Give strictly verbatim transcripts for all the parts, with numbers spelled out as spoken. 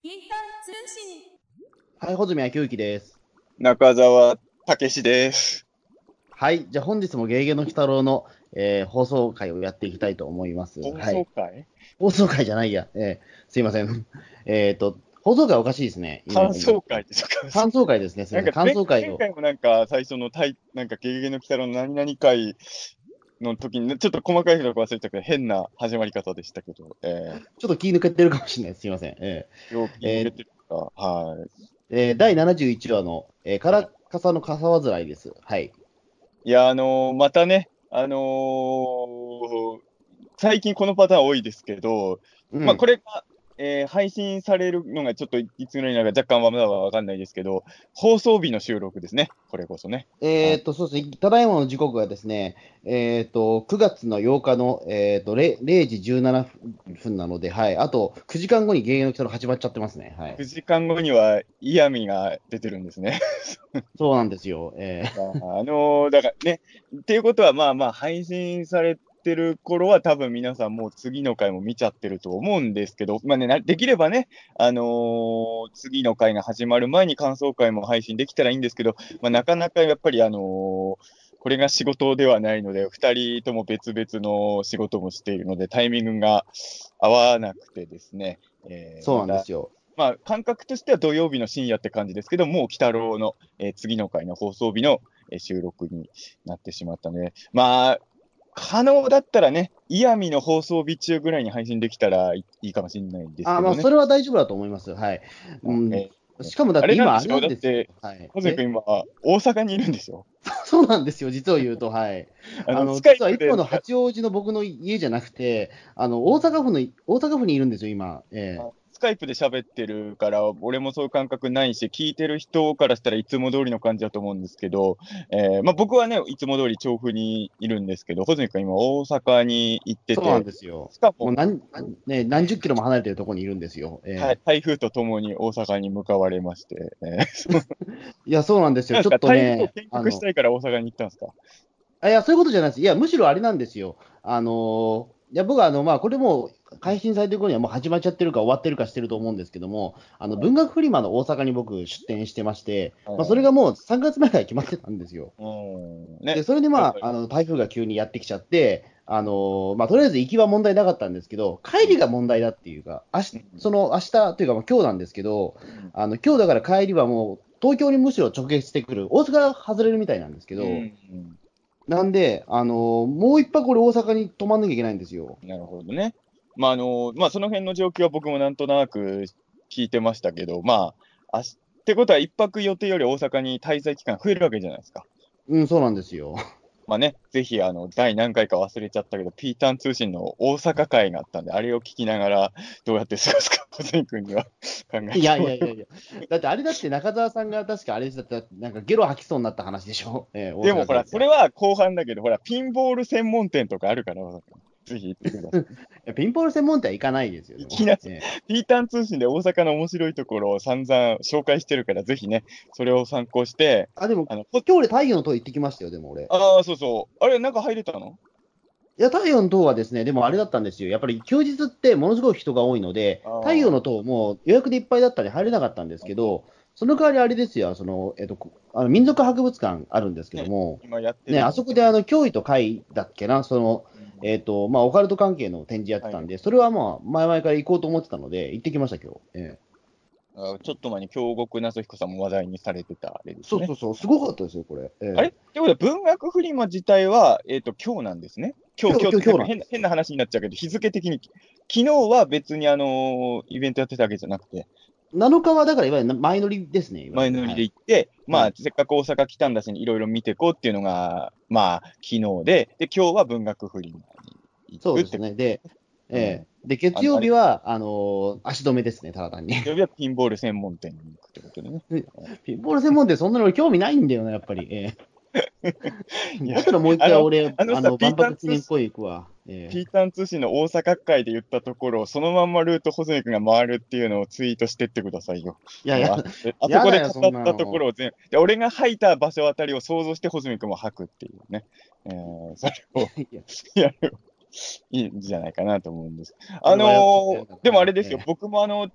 ピータン通信。 はい、穂積昭之です。 中澤武史です。 はい、じゃあ本日もゲゲゲの鬼太郎の、えー放送回をやっていきたいと思います。 放はい。 送回放送回じゃないや。えーすいません。えっと、放送回おかしいですね。今感思って。 想会ですか？ 感想回ですね。すいません。感なんか前、 想回を。 前回もなんか最初のタイ、なんかゲゲゲの鬼太郎の何々会の時に、ちょっと細かいとこ忘れたけど、変な始まり方でしたけど、えちょっと気抜けてるかもしれないです。すいません。えー、病ーえー気抜けてるか、はい。 えーだいななじゅういちわの、えー、カラカサの傘煩いです。はい。 いや、あのーまたね、あのー最近このパターン多いですけど、まあ、こうん。 れが、えー配信されるのがちょっといつぐらいになるか若干はまだわかんないですけど、放送日の収録ですね、これこそね。あえっと、そうですね。ただいまの時刻がですね、えっと、くがつのようかの、えっと、れいじじゅうななふんなので、はい。あと、くじかんごにゲゲゲの鬼太郎始まっちゃってますね。はい。 くじかんごには嫌味が出てるんですね。 そうなんですよ。えいやーあのーだからね、っていうことは、まあまあ、配信されてる頃は、多分皆さんもう次の回も見ちゃってると思うんですけど、まあね、なできればね、あのー次の回が始まる前に感想会も配信できたらいいんですけど、まあ、なかなかやっぱり、あのーこれが仕事ではないので、ふたりとも別々の仕事もしているので、タイミングが合わなくてですね、 ーそうえーまたなんですよ。 まあ、感覚としては土曜日の深夜って感じですけど、もう鬼太郎の、えー次の回の放送日の、えー収録になってしまったので、まあ、可能だったらね、イヤミの放送日中ぐらいに配信できたらいいいかもしれないんですあ、まあ、 けどね。 それは大丈夫だと思います。はい。うん。 えーしかもだっあて今、あれなれなんでしょうだって、 んですよ。はい。え、 小関君今、大阪にいるんでしょ？ そうなんですよ。実を言うと、はい。 あの、 あの、 スカイ実はいつものプでなんか、 八王子の僕の家じゃなくて、あの、大阪府の、大阪府にいるんですよ、今。えあスカイプで喋ってるから、俺もそういう感覚ないし、聞いてる人からしたらいつも通りの感じだと思うんですけど、えーまあ、僕はね、いつも通り調布にいるんですけど、穂積君今大阪に行ってそうなんて、 ですよ。 しかも、 もう何、ね、何十キロも離れてるところにいるんですよ。えはい、台風とともに大阪に向かわれまして、えーそうえいや、そうなんですよ。ちょっなんですか、台風をとね、 見あの、 学したいから大阪に行ったんですか？ あ、いや、そういうことじゃないです。いや、むしろあれなんですよ。あのーいや、僕は、あの、まあ、これもう配信されてる頃にはもう始まっちゃってるか終わってるかしてると思うんですけども、あの、文学フリマの大阪に僕出店してまして、まあ、それがもうさんがつまえから決まってたんですよ。 うん、 で、 ね、 それでまあ、 やっぱり、 あの、台風が急にやってきちゃって、あのーまあ、とりあえず行きは問題なかったんですけど、帰りが問題だっていうか、明日、 うん、 その明日というか、まあ、今日なんですけど、 うん、 あの、今日だから帰りはもう、東京にむしろ直撃してくる、大阪外れるみたいなんですけうど、 ん、 なんで、あのーもう一泊俺大阪に泊まんなきゃいけないんですよ。 なるほどね。まあ、あの、まあ、その辺の状況は僕もなんとなく聞いてましたけど、まあ、あしってことは一泊予定より大阪に滞在期間増えるわけじゃないですか。 うん、そうなんですよ。 まあね、ぜひ、あの、第何回か忘れちゃったけど、ピータン通信の大阪会があったんで、あれを聞きながら、どうやって過ごすか、小泉君には考えいやてもらう。 いやいやいや。だってあれだって中澤さんが確かあれだったら、なんかゲロ吐きそうになった話でしょ、えー大でもほら、 阪帰って。 それは後半だけど、ほら、ピンボール専門店とかあるから、ぜひ行ってください。 いやピンポール専門店は行かないですよ、でも。 行きなさい。 えピータン通信で大阪の面白いところを散々紹介してるから、ぜひね、それを参考して、 ーあ、でも、 あの、ほ今日俺太陽の塔行ってきましたよ、でも俺。 ああ、そうそう。あれ、中入れたの？ いや、太陽の塔はですね、でもあれだったんですよ。やっぱり休日ってものすごい人が多いので、 あ太陽のあ、 塔も予約でいっぱいだったんで入れなかったんですけど、その代わりあれですよ、その、えっと、こあの民族博物館あるんですけどね、 も、 今やってね、 るの。 あそこであの、脅威と怪だっけな、その、 うん、 えっと、まあ、オカルト関係の展示やってはい。 たんで、それはまあ、前々から行こうと思ってたので、行ってきました、今日。ええあちょっと前に京極夏彦さんも話題にされてたあれですね。 そうそうそう、すごかったですよ、これ。 あれっええてことは文学フリマ自体は、えっと、今日なんですね。今日、 今日、今日、 今日ってなんか変な、 今日なんです。 変な話になっちゃうけど、日付的に、昨日は別にあのーイベントやってたわけじゃなくて、 なのかは、だからいわゆる前乗りですね、いわゆる。 前乗りではい。 行って、まあ、 はい。 せっかく大阪来たんだし、いろいろ見てこうっていうのが、まあ、昨日で、で、今日は文学フリマに行くってこそうですね。で、 と。うん。 ええで、月あの、あれ、 曜日は、あのー足止めですね、ただ単に。 月曜日はピンボール専門店に行くってことでね。 ピンボール専門店、そんなの俺興味ないんだよな、やっぱり。ええいや、 だったらもう一あの、 回俺、 あのさ、 あの、 ピー万タン通信、 博記念公園行くわ。えピータン通信の大阪会で言ったところを、そのまんまルート、ホズミ君が回るっていうのをツイートしてってくださいよ。 えいやいや、 もうあ、あそやだよ、 こで語そんなったとこの。 ろを全で、俺が吐いた場所あたりを想像して、ホズミ君も吐くっていうね。えー、それをいや、 やる。いいんじゃないかなと思うんです。あのそれはよ、ちょっとやーでもあだな。 れですよ、 え僕もあの、ちょ、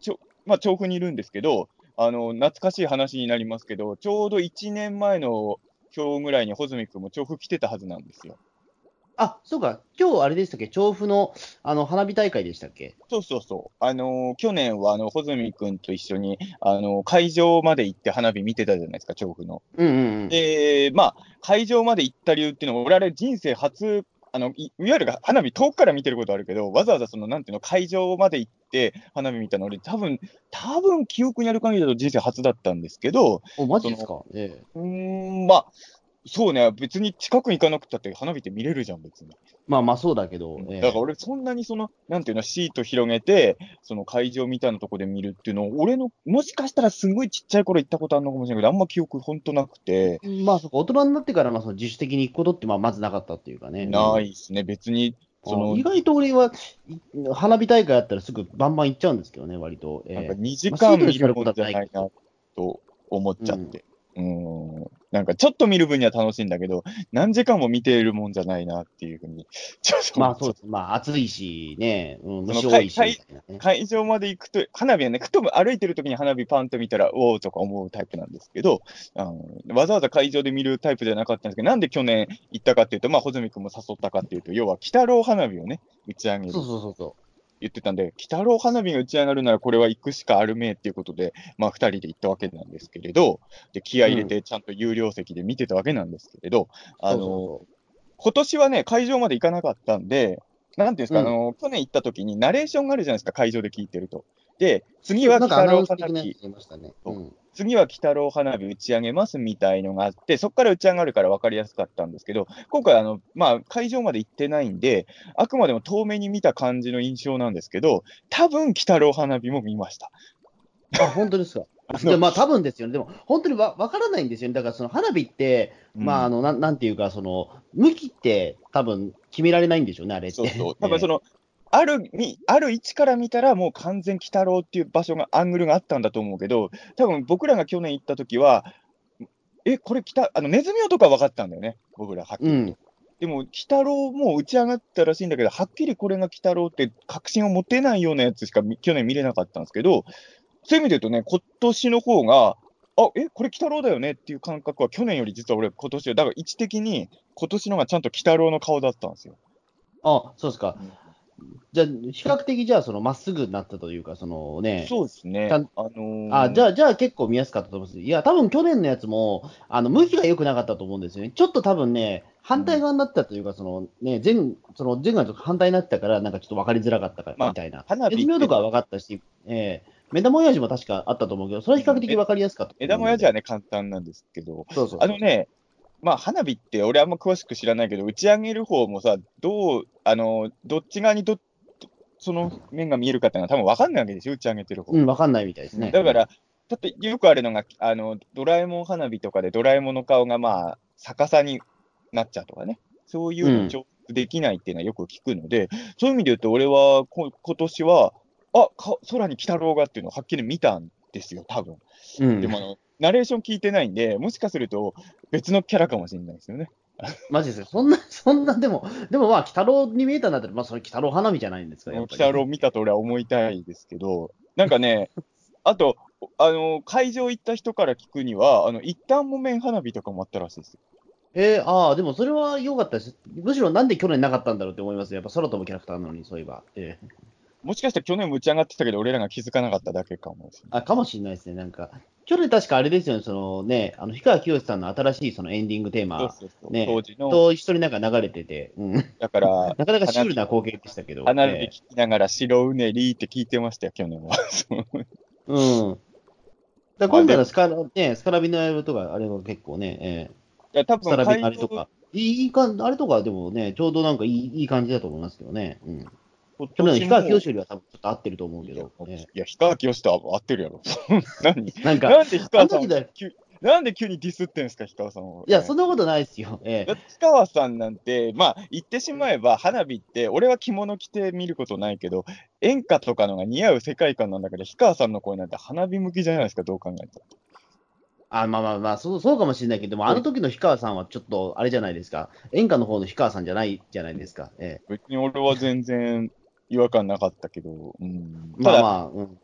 まあ、調布にいるんですけど、あの、懐かしい話になりますけど、ちょうどいちねんまえの今日ぐらいに穂積君も調布来てたはずなんですよ。 あ、そうか、今日あれでしたっけ、調布のあの花火大会でしたっけ？ そうそうそう。あのー去年は、あの、穂積君と一緒に、あのー会場まで行って花火見てたじゃないですか、調布の。 うんうんうん。 で、まあ、会場まで行った理由っていうのは、俺あれ人生初、あの、い、いわゆる花火遠くから見てることあるけど、わざわざその、なんていうの、会場まで行って花火見たの、俺多分、多分記憶にある限りだと人生初だったんですけど、 お、マジその、 ですか？ええ。 うーん、まあ、そうね、別に近くに行かなくたって花火って見れるじゃん、別に。 まあまあそうだけど、 うん、だからええ。 俺、そんなにその、なんていうの、シート広げて、その会場みたいなとこで見るっていうのを、俺の、もしかしたらすごいちっちゃい頃行ったことあるのかもしれないけど、あんま記憶ほんとなくて、 まあ、そうか、大人になってから、まあ、その自主的に行くことって、まあ、まずなかったっていうかね。うん。 ないっすね。別に、そあ、 の、 意外と俺は、い花火大会あったらすぐバンバン行っちゃうんですけどね、割と。 なんかええ。 2 まあ、シ時間ートに座ることは見るもんじゃないなないけど。 と思っうん。 ちゃって。うーん。なんかちょっと見る分には楽しいんだけど、何時間も見ているもんじゃないなっていうふうに、ちょっと思っちゃって。 まあそうです。まあ暑いしね、うん、 その虫多いしみ会会たいなね。 会場まで行くと、花火はね、ふと歩いてる時に花火パンと見たら、おおとか思うタイプなんですけど、あのわざわざ会場で見るタイプじゃなかったんですけど、なんで去年行ったかっていうと、まあ、穂積君も誘ったかっていうと、要は、鬼太郎花火をね、打ち上げそうるそうそうそ言ってたんで、鬼太郎花火が打ち上がるならこれは行くしかあるめえっていうことで、まあ、ふたりで行ったわけなんですけれど、で、気合う。 い入れうん。 てちゃんと有料席で見てたわけなんですけれど、あの、 そうそうそ今年はね、会場まで行かなかったんで、なんていうんですう。うか、あん。 の、去年行った時にナレーションがあるじゃないですか、会場で聞いてると。で、次そう、なんかアは鬼太郎ナウンス的なやつ花火、 ありましたね。 そううん。 次は鬼太郎花火打ち上げますみたいのがあって、そこから打ち上がるから分かりやすかったんですけど、今回あの、まあ、会場まで行ってないんで、あくまでも遠目に見た感じの印象なんですけど、多分鬼太郎花火も見ました。 あ、本当ですか。 あの、 じゃあ、まあ、多分ですよね。でも、本当にわ、わからないんですよね。だから、その花火って、まあ、あうん、 の、なん、なんていうか、その、向きって多分決められないんでしょうね、あれって。 そうそう、多分そえの、あるみある位置から見たら、もう完全鬼太郎っていう場所が、アングルがあったんだと思うけど、多分僕らが去年行った時は、え、これ、きたあの、ネズミ男は分かったんだよね、僕らはっえ。うきりと。 ん。 でも、鬼太郎も打ち上がったらしいんだけど、はっきりこれが鬼太郎って確信を持てないようなやつしかみ去年見れなかったんですけど、そういう意味で言うとね、今年の方が、あ、え、これ鬼太郎だよねっていう感覚は去年より実は俺今年は、だから位置的に今年のがちゃんと鬼太郎の顔だったんですよ。 あ、そうですか。 うん、 じゃあ、比較的、じゃあ、その、まっすぐになったというか、そのね、 そうですね。 ちゃん、 あのあ、じーゃあ、じゃあ結構見やすかったと思います。いや、多分去年のやつも、あの、向きが良くなかったと思うんですよね。ちょっと多分ね、反対うん、 側になったというか、そのね、前、その前がちょっと反対になってたから、なんかちょっと分かりづらかったかまあ、 みたいな。 花ネ火ってさ、 ズミ男は分かったし、えー、目玉親父も確かあったと思うけど、それは比較うん、え的分かりやすかったと思うので。 枝もやじゃね、簡単なんですけど、 そうそうそうそう。 あのね、まあ、花火って俺あんま詳しく知らないけど、打ち上げる方もさ、どう、あの、どっち側にど、その面が見えるかっていうのは多分分かんないわけでしょ、打ち上げてる方。 うん、分かんないみたいですうん、 ね。うん。 だから、だってよくあるのが、あの、ドラえもん花火とかでドラえもんの顔がまあ、逆さになっちゃうとかね。そういううん。 のを調節できないっていうのはよく聞くので、そういう意味で言うと、俺はこ今年は、あ、か空に鬼太郎がっていうのをはっきり見たんですよ、多分。 うん。 でもあの、ナレーション聞いてないんで、もしかすると別のキャラかもしれないですよね。 マジですよ。そんな、そんな、でも、でもまあ、鬼太郎に見えたんだったら、まあ、それ鬼太郎花火じゃないんですか、やっ鬼太郎ぱり。 見たと俺は思いたいですけど、なんかね、あと、あの、会場行った人から聞くには、あの、一旦木綿花火とかもあったらしいですよ。 えー、ああ、でもそれは良かったです。むしろなんで去年なかったんだろうって思います。やっぱ空飛ぶキャラクターなのに、そういえば。えーもしかしたら去年も打ち上がってたけど、俺らが気づかなかっただけかもしれあ、かもしれないですね。なんか、去年確かあれですよね、そのね、あの、氷川きよしさんの新しいそのエンディングテーない。 マ、 そうそうそう。当ね、 時の、 と一緒になんか流れてて、うん。 だから、 なかなかシュール花火、 な光景でしたけど、 花火聞えきながら白うねりって聞いてましたよ、去年は。そうえ、うん。だからまあでも、 今回のスカラ、ね、スカラビのライブとか、あれは結構ね、ええ、 いや、多スカラビの分会場、 あれとか、いい、いい感じ、あれとかでもね、ちょうどなんかいい、いい感じだと思いますけどね。うん。 今去年の氷川きよ年も、 しよりは多分ちょっと合ってると思ういや、 けど、えいや、氷川きよしとは合ってるやろ。何え。なんか、 なんで氷川さんをあの時だ、い急、なんで急にディスってんすか、氷川さんを。 や、そんなことないですよ。ええ。 だって氷川さんなんて、まあ、言ってしまえば、花火って、俺は着物着て見ることないけど、演歌とかのが似合う世界観なんだけど、氷川さんの声なんて花火向きじゃないですか、どう考えたら。 あ、まあまあまあ、そう、そうかもしれないけども、あの時の氷川さんはちょっと、あれじゃないですか。演歌の方の氷川さんじゃないじゃないですか。え別に俺は全然違和感なかったけど、うん、 え。 ただ、 まあまあ、うん。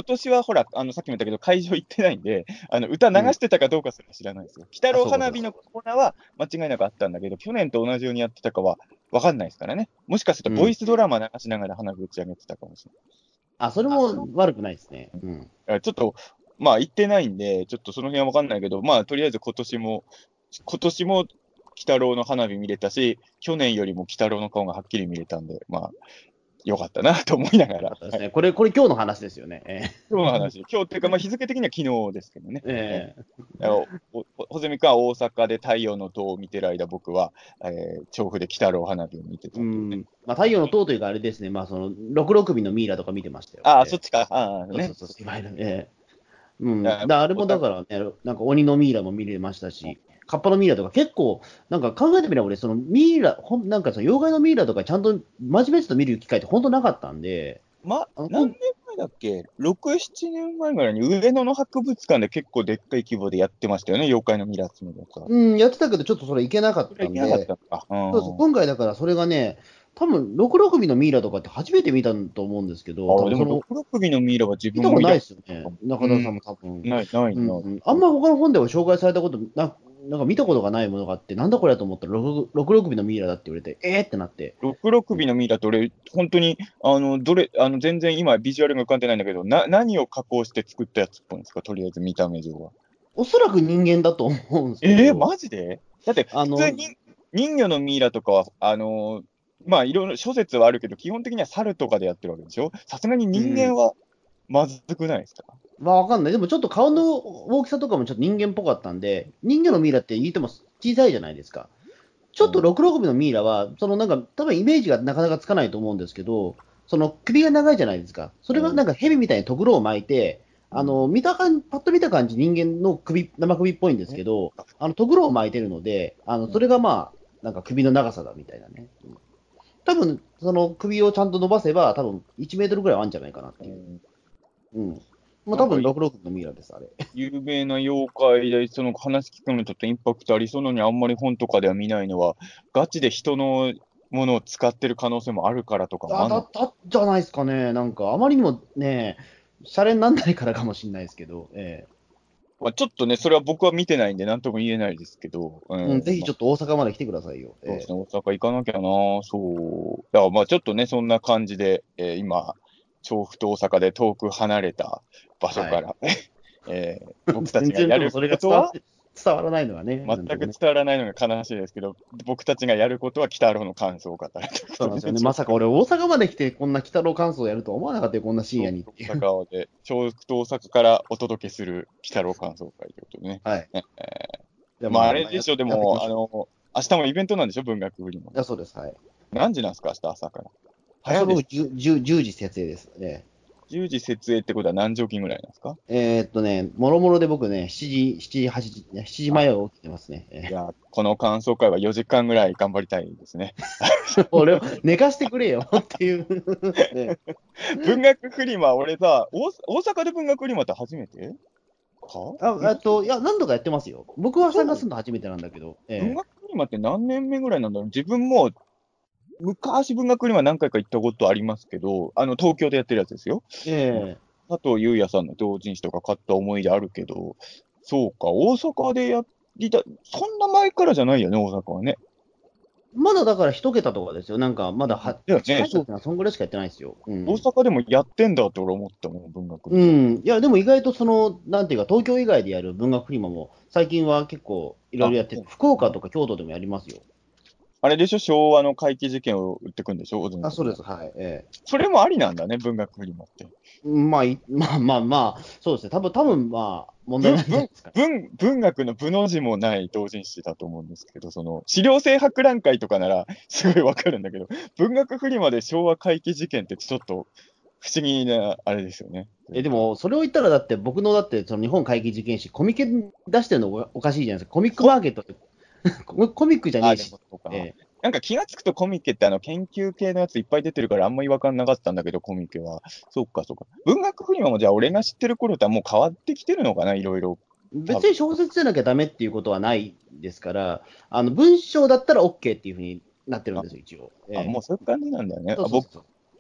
今年はほら、あのさっきも言ったけど、会場行ってないんで、あの歌流してたかどうかすら知らないんですよ。鬼太郎花火のコーナーは間違いなくあったんだけど、去年と同じようにやってたかは分かんないですからね。もしかすると、ボイスドラマ流しながら花火打ち上げてたかもしれない。 あ、それも悪くないですね。うん。 ちょっと、まあ、行ってないんで、ちょっとその辺は分かんないけど、まあ、とりあえず今年も、今年も、鬼太郎の花火見れたし、去年よりも鬼太郎の顔がはっきり見れたんで、まあ、よかったなと思いながら。 そうですね。これ、これ今日の話ですよね。え今日の話、今日っていうか、まあ、日付的には昨日ですけどね。 えええおおほぜみくんは大阪で太陽の塔を見てる間、僕は、えー調布で鬼太郎花火を見てたうというね。 ん。まあ、太陽の塔というか、あれですね。まあ、その、ろくろ首のミイラとか見てましたよ。 ああ、 ええそっちか。ああ、ね。 そうそうそう。いわゆる、ええうん。 いやだあれおたもだからね、なんか鬼のミイラも見れましたし、カッパのミイラとか結構、なんか考えてみれば俺、そのミイラ、ほんなんかその妖怪のミイラとかちゃんと真面目と見る機会って本当なかったんで、 ま、 あの何年前だっけ ?ろく、ななねんまえぐらいに上野の博物館で結構でっかい規模でやってましたよね、妖怪のミイラ集めとか。 うん、やってたけど、ちょっとそれいけなかっそれいけなかったんで、 たのか。 そうそう、 うん。 今回だからそれがね、多分ろくろ首のミイラとかって初めて見たと思うんですけど、多ああ、でも、 分その、 ろくろ首のミイラは自見たことない分も見たこですよね、 とないかも。 中田さんもうん。 多分。 ない、ない、 うん、 ない。 うんあんま他の本では紹介されたことな、なんか見たことがないものがあって、なんだこれだと思ったら、ろくろ首のミイラだって言われて、えーってなって、 ろくろ首のミイラって俺、本当に、あの、どれ、あの、全然今ビジュアルが浮かんでないんだけど、な、何を加工して作ったやつっぽいんですか、とりあえず見た目上は。 おそらく人間だと思うんですけえー、 ど、 マジでだって、 あの、 普通に人魚のミイラとかは、あのーまあ、いろいろ諸説はあるけど、基本的には猿とかでやってるわけでしょ。さすがに人間はまずくないですか？ まあわかんない。でもちょっと顔の大きさとかもちょっと人間っぽかったんで、人魚のミイラって言っても小さいじゃないですか。ちょっとろくろ首のミイラは、そのなんか、多分イメージがなかなかつかないと思うんですけど、その首が長いじゃないですか。それがなんか蛇みたいにとぐろを巻いて、あの、見た感じ、パッと見た感じ人間の首、生首っぽいんですけど、あの、とぐろを巻いてるので、あの、それがまあ、なんか首の長さだみたいなね。うん多分、その首をちゃんと伸ばせば、多分いちメートルぐらいはあるんじゃないかなっていう。うん。まあ多分ろくろ首のミイラです、あれ。 有名な妖怪で、その話聞くのちょっとインパクトありそうなのに、あんまり本とかでは見ないのは、ガチで人のものを使ってる可能性もあるからとかもあ、 あんの？ だったじゃないですかね。なんか、あまりにもね、シャレになんないからかもしれないですけど、ええまあ、ちょっとね、それは僕は見てないんで、なんとも言えないですけど、ううん、ぜひまあちょっと大阪まで来てくださいよ。えそうですね、大阪行かなきゃな、そう。だからまあちょっとね、そんな感じで、えー今、調布と大阪で遠く離れた場所はい。 から、えー僕たち全然でもがやるそれが伝わことは、 伝わらないのはね、 全なんともね。 く伝わらないのが悲しいですけど、僕たちがやることは、北太郎の感想を語るということでね、 そうなんですよね。 ちょっとまさか俺、大阪まで来て、こんな鬼太郎感想をやるとは思わなかったよ、こんな深夜にってい大う。 阪で、調布と大阪からお届けする北太郎感想会ということでね。 はい。 ねじゃあまあ、 まあ、まあ、やあれでしょ、でも、あやっていきましょう。 の、明日もイベントなんでしょ、文学フリマ。 いや、そうです。はい。 何時なんですか、明日朝から。 明日僕早いです。 じゅう、じゅう、じゅうじ設営です。えじゅうじ設営ってことは何時起きぐらいなんですか？ ええーっとね、もろもろで僕ね、しちじ、しちじ、はちじ、いやしちじまえは起きてますね。えいや、この感想会はよじかんぐらい頑張りたいですね。 ー俺を寝かしてくれよっていうね。 文学フリマ、俺さ、大大阪で文学フリマって初めてかあ、えっと、いや、何度かやってますよ。僕は参加そうなの？ するの初めてなんだけど。え文学フリマって何年目ぐらいなんだろう。自分も昔文学フリマ何回か行ったことありますけど、あの、東京でやってるやつですよ。 えええ佐藤優也さんの同人誌とか買った思い出あるけど、そうか、大阪でやりた、そんな前からじゃないよね、大阪はね。 まだだから一桁とかですよ。なんか、まだはだよはちかいね、そう。 かっていうのはそんぐらいしかやってないですよ。う大ん。 阪でもやってんだって俺思ったもん、文学フリマ。 うん。いや、でも意外とその、なんていうか、東京以外でやる文学フリマも、最近は結構いろいあ、 ろやってて、福岡とか京都でもやりますよ。 あれでしょ、昭和の怪奇事件を売ってくんでしょ、小あ、 園さんが。 そうです。はい。ええそれもありなんだね、文学フリマって。 まあ、いまあまあまあ、そうですね。多分、多分まあ、問題文、 ないんじゃない文、 ですかね。 文、文学の部の字もない同人誌だと思うんですけど、その、資料性博覧会とかならすごいわかるんだけど、文学フリマで昭和怪奇事件ってちょっと不思議な、あれですよね。 え、でも、それを言ったら、だって、僕の、だって、その日本怪奇事件史、コミケ出してるのおかしいじゃないですか。コミックマーケットってココミックじゃねあ、 えし。 でもそうか。 ええなんか気がつくとコミケってあの研究系のやついっぱい出てるからあんま違和感なかったんだけど、コミケは。そうか、そうか。文学フリマもじゃあ俺が知ってる頃とはもう変わってきてるのかな、いろいろ。多分。 別に小説じゃなきゃダメっていうことはないですから、あの文章だったら OK っていうふうになってるんあ、 ですよ、一応。 あ、 ええもうそういう感じなんだよね。あ、僕、 そうそうそう。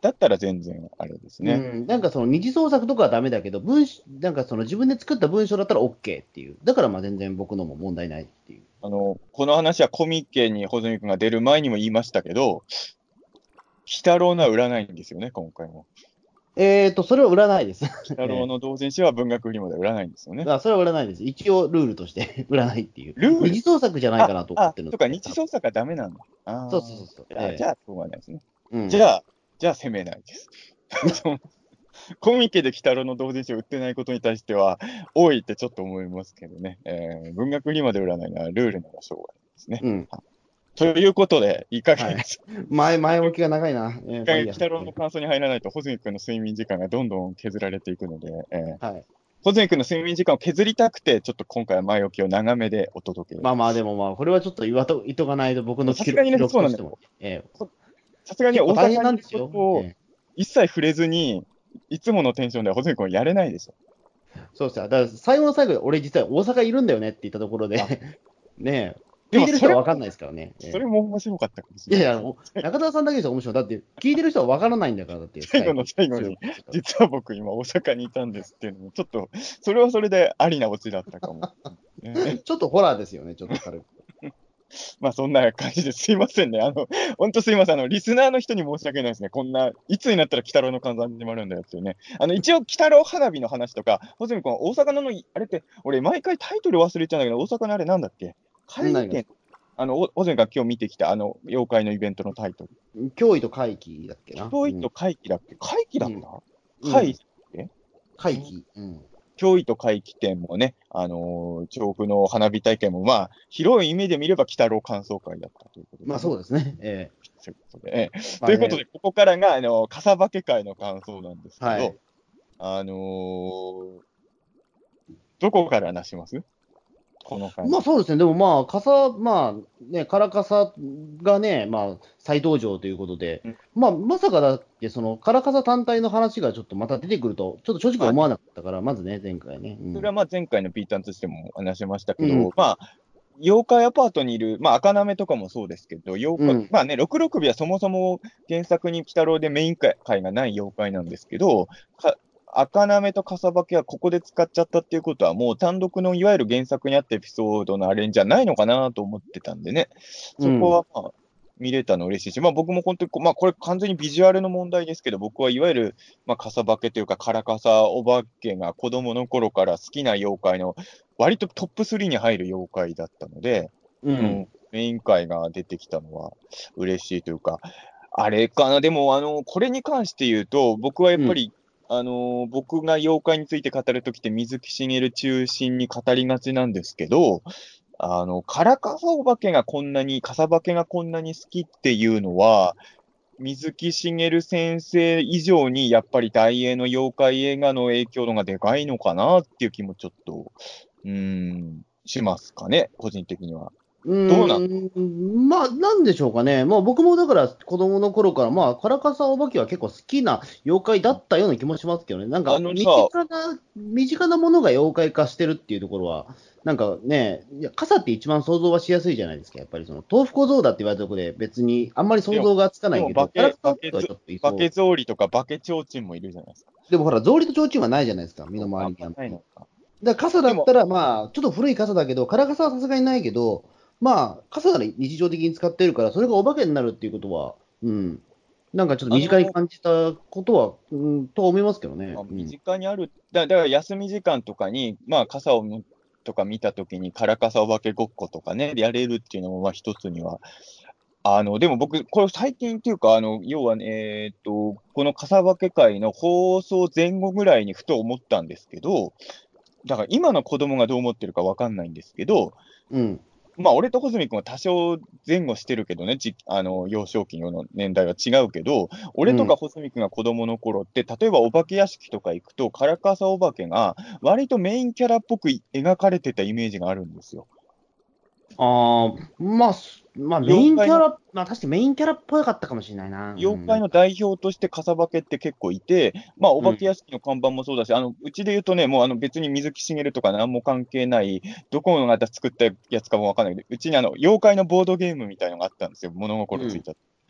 だったら全然あれですね。 うん、なんかその二次創作とかはダメだけど、文章なんかその自分で作った文章だったら OK っていう。だからまあ全然僕のも問題ないっていう。 あの、この話はコミケに穂積君が出る前にも言いましたけど、鬼太郎のは売らないんですよね、今回も。 えーと、それは売らないです。 鬼太郎えの同人誌は文学フリマで売らないんですよね。 ーあ、それは売らないです。一応ルールとして売らないっていう。 ルール二次創作じゃないかなと思あ、あ、 ってるので。 とか、日創作はダメなんだ。あそうそうそうそう。 あ、 えじゃあ、しょうがないですね。 えうん、 じゃあ、じゃあ、責めないです。そうコミケで鬼太郎の同人誌を売ってないことに対しては、多いってちょっと思いますけどね。えー文学フリマで売らないのはルールならしょうがないですね。 うん。 ということで、いい加減、 はい。前、前置きが長いな。えー、まあいいや。 鬼太郎の感想に入らないと、穂積君の睡眠時間がどんどん削られていくので、えー、 はい。 穂積君の睡眠時間を削りたくて、ちょっと今回は前置きを長めでお届け。 まあまあ、でもまあ、これはちょっと言わと、言っとかないと僕の記録、記さすがにね、そうなんだよ。 録としても、えーさすがに大結構大変阪にいるなんですよ。 ことをえ一切触れずに、いつものテンションでは穂積君はやれないでしょ。 ーそうですよ。だから最後の最後で、俺実は大阪いるんだよねって言ったところで、 あ、 ねえ、 でもそれも、 聞いてる人は分かんないですからね。えーそれも面白かったかもしれない。 いやいや、お中田さんだけですよ、面白い。だって、聞いてる人は分からないんだから、だって、ス最後のカイプ。 最後に、実は僕今大阪にいたんですっていうのも、ちょっと、それはそれでありなオチだったかも。ね、 ちょっとホラーですよね、ちょっと軽く。 まあそんな感じですいませんね。あの、本当すいません。あの、リスナーの人に申し訳ないですね。こんな、いつになったら鬼太郎の観覧始まるんだよっていうね。あの、一応、鬼太郎花火の話とか、穂積君、大阪のの、あれって、俺、毎回タイトル忘れちゃうんだけど、大阪のあれなんだっけ会議展、 何がですか？ あの、お穂積君が今日見てきた、あの、妖怪のイベントのタイトル。 脅威と怪奇だっけな。うん。 脅威と怪奇だっけ怪奇だった、 うん。う怪ん。 奇だっけ怪奇。うん。 脅威と怪奇展もね、あのー調布の花火大会も、まあ、広い意味で見れば、鬼太郎感想会だったということでまあすね。 そうですね。ええということで、ええまあね、 ということで、ここからが、あのー、傘化け会の感想なんですけど、 はい。 あのーどこから話しますこの回。 まあそうですね。でもまあ、傘、まあね、カラカサがね、まあ再登場ということで、 うん、 まあまさかだって、そのカラカサ単体の話がちょっとまた出てくると、ちょっと正直まあね、 思わなかったから、まずね、前回ね。うん。 それはまあ前回のピータンとしても話しましたけうん。 ど、まあ、妖怪アパートにいる、まあ、赤なめとかもそうですけど、妖怪、 うん。 まあね、ろくろくびはそもそも原作に鬼太郎でメイン回がない妖怪なんですけど、か赤なめと笠化けはここで使っちゃったっていうことは、もう単独のいわゆる原作にあったエピソードのあれじゃないのかなと思ってたんでね、そこうん。 はまあ見れたの嬉しいし、まあ僕も本当にこ、まあこれ完全にビジュアルの問題ですけど、僕はいわゆる、まあ、笠化けというか、カラカサお化けが子供の頃から好きな妖怪の割とトップスリーに入る妖怪だったので、うん、 うん。 メイン回が出てきたのは嬉しいというか、あれかな、でも、あの、これに関して言うと、僕はやっうん。 ぱり、あの、僕が妖怪について語るときって水木しげる中心に語りがちなんですけど、あの、カラカサお化けがこんなに、カサ化けがこんなに好きっていうのは、水木しげる先生以上に、やっぱり大英の妖怪映画の影響度がでかいのかなっていう気もちょっと、うーん、しますかね、個人的には。 うどうなんーん、まあ、なんでしょうかね。まあ、僕もだから、子供の頃から、まあ、カラカサお化けは結構好きな妖怪だったような気もしますけどね。なんか、身あのさ、 近な、身近なものが妖怪化してるっていうところは、なんかね、いや、傘って一番想像はしやすいじゃないですか。やっぱりその、豆腐小僧だって言われたところで、別にあんまりでも、 想像がつかなでも、 いけど、カラバケ、 カサおバケツ、 化けはちょっといバケそゾウリとかバケチョウチンもいるじゃないですか。 う。でもほら、草履と提灯はないじゃないですか。身そうか、あんの回りにあんまり。 まないのか。 だから傘だでも、 ったら、まあ、ちょっと古い傘だけど、カラカサはさすがにないけど、まあ、傘なら日常的に使ってるから、それがお化けになるっていうことは、うん、なんかちょっと身近にあの、 感じたことは、うん、と思いますけどね。 まあ、身うん。 近にある、だ、だから休み時間とかに、まあ、傘をむとか見たときに、カラカサお化けごっことかね、やれるっていうのも、まあ、一つにはあの、でも僕、これ最近っていうか、あの、要はね、えーっと、この傘分け会の放送前後ぐらいにふと思ったんですけど、だから今の子供がどう思ってるかわかんないんですけど、 うん。 まあ、俺と穂積君は多少前後してるけどね、じ、あの、幼少期の年代は違うけど、俺とかうん。 穂積君が子供の頃って、例えばお化け屋敷とか行くと、カラカサお化けが割とメインキャラっぽく描かれてたイメージがあるんですよ。 ああ、まあ、すまあ、メイ妖怪のンキャラ、まあ、確かにメインキャラっぽかったかもしれないな。うん、な妖怪のんか。 代表として笠化けって結構いて、まあ、おうん。 化け屋敷の看板もそうだし、あの、うちで言うとね、もうあの別に水木しげるとか何も関係ない、どこのが作ったやつかもわかんないけど、うちにあの、妖怪のボードゲームみたいのがあったんですよ。物うん。 心ついた。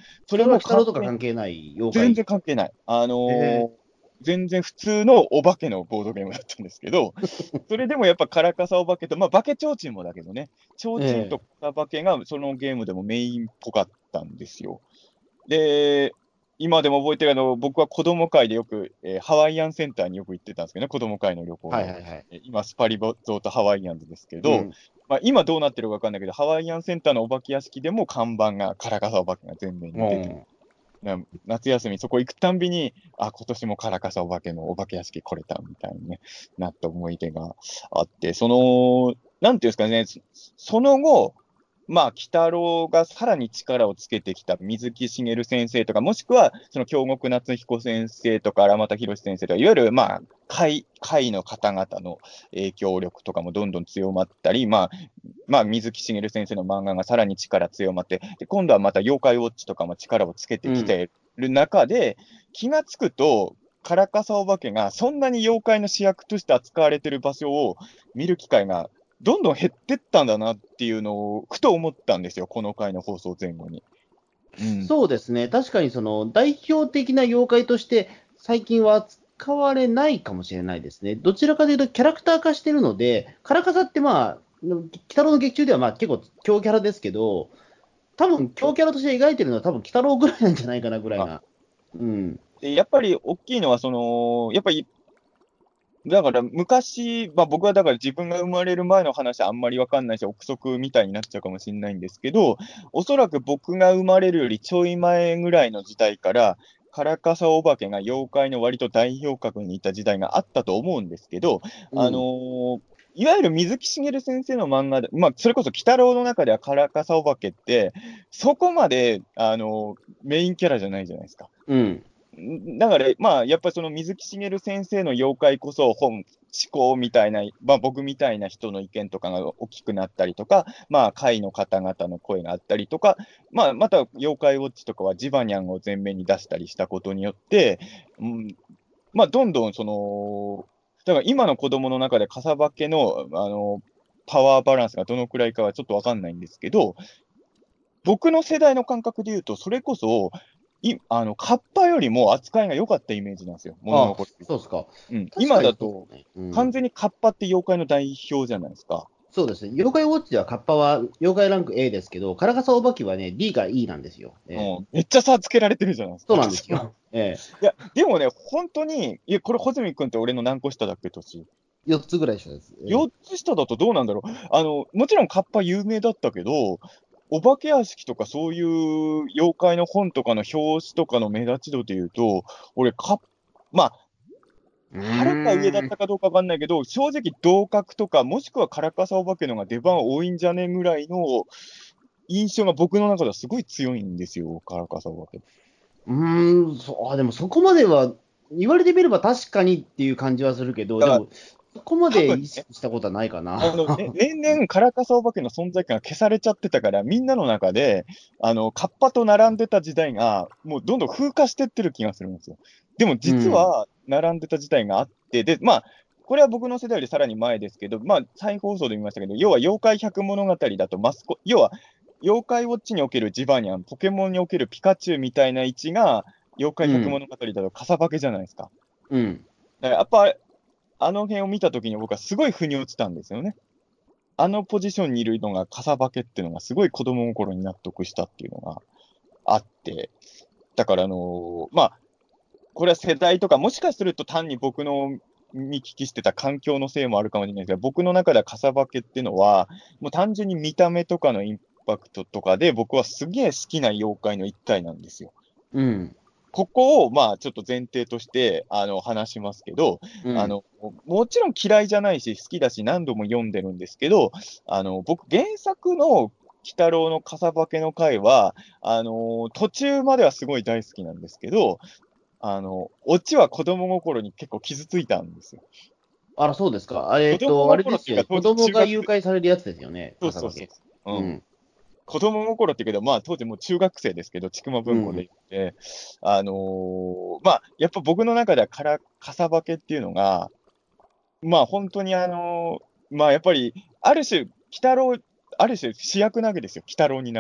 それもそれは鬼太郎とか完全関係ない妖全然怪。 関係ない。あのへー全然普通のお化けのボードゲームだったんですけど、それでもやっぱカラカサお化けと、まあ化け提灯もだけどね、提え、 灯とええ。 カサ化けがそのゲームでもメインっぽかったんですよ。で、今でも覚えてるあの、僕は子供会でよく、えーハワイアンセンターによく行ってたんですけどね、子供会の旅行で。 はいはいはい。 えー今、スパリゾートハワイアンズですけど、 うん。 まあ、今どうなってるかわかんないけど、ハワイアンセンターのお化け屋敷でも看板がカラカサお化けが前面に出てる。 うん。 な夏休み、そこ行くたんびに、あ、今年もカラカサお化けのお化け屋敷来れたみたいに、ね、なった思い出があって、その、なんていうんですかね、そその後、まあ、鬼太郎がさらに力をつけてきた水木しげる先生とか、もしくは、その京極夏彦先生とか、荒俣博先生とか、いわゆる、まあ、会、会の方々の影響力とかもどんどん強まったり、まあ、まあ、水木しげる先生の漫画がさらに力強まって、で、今度はまた妖怪ウォッチとかも力をつけてきうん。 てる中で、気がつくと、カラカサお化けがそんなに妖怪の主役として扱われてる場所を見る機会がどんどん減ってったんだなっていうのをふと思ったんですよ、この回の放送前後に。うん。 そうですね。確かにその代表的な妖怪として最近は扱われないかもしれないですね。どちらかというとキャラクター化してるので、カラカサってまあ、鬼太郎の劇中ではまあ結構強キャラですけど、多分強キャラとして描いてるのは多分鬼太郎ぐらいなんじゃないかなぐらいあ、 な。うん。 で、やっぱり大きいのは、その、やっぱりだから昔、まあ、僕はだから自分が生まれる前の話あんまりわかんないし、憶測みたいになっちゃうかもしれないんですけど、おそらく僕が生まれるよりちょい前ぐらいの時代から、カラカサお化けが妖怪の割と代表格にいた時代があったと思うんですけど、あのうん。 ーいわゆる水木しげる先生の漫画で、まあ、それこそ鬼太郎の中ではカラカサお化けって、そこまで、あのーメインキャラじゃないじゃないですか。 うん。 んだから、まあ、やっぱりその水木しげる先生の妖怪こそ本、思考みたいな、まあ僕みたいな人の意見とかが大きくなったりとか、まあ会の方々の声があったりとか、まあまた妖怪ウォッチとかはジバニャンを前面に出したりしたことによって、うん、まあどんどんその、だから今の子供の中でかさばけの、あの、パワーバランスがどのくらいかはちょっとわかんないんですけど、僕の世代の感覚で言うと、それこそ、いあの、カッパよりも扱いが良かったイメージなんですよ、物あ、 心ついて。 そうですか。 うん。 確かに今だと、 そうですね。うん。 完全にカッパって妖怪の代表じゃないですか。 そうですね。妖怪ウォッチではカッパは妖怪ランク エー ですけど、カラカサお化けはね、D から E なんですよ。ええ。 うん。めっちゃ差つけられてるじゃないですか。 そうなんですそう。 よ。ええ。 いや、でもね、本当に、いや、これ、穂積君って俺の何個下だっけ、年。 よっつぐらい一緒です。ええ。 よっつ下だとどうなんだろう。あの、もちろんカッパ有名だったけど、お化け屋敷とかそういう妖怪の本とかの表紙とかの目立ち度で言うと、俺カッ、まあ、 うはるか上だーん。 ったかどうかわかんないけど、正直同格とか、もしくはカラカサお化けのが出番多いんじゃねぐらいの印象が僕の中ではすごい強いんですよ、カラカサお化け。 うーん、そあ、でもそこまでは、言われてみれば確かにっていう感じはするけど、 だからでも、そこまで意多分ね、 識したことはないかな。 あの、ね、年々カラカサお化けの存在感が消されちゃってたから、みんなの中で、あの、カッパと並んでた時代が、もうどんどん風化してってる気がするんですよ。でもうん。 実は、並んでた時代があって、で、まあ、これは僕の世代よりさらに前ですけど、まあ、再放送で見ましたけど、要は妖怪百物語だとマスコ、要は、妖怪ウォッチにおけるジバニャン、ポケモンにおけるピカチュウみたいな位置が、妖怪百うん。 物語だとカサバケじゃないですか。 うん。 だからやっぱ、あの辺を見たときに僕はすごい腑に落ちたんですよね。あのポジションにいるのがカサバケっていうのがすごい子供心に納得したっていうのがあって、だからあのーまあ、これは世代とか、もしかすると単に僕の見聞きしてた環境のせいもあるかもしれないですけど、僕の中ではカサバケっていうのは、もう単純に見た目とかのインパクトとかで、僕はすげえ好きな妖怪の一体なんですよ。 うん。 ここを、まあ、ちょっと前提として、あの、話しますけど、 うん。 あの、もちろん嫌いじゃないし、好きだし、何度も読んでるんですけど、あの、僕、原作の鬼太郎の傘化けの回は、あの、途中まではすごい大好きなんですけど、あの、オチは子供心に結構傷ついたんですよ。 あら、そうですか。あれ、え子供っと、あれ心っていうか、 ですよね。 当子供が時中学生、 誘拐されるやつですよね。 そうそうそう。 傘化け。 うん。 うん。 子供心っていうけど、まあ当時もう中学生ですけど、筑馬文庫でうん。 行って、あのーまあやっぱ僕の中ではから、かさばけっていうのが、まあ本当にあのーまあやっぱり、ある種、鬼太郎、ある種主役なわけですよ。鬼太郎にうん。 並ぶ。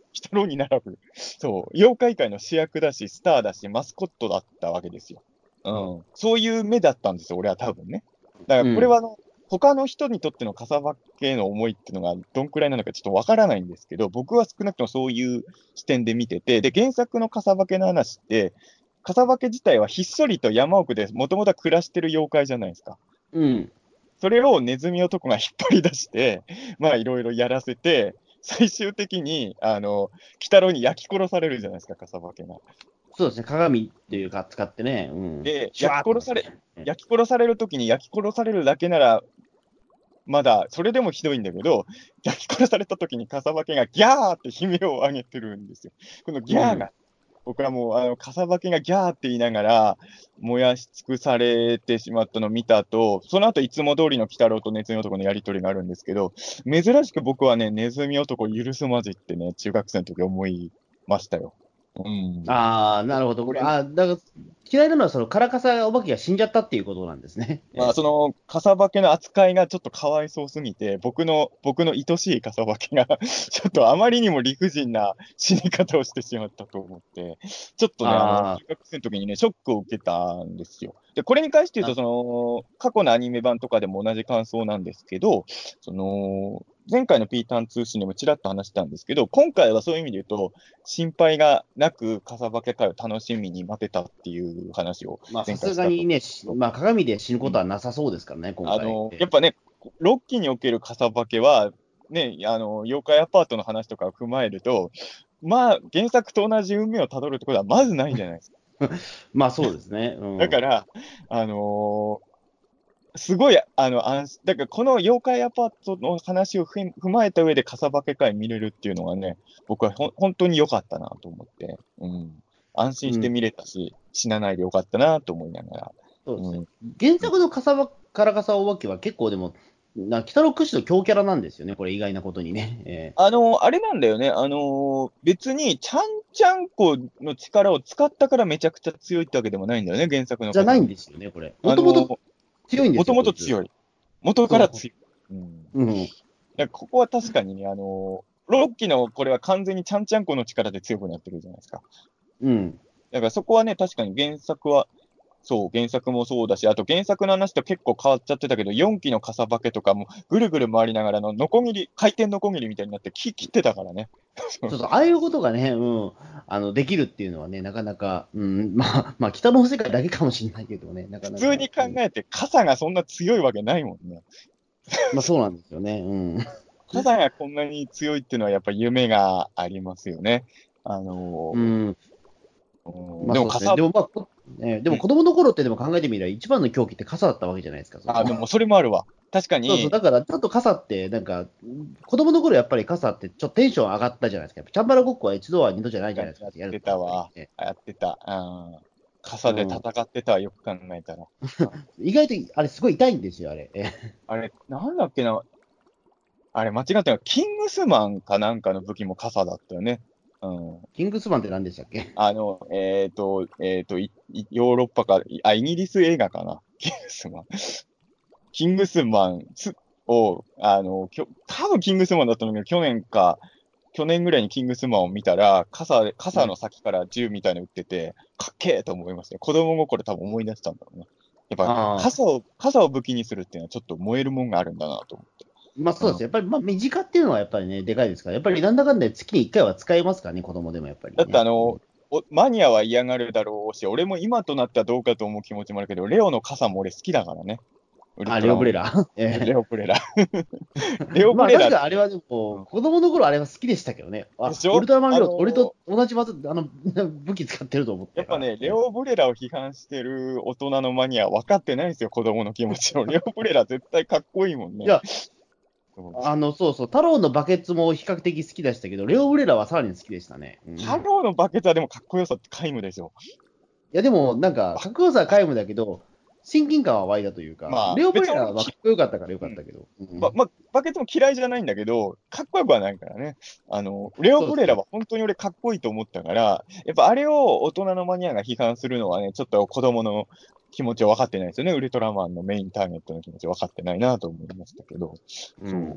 鬼太郎に並ぶ、そう、妖怪界の主役だし、スターだし、マスコットだったわけですよ。うん。そういう目だったんですよ、俺は多分ね。だからこれはあの、他の人にとっての笠間家への思いっていうのがどんくらいなのかちょっとわからないんですけど、僕は少なくともそういう視点で見てて、で、原作の笠間家の話って、笠間家自体はひっそりと山奥でもともと暮らしてる妖怪じゃないですか。 うん。 それをネズミ男が引っ張り出して、まあいろいろやらせて、最終的に、あの、鬼太郎に焼き殺されるじゃないですか、笠間家が。 そうですね、鏡っていうか使ってね、うん。 で、 シュワーっと焼き殺され、 うん焼き殺されるときに焼き殺されるだけなら、まだ、それでもひどいんだけど、焼き殺されたときに笠間家がギャーって悲鳴を上げてるんですよ。このギャーが、僕はもう、あの、笠間家がギャーって言いながら、燃やし尽くされてしまったのを見た後、その後いつも通りの鬼太郎とネズミ男のやりとりがあるんですけど、珍しく僕はね、ネズミ男を許すまじってね、中学生の時思いましたよ。うん。 ああ、なるほど。 これあーだから、嫌いなのは、その、カラカサお化けが死んじゃったっていうことなんですね。 まあ、その、笠化けの扱いがちょっとかわいそうすぎて、僕の、僕の愛しい笠化けがちょっとあまりにも理不尽な死に方をしてしまったと思って、ちょっとね、あの、 あ中学生の時にね、ショックを受けたんですよ。で、これに関して言うと、 あ、 その、過去のアニメ版とかでも同じ感想なんですけど、その、前回のピーターン通信でもちらっと話したんですけど、今回はそういう意味で言うと、心配がなく、笠化け会を楽しみに待てたっていう話をまあ、さ前回したとすがにね、しまあ、鏡で死ぬこと思う。 はなさそうですからね、今回。 あの、やっぱね、ロッキーにおける笠化けは、ね、あの、妖怪アパートの話とかを踏まえると、まあ、原作と同じ運命をたどるってことはまずないじゃないですか。 まあ、そうですね。うん。 だから、あのーすごい、あの、安心だからこの妖怪アパートの話をふん踏まえた上で笠化け会見れるっていうのはね、僕はほん本当に良かったなと思って、うん。安心してうん。 見れたし、死なないでよかったなと思いながら。 そうですね。 うん。 原作のカサバ、カラカサお化けは結構でも、な北の屈指の強キャラなんですよね、これ意外なことにね。えあの、あれなんだよね。あの、別に、ちゃんちゃんこの力を使ったからめちゃくちゃ強いってわけでもないんだよね、原作のーじゃないん風間。 ですよね、これ。もあともとの、 強いんですよ、 もともこいつ。 と強い。元からそ強い。うん。 う。うん。 だからここは確かにね、あの、ロッキーのこれは完全にちゃんちゃんこの力で強くなってるじゃないですか。 うん。 だからそこはね、確かに原作は、そう、原作もそうだし、あと原作の話と結構変わっちゃってたけど、よんきの傘化けとかもぐるぐる回りながらの、ノコギリ、回転ノコギリみたいになって木切ってたからね。 そうそう、ああいうことがね、うん、あの、できるっていうのはね、なかなか、うん、まあ、まあ、北の世界だけかもしれないけどね、なかなか、 普通に考うん、 えて傘がそんな強いわけないもんね。 まあ、そうなんですよね、うん。 傘がこんなに強いっていうのはやっぱ夢がありますよね。あのうん、 ー、うんまあそうですね。 でも傘、 でも、まあ、こね、でうん、 も子供の頃ってでも考えてみれば、一番の狂気って傘だったわけじゃないですか、その。 あ、でもそれもあるわ。確かそうそう、 に、 だからちょっと傘って、なんか、子供の頃やっぱり傘ってちょっとテンション上がったじゃないですか。やっぱチャンバラごっこは一度は二度じゃないじゃないですか、 やってやるとやっぱりたわ。 ね。 やってた。うん。傘で戦うん。 ってたわ、よく考えたら。 意外と、あれすごい痛いんですよ、あれ。えあれ、なんだっけな。あれ、間違ってない。キングスマンかなんかの武器も傘だったよね。うん。 キングスマンって何でしたっけ？ あの、えっと、えっと、いいヨーロッパか、いあ、イギリス映画かな。キングスマン。キングスマンつを、あの、きょ、多分キングスマンだったんだけど、去年か、去年ぐらいにキングスマンを見たら、傘で、傘の先から銃みたいなの撃ってて、かっけえと思いましたね。子供心多分思い出したんだろうね。やっぱ、 ああ、 傘を、傘を武器にするっていうのはちょっと燃えるもんがあるんだなと思って。 まあそうです。 うん。 やっぱり、まあ身近っていうのはやっぱりね、でかいですから、やっぱりなんだかんだ月にいっかいは使えますからね、子供でもやっぱりだってあね。 の、おマニアは嫌がるだろうし、俺も今となってはどうかと思う気持ちもあるけど、レオの傘も俺好きだからね。ウルあ、 トラマン。 レオブレラ。えレオブレラ。レオえまあ確ブレラ、 かあれはでも、 うん子供の頃あれは好きでしたけどね。あ、 でしょウルトラマンレオ、 あの俺と同じ技、あの、武器使ってると思ったから。 やっぱね、レオブレラを批判してる大人のマニアは分かってないんですよ、子供の気持ちを。レオブレラ絶対かっこいいもんね。 いや、 そうあの、そうそう、太郎のバケツも比較的好きでしたけど、レオブレラはさらに好きでしたね。うん、いハローのバケツはでもかっこよさって皆無でしょ。 や、でも、なんか、かっこよさは皆無だけど、親近感は湧いたというか、 まあ、 レオブレ別に俺き、 ラはかっこよかったからようん。 かったけど。うん、 ま、ま、バケツも嫌いじゃないんだけど、かっこよくはないからね。あの、レオブレラそうですね。 は本当に俺かっこいいと思ったから、やっぱあれを大人のマニアが批判するのはね、ちょっと子供の気持ちを分かってないですよね。ウルトラマンのメインターゲットの気持ち分かってないなと思いましたけど。 うん。 そう。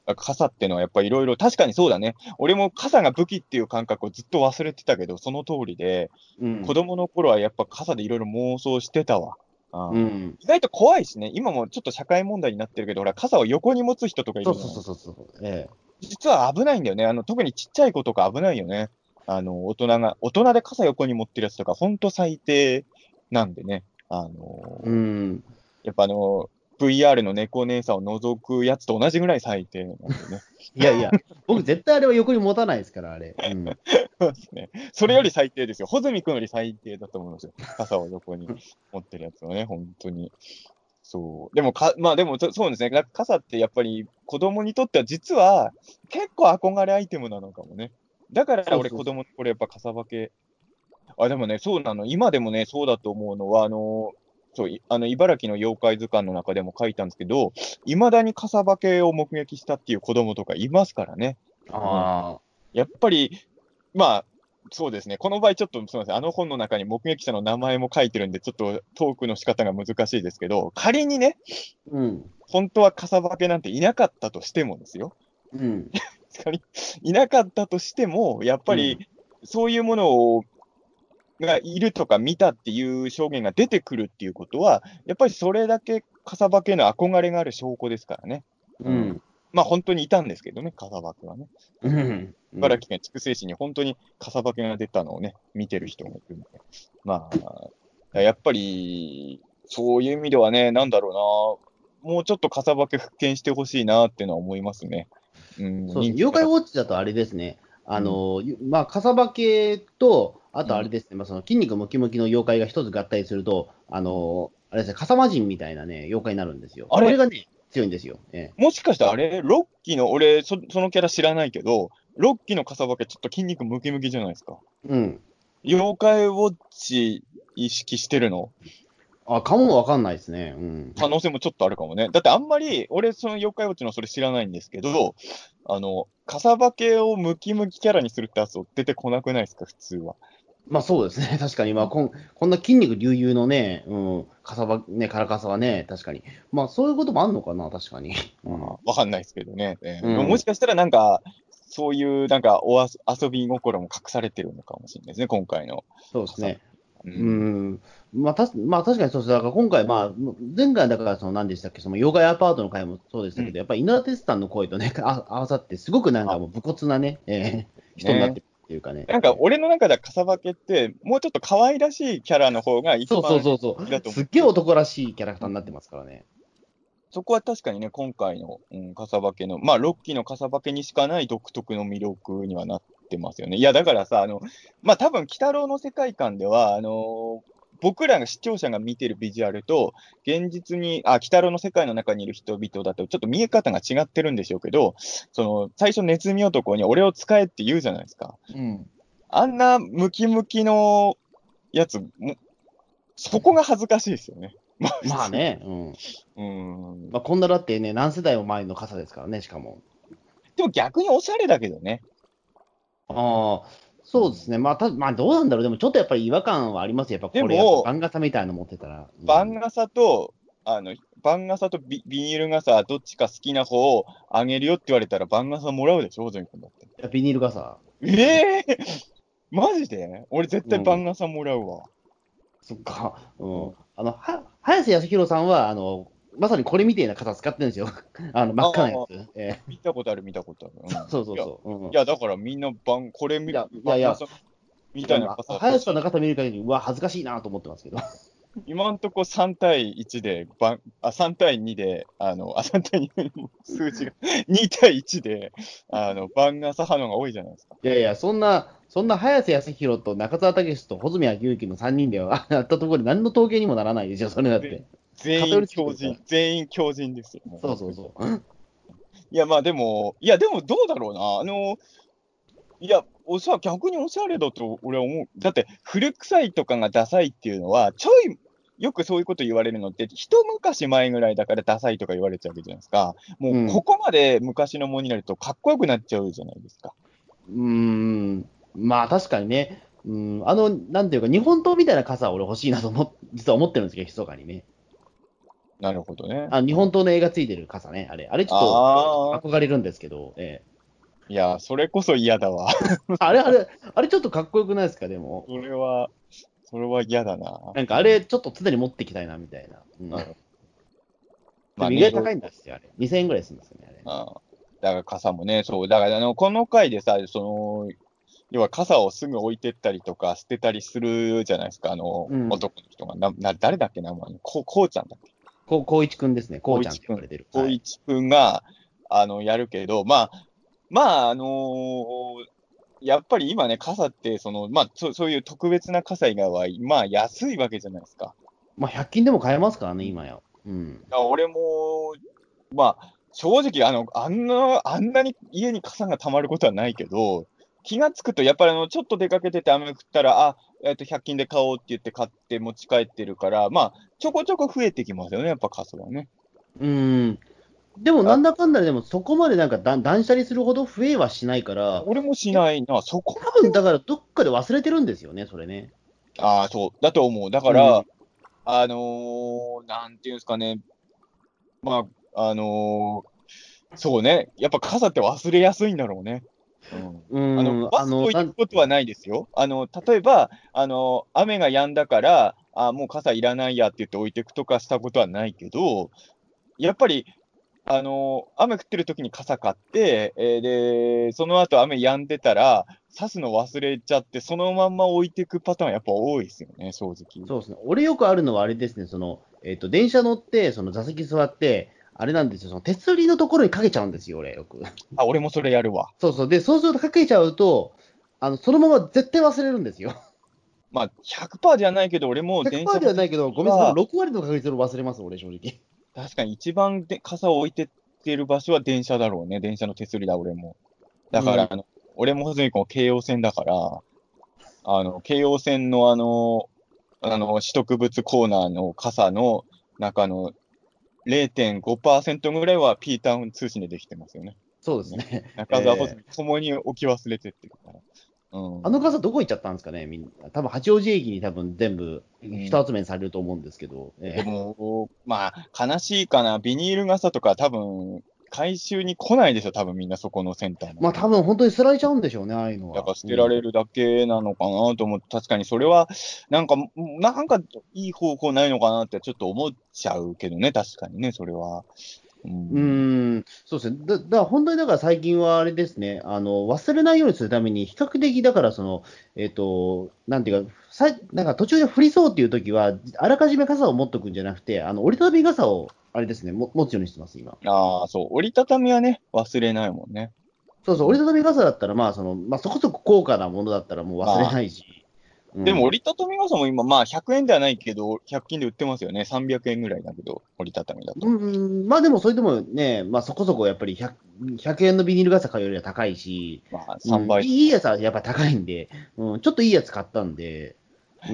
傘ってのはやっぱりいろいろ、確かにそうだね。俺も傘が武器っていう感覚をずっと忘れてたけど、その通りで、子うん。 供の頃はやっぱ傘でいろいろ妄想してたわ。ああ、 うん。 意外と怖いしね、今もちょっと社会問題になってるけど、ほら、傘を横に持つ人とかいそうそうるじゃない。 そうそうそう。ええ。 実は危ないんだよね。あの、特にちっちゃい子とか危ないよね。あの、大人が、大人で傘横に持ってるやつとか、ほんと最低なんでね。あうの、 ん。 やっぱあの、ブイアール の猫姉さんを覗くやつと同じぐらい最低なんでね。 いやいや、僕絶対あれは横に持たないですから、あれ。うん。 そうですね。それより最低ですよ。穂積君より最低だと思いますよ。傘を横に持ってるやつはね、本当に。そう。でもか、まあでも、そそうですね。なんか傘ってやっぱり子供にとっては実は結構憧れアイテムなのかもね。だからそうそうそう。 俺子供の頃やっぱ傘化け、あ、でもね、そうなの。今でもね、そうだと思うのは、あの、そう、いあの、茨城の妖怪図鑑の中でも書いたんですけど、未だに傘化けを目撃したっていう子供とかいますからね。うん。 ああ。 やっぱり、まあ、そうですね。この場合ちょっとすみません。あの本の中に目撃者の名前も書いてるんで、ちょっとトークの仕方が難しいですけど、仮にね、 うん。 本当は傘化けなんていなかったとしてもですよ。 うん。 仮にいなかったとしても、やっぱうん。 りそういうものをがいるとか見たっていう証言が出てくるっていうことは、やっぱりそれだけ傘化けの憧れがある証拠ですからね。うん。 うん。 まあ本当にいたんですけどね、傘化けはね。 うん。うん。 茨城県筑西市に本当に傘化けが出たのをね、見てる人がいるんで。まあ、やっぱり、そういう意味ではね、なんだろうな、もうちょっと傘化け復権してほしいなっていうのは思いますね。うん、 そうですね。 人気が。 妖怪ウォッチだとあれですね。あうん。 の、ゆまあ、かさばけと、あうん。 とあれですね。まあ、その筋肉ムキムキの妖怪が一つ合体すると、あの、あれですね、笠間人みたいなね、妖怪になるんですよ。 あれ、 これがね、強いんですよ。ええ。 もしかしてあれ、ロッキーの、俺そ、そのキャラ知らないけど、ロッキーの傘化けちょっと筋肉ムキムキじゃないですか。 うん。 妖怪ウォッチ意識してるのあ、かもわかんないですね。うん。 可能性もちょっとあるかもね。だってあんまり、俺、その妖怪ウォッチのそれ知らないんですけど、あの、傘化けをムキムキキャラにするってやつ出てこなくないですか、普通は。 まあそうですね。確かに、まあうん。 こん、こんな筋肉隆々のね、うん、かさば、ね、カラカサはね、確かに。まあそういうこともあんのかな、確かに。うん。 あーわかんないですけどね。えーでももしうん。 かしたらなんか、そういうなんかおあそ遊び心も隠されてるのかもしれないですね、今回の傘。 そうですね。ううん。 ん。まあ、たし、まあ、確かにそうです。だから今回、まあ、前回だから、その何でしたっけ、その妖怪アパートの回もそうでしうん。 たけど、やっぱり稲田哲さんの声とね、あ合わさって、すごくなんあ、 かもう武骨なね、えー人になっね。 てるっていうかね。 なんかえー俺の中では傘化けって、もうちょっと可愛らしいキャラの方が一そうそう番好そうそう。 きだと思すっってる。 げえ男らしいキャラクタうん。 ーになってますからね。 そこは確かにね、今回の、うん、傘化けの、まあ、ロッキーの傘化けにしかない独特の魅力にはなってますよね。いや、だからさ、あの、まあ、多分、鬼太郎の世界観では、あのー僕らが視聴者が見てるビジュアルと、現実に、あ、鬼太郎の世界の中にいる人々だと、ちょっと見え方が違ってるんでしょうけど、その、最初、ネズミ男に俺を使えって言うじゃないですか。 うん。 あんなムキムキのやつ、もそこが恥ずかしいですよね。まあ、普通。 まあね、うん。 うーん。 まあ、こんなだってね、何世代も前の傘ですからね、しかも。 でも逆におしゃれだけどね。 ああ、 うん。 そうですね。まあ、た、まあ、どうなんだろう。でも、ちょっとやっぱり違和感はありますよ。やっぱこれ、やっぱでも、 番傘みたいなの持ってたら。うん。 番傘と、あの、番傘とビ、ビニール傘、どっちか好きな方をあげるよって言われたら番傘もらうでしょ、大泉君だって。 いやビニール傘。 ええー、マジで俺絶対うん。 番傘もらうわ。 そっか。ううん。 ん。あの、は、早瀬康弘さんは、あの、まさにこれみたいな傘使ってるんですよ。あの、真っ赤なやつ。 ああ、 え見たことある、見たことある。うーん。 そうそういや、いそう。うん。 や、だからみんな番、これみ、 いや、いやいや、 番傘みいや、 たいなまあ、 傘欲しい。 早瀬さんの傘見る限り、うわ、恥ずかしいなと思ってますけど。 今んとこさん対いちで、ばんあ、さん対にで、あの、あ、さん対に、数字がに対いちで、あの、番傘派のが多いじゃないですか。 いやいや、そんな、そんな早瀬康弘と中澤武史と穂積昭之のさんにんでは、やったところで何の統計にもならないでしょ、それだっで、 て。 全員偏りすぎてるから。 強靭、全員強靭ですよ、もうそう本当に。 そうそう。 いや、まあでも、いや、でもどうだろうな。あの、いや、おしゃ、逆におしゃれだと俺は思う。だって、古臭いとかがダサいっていうのは、ちょい、よくそういうこと言われるのって、一昔前ぐらいだからダサいとか言われちゃうわけじゃないですか。もう、こうん。 こまで昔のものになるとかっこよくなっちゃうじゃないですか。 うーん。まあ確かにね。うん。あの、なんていうか、日本刀みたいな傘は俺欲しいなと思っ、実は思ってるんですけど、密かにね。 なるほどね。 あ、日本刀の絵がついてる傘ね、あれ。あれちょっああ、 と憧れるんですけど、ええ。 いや、それこそ嫌だわ。 あれ、あれ、あれちょっとかっこよくないですか、でも。 それは、それは嫌だな。 なんかあれ、ちょっと常に持ってきたいな、みたいな。うん。 うん。 でまあね、いろいろ、 も意外と高いんですよ、あれ。にせんえんぐらいするんですよね、あれね。 あーだから傘もね、そう、だからあの、この回でさ、その、要は傘をすぐ置いてったりとか捨てたりするじゃないですか、あの、 うん。 男の人が。な、な、誰だっけな、まあ、こう、こうちゃんだっけ。 こう、こういちくんですね。こうちゃんっこういちくん。 て呼ばれてる。 こうはい。 いちくんが、あの、やるけど、まあ、まあ、あのーやっぱり今ね、傘って、その、まあ、そう、そういう特別な傘以外は、まあ、安いわけじゃないですか。 まあ、ひゃく均でも買えますからね、 うん。 今や。うん。 だから俺も、まあ、正直、あの、あんな、あんなに家に傘が溜まることはないけど、気がつくと、やっぱりあの、ちょっと出かけてて雨降ったら、あ、えっと、ひゃく均で買おうって言って買って持ち帰ってるから、まあ、ちょこちょこ増えてきますよね、やっぱ傘はね。 うん。でも、なあ、 んだかんだでも、そこまでなんか断断捨離するほど増えはしないから、 俺もしえないな、そこ多分、 までは。 だからどっかで忘れてるんですよね、それね。 ああ、そう、だと思う。だかうん。 ら、あのーなんていうんですかね、まあ、あのーそうね、やっぱ傘って忘れやすいんだろうね。うん。 うあの、 ん。あの、 バッグ置いなんてくことはないですよ。あの、例えば、あの、雨が止んだから、あ、もう傘いらないやって言って置いてくとかしたことはないけど、やっぱり、あの、雨降ってる時に傘買って、えーで、その後雨止んでたら、差すの忘れちゃって、そのまんま置いてくパターンやっぱ多いですよね、正直。 そうですね。俺よくあるのはあれですね、その、えっと、電車乗って、その座席座って、あれなんですよ、その手すりのところにかけちゃうんですよ、俺、よく。 あ、俺もそれやるわ。 そうそう。で、そうするとかけちゃうと、あの、そのまま絶対忘れるんですよ。 まあ、ひゃくパーセントじゃないけど、俺も電車ひゃくパーセントでの手すはないけど、ごめんなさい、多分りは、 ろく割の確率で忘れます、俺、正直。 確かに一番で傘を置いてってる場所は電車だろうね。電車の手すりだ、俺も。だから、 うん。 あの、俺もすでにこう京王線だから、あの、京王線のあの、あの、取得物コーナーの傘の中のれいてんごパーセントぐらいはピーターン通信でできてますよね。 そうですね。 ね。 中澤穂えー、 積ともに置き忘れてってるから。うあのん。 傘どこ行っちゃったんですかね、みんな。多分八王子駅に多分全部うん。 一集めにされると思うんですけど、 でえも、まあ、悲しいかな。ビニール傘とか多分、回収に来ないでしょ、多分みんなそこのセンターー、 まで。 まあ多分本当に捨てられちゃうんでしょうね、ああいうのは。 だから捨うん。 てられるだけなのかなと思って、確かにそれは、なんか、なんかいい方法ないのかなってちょっと思っちゃうけどね、確かにね、それは。ううん。 ーん、そうですね。だ、だから本当にだから最近はあれですね、あの、忘れないようにするために、比較的だからその、えっと、なんていうか、さい、なんか途中で降りそうっていう時は、あらかじめ傘を持っとくんじゃなくて、あの、折りたたみ傘を、あれですね、も、持つようにしてます、今。 ああ、そう、折りたたみはね、忘れないもんね。 そうそう、折うん。 りたたみ傘だったら、まあ、その、まあ、そこそこ高価なものだったらもう忘れまあ、 ないし、うでもん。 折りたたみ傘も今、まあひゃくえんではないけど、ひゃく均で売ってますよね。さんびゃくえんぐらいだけど、折りたたみだと。 うん、まあでも、それでもね、まあそこそこやっぱりひゃく、ひゃくえんのビニール傘買うよりは高いし、 まあうん、 さんばい。 いいやつはやっぱ高いんで、うん、ちょっといいやつ買ったんで、うん、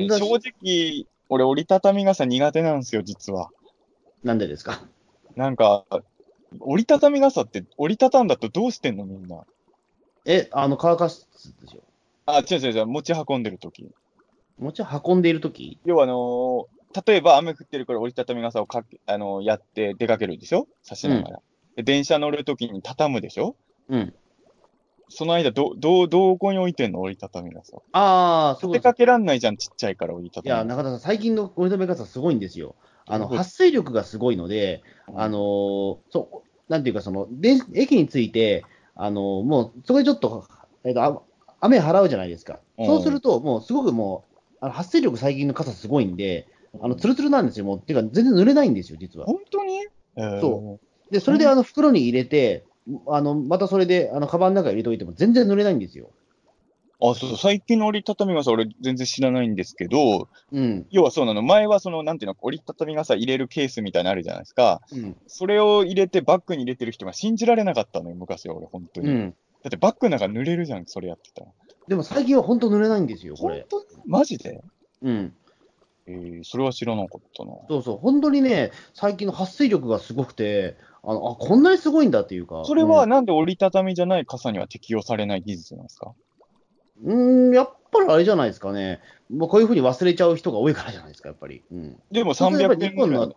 でもね、 だし、 正直、俺折りたたみ傘苦手なんですよ、実は。 なんでですか？ なんか、折りたたみ傘って折りたたんだとどうしてんのみんな。 え、あの、乾かすでしょ。 あ、違う違う違う、持ち運んでるとき。 持ち運んでいるとき？ 要はあのー例えば雨降ってるから折りたたみ傘をかけ、あのーやって出かけるでしょ差しうん、 ながら。で、電車乗るときに畳むでしょ。 うん。 その間、ど、どう、どこに置いてんの折りたたみ傘。 ああ、そういうことです。 立てかけらんないじゃん、ちっちゃいから折りたいや、 たみ傘。 中田さん、最近の折りたたみ傘すごいんですよ。あの、 どういうこと？ 撥水力がすごいので、あのうん。 ーそう、なんていうか、その、で、駅に着いて、あのーもう、そこでちょっと、えっと、あ雨払うじゃないですか。 うん。 そうすると、もう、すごくもう、あの撥水力最近の傘すごいんで、あの、 うん。 ツルツルなんですよ。もう、てか、全然濡れないんですよ、実は。 本当に？えそー、 う。で、それで、 そん、 あの、袋に入れて、あの、またそれで、あの、カバンの中に入れておいても全然濡れないんですよ。 あ、そう、最近の折りたたみ傘、俺全然知らないんですけど、 うん。 要はそうなの。前はその、なんていうの、折りたたみ傘入れるケースみたいなのあるじゃないですか。 うん。 それを入れてバッグに入れてる人が信じられなかったのよ、昔は俺、本当に。 うん。 だってバッグなんか濡れるじゃん、それやってたら。 でも最近は本当濡れないんですよ、これ。 本当にマジで？ うん。 えー、それは知らなかったな。 そうそう。本当にね、最近の撥水力がすごくて、あの、あ、こんなにすごいんだっていうか、 それうん。 はなんで折りたたみじゃない傘には適用されない技術なんですか？ うーん、やっぱりあれじゃないですかね。もうこういうふうに忘れちゃう人が多いからじゃないですか、やっぱり。うん。 でも300 そうするとやっぱり日本の、 円ぐらいの。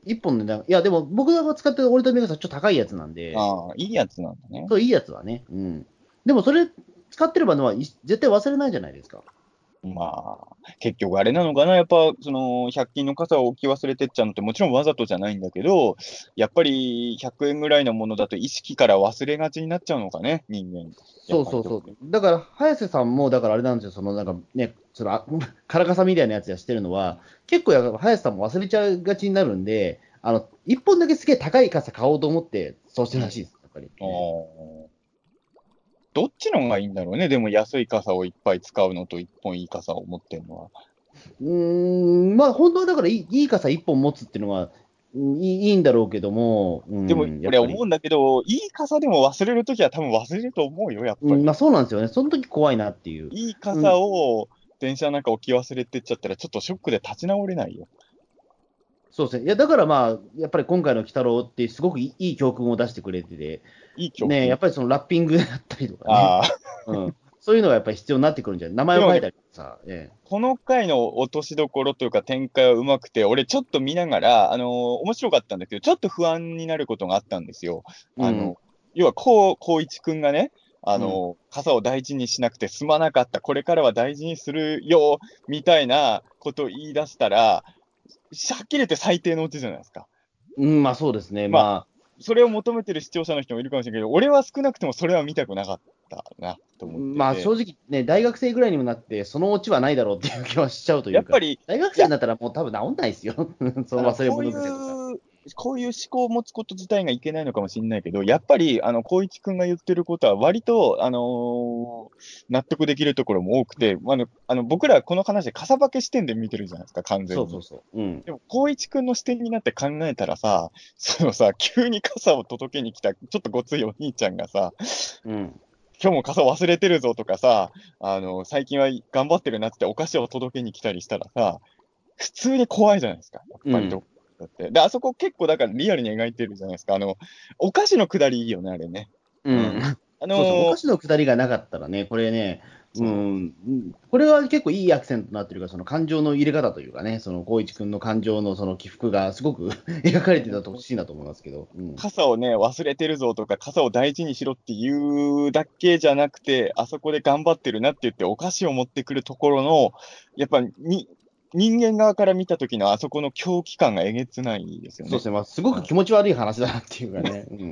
一本でな、いや、でも僕が使ってる折りたたみ傘、ちょっと高いやつなんで、 ああ、いいやつなんだね。 そう、いいやつはね。うん。でもそれ使ってればのは、い絶対忘れないじゃないですか。 まあ、結局あれなのかな、やっぱ、その、ひゃく均の傘を置き忘れてっちゃうのって、もちろんわざとじゃないんだけど、やっぱりひゃくえんぐらいのものだと意識から忘れがちになっちゃうのかね、人間。やっぱりど。 そうそうそう。だから、早瀬さんも、だからあれなんですよ、そのなんかね、そのあカラカサみたいなやつやしてるのは、結構やっぱ早瀬さんも忘れちゃいがちになるんで、あの、一本だけすげえ高い傘買おうと思って、そうしてるらしいです、やっぱり。 ああ。どっちの方がいいんだろうね。でも安い傘をいっぱい使うのと一本いい傘を持ってるのは。 うーん、まあ、本当はだからいい、いい傘一本持つっていうのは、うんいい、いいんだろうけども、うでも、 ん、やっぱり。 俺思うんだけど、いい傘でも忘れるときは多分忘れると思うよ、やっぱうん、 り。 まあそうなんですよね。その時怖いなっていう。 いいうん、 傘を電車なんか置き忘れてっちゃったら、ちょっとショックで立ち直れないよ。 そうですね。いや、だからまあ、やっぱり今回の鬼太郎ってすごくいい、いい教訓を出してくれてて、 いい教ね、や訓。 っぱりそのラッピングだったりとかね、 ああ。 うん、そういうのがやっぱり必要になってくるんじゃない、名前でもね、 を書いたりとかさ、ええ、 この回の落としどころというか展開はうまくて、俺ちょっと見ながら、あのー面白かったんだけど、ちょっと不安になることがあったんですよ。 うん、 あの、要は、こう、こういちくんがね、あうん、 のー傘を大事にしなくてすまなかった、これからは大事にするよ、みたいなことを言い出したら、はっきり言って最低のオチじゃないですか。 うん、まあそうですね。 まあ、 まあ、 それを求めてる視聴者の人もいるかもしれないけど、俺は少なくともそれは見たくなかったな、と思ってまあ正て。 直ね、大学生ぐらいにもなって、そのオチはないだろうっていう気はしちゃうというか、 やっぱり、 大学いや、 生になったらもう多分治んないですよ。そあの、 の忘れこうい物癖とか。 う、こういう思考を持つこと自体がいけないのかもしれないけど、やっぱり、あの、光一くんが言ってることは、割と、あのー納得できるところも多くて、あの、あの僕らはこの話で傘化け視点で見てるじゃないですか、完全に。 そうそうそう。うん。 でも、光一くんの視点になって考えたらさ、そのさ、急に傘を届けに来た、ちょっとごついお兄ちゃんがさ、 うん。 今日も傘忘れてるぞとかさ、あの、最近は頑張ってるなってお菓子を届けに来たりしたらさ、普通に怖いじゃないですか、やっぱりどうん。 こだって。で、あそこ結構だからリアルに描いてるじゃないですか。あの、お菓子のくだりいいよね、あれね。 ううん。 ん。 あそうそう。おのー菓子のくだりがなかったらね、これね、うそうそう。 ん。これは結構いいアクセントになってるから、その感情の入れ方というかね、その光一君の感情のその起伏がすごく描かれてたとほしいなと思いますけど。うん。 傘をね、忘れてるぞとか、傘を大事にしろっていうだけじゃなくて、あそこで頑張ってるなって言ってお菓子を持ってくるところの、やっぱに、人間側から見た時のあそこの狂気感がえげつないですよね。 そうですね。まあ、すごく気持ち悪い話だなっていうかね。うん。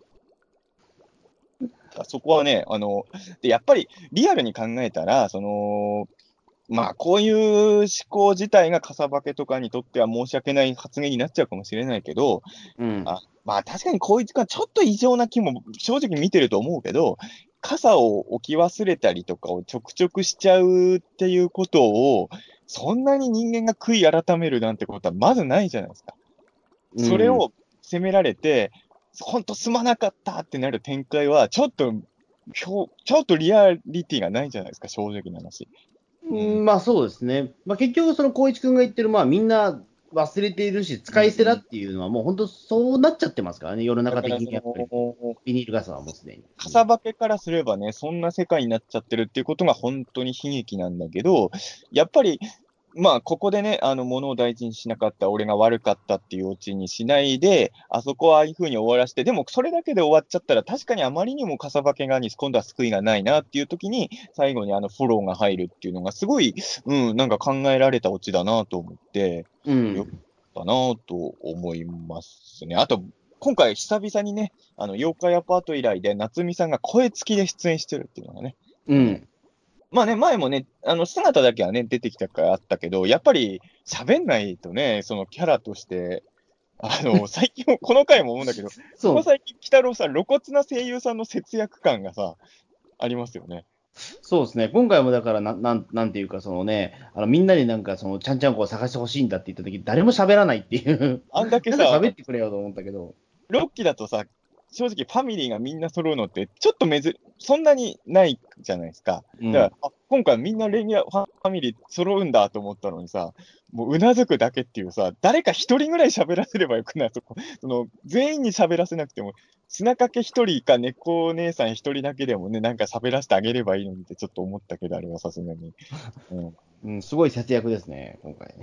そこはね、あの、で、やっぱりリアルに考えたら、その、まあ、こういう思考自体がかさばけとかにとっては申し訳ない発言になっちゃうかもしれないけど、 うん。 あ、まあ確かにこいつがちょっと異常な気も正直見てると思うけど、傘を置き忘れたりとかをちょくちょくしちゃうっていうことを、そんなに人間が悔い改めるなんてことはまずないじゃないですか。 うん。 それを責められて、ほんとすまなかったってなる展開は、ちょっと、ひょちょっとリアリティがないじゃないですか、正直な話。うん。 うんまあそうですね。まあ結局、その光一君が言ってる、まあみんな忘れているし、使い捨てだうんうん。 っていうのは、もう本当そうなっちゃってますからね、世の中的だからそにやっぱりね。 の、 ビニール傘はもうすでに。うん。 傘化けからすればね、そんな世界になっちゃってるっていうことが本当に悲劇なんだけど、やっぱり、まあ、ここでね、あの、物を大事にしなかった、俺が悪かったっていうオチにしないで、あそこはああいう風に終わらして、でもそれだけで終わっちゃったら、確かにあまりにも傘化け側に今度は救いがないなっていう時に、最後にあのフォローが入るっていうのがすごい、うん、なんか考えられたオチだなと思って、 うよかっん。 たなと思いますね。あと、今回久々にね、あの、妖怪アパート以来で、夏美さんが声付きで出演してるっていうのがね。うん。 うん。 まあね、前もね、あの、姿だけはね、出てきたからあったけど、やっぱり喋んないとね、そのキャラとして、あの、最近も、この回も思うんだけど、こそう、 こ最近、鬼太郎さん、露骨な声優さんの節約感がさ、ありますよね。 そうですね。今回もだからな、なん、なんていうか、そのね、あのみんなになんか、その、ちゃんちゃんこを探してほしいんだって言ったとき、誰も喋らないっていう。 あんだけなんかさ、 喋ってくれよと思ったけど。 ロッキーだとさ、正直ファミリーがみんな揃うのって、ちょっとめず、そんなにないじゃないですか。 うん。 だから、あ、今回みんなレギュラーファミリー揃うんだと思ったのにさ、もううなずくだけっていうさ、誰か一人ぐらい喋らせればよくないそこ。その、全員に喋らせなくても、砂かけ一人か猫姉さん一人だけでもね、なんか喋らせてあげればいいのにってちょっと思ったけど、あれはさすがに。うん。 うん、すごい節約ですね、今回ね。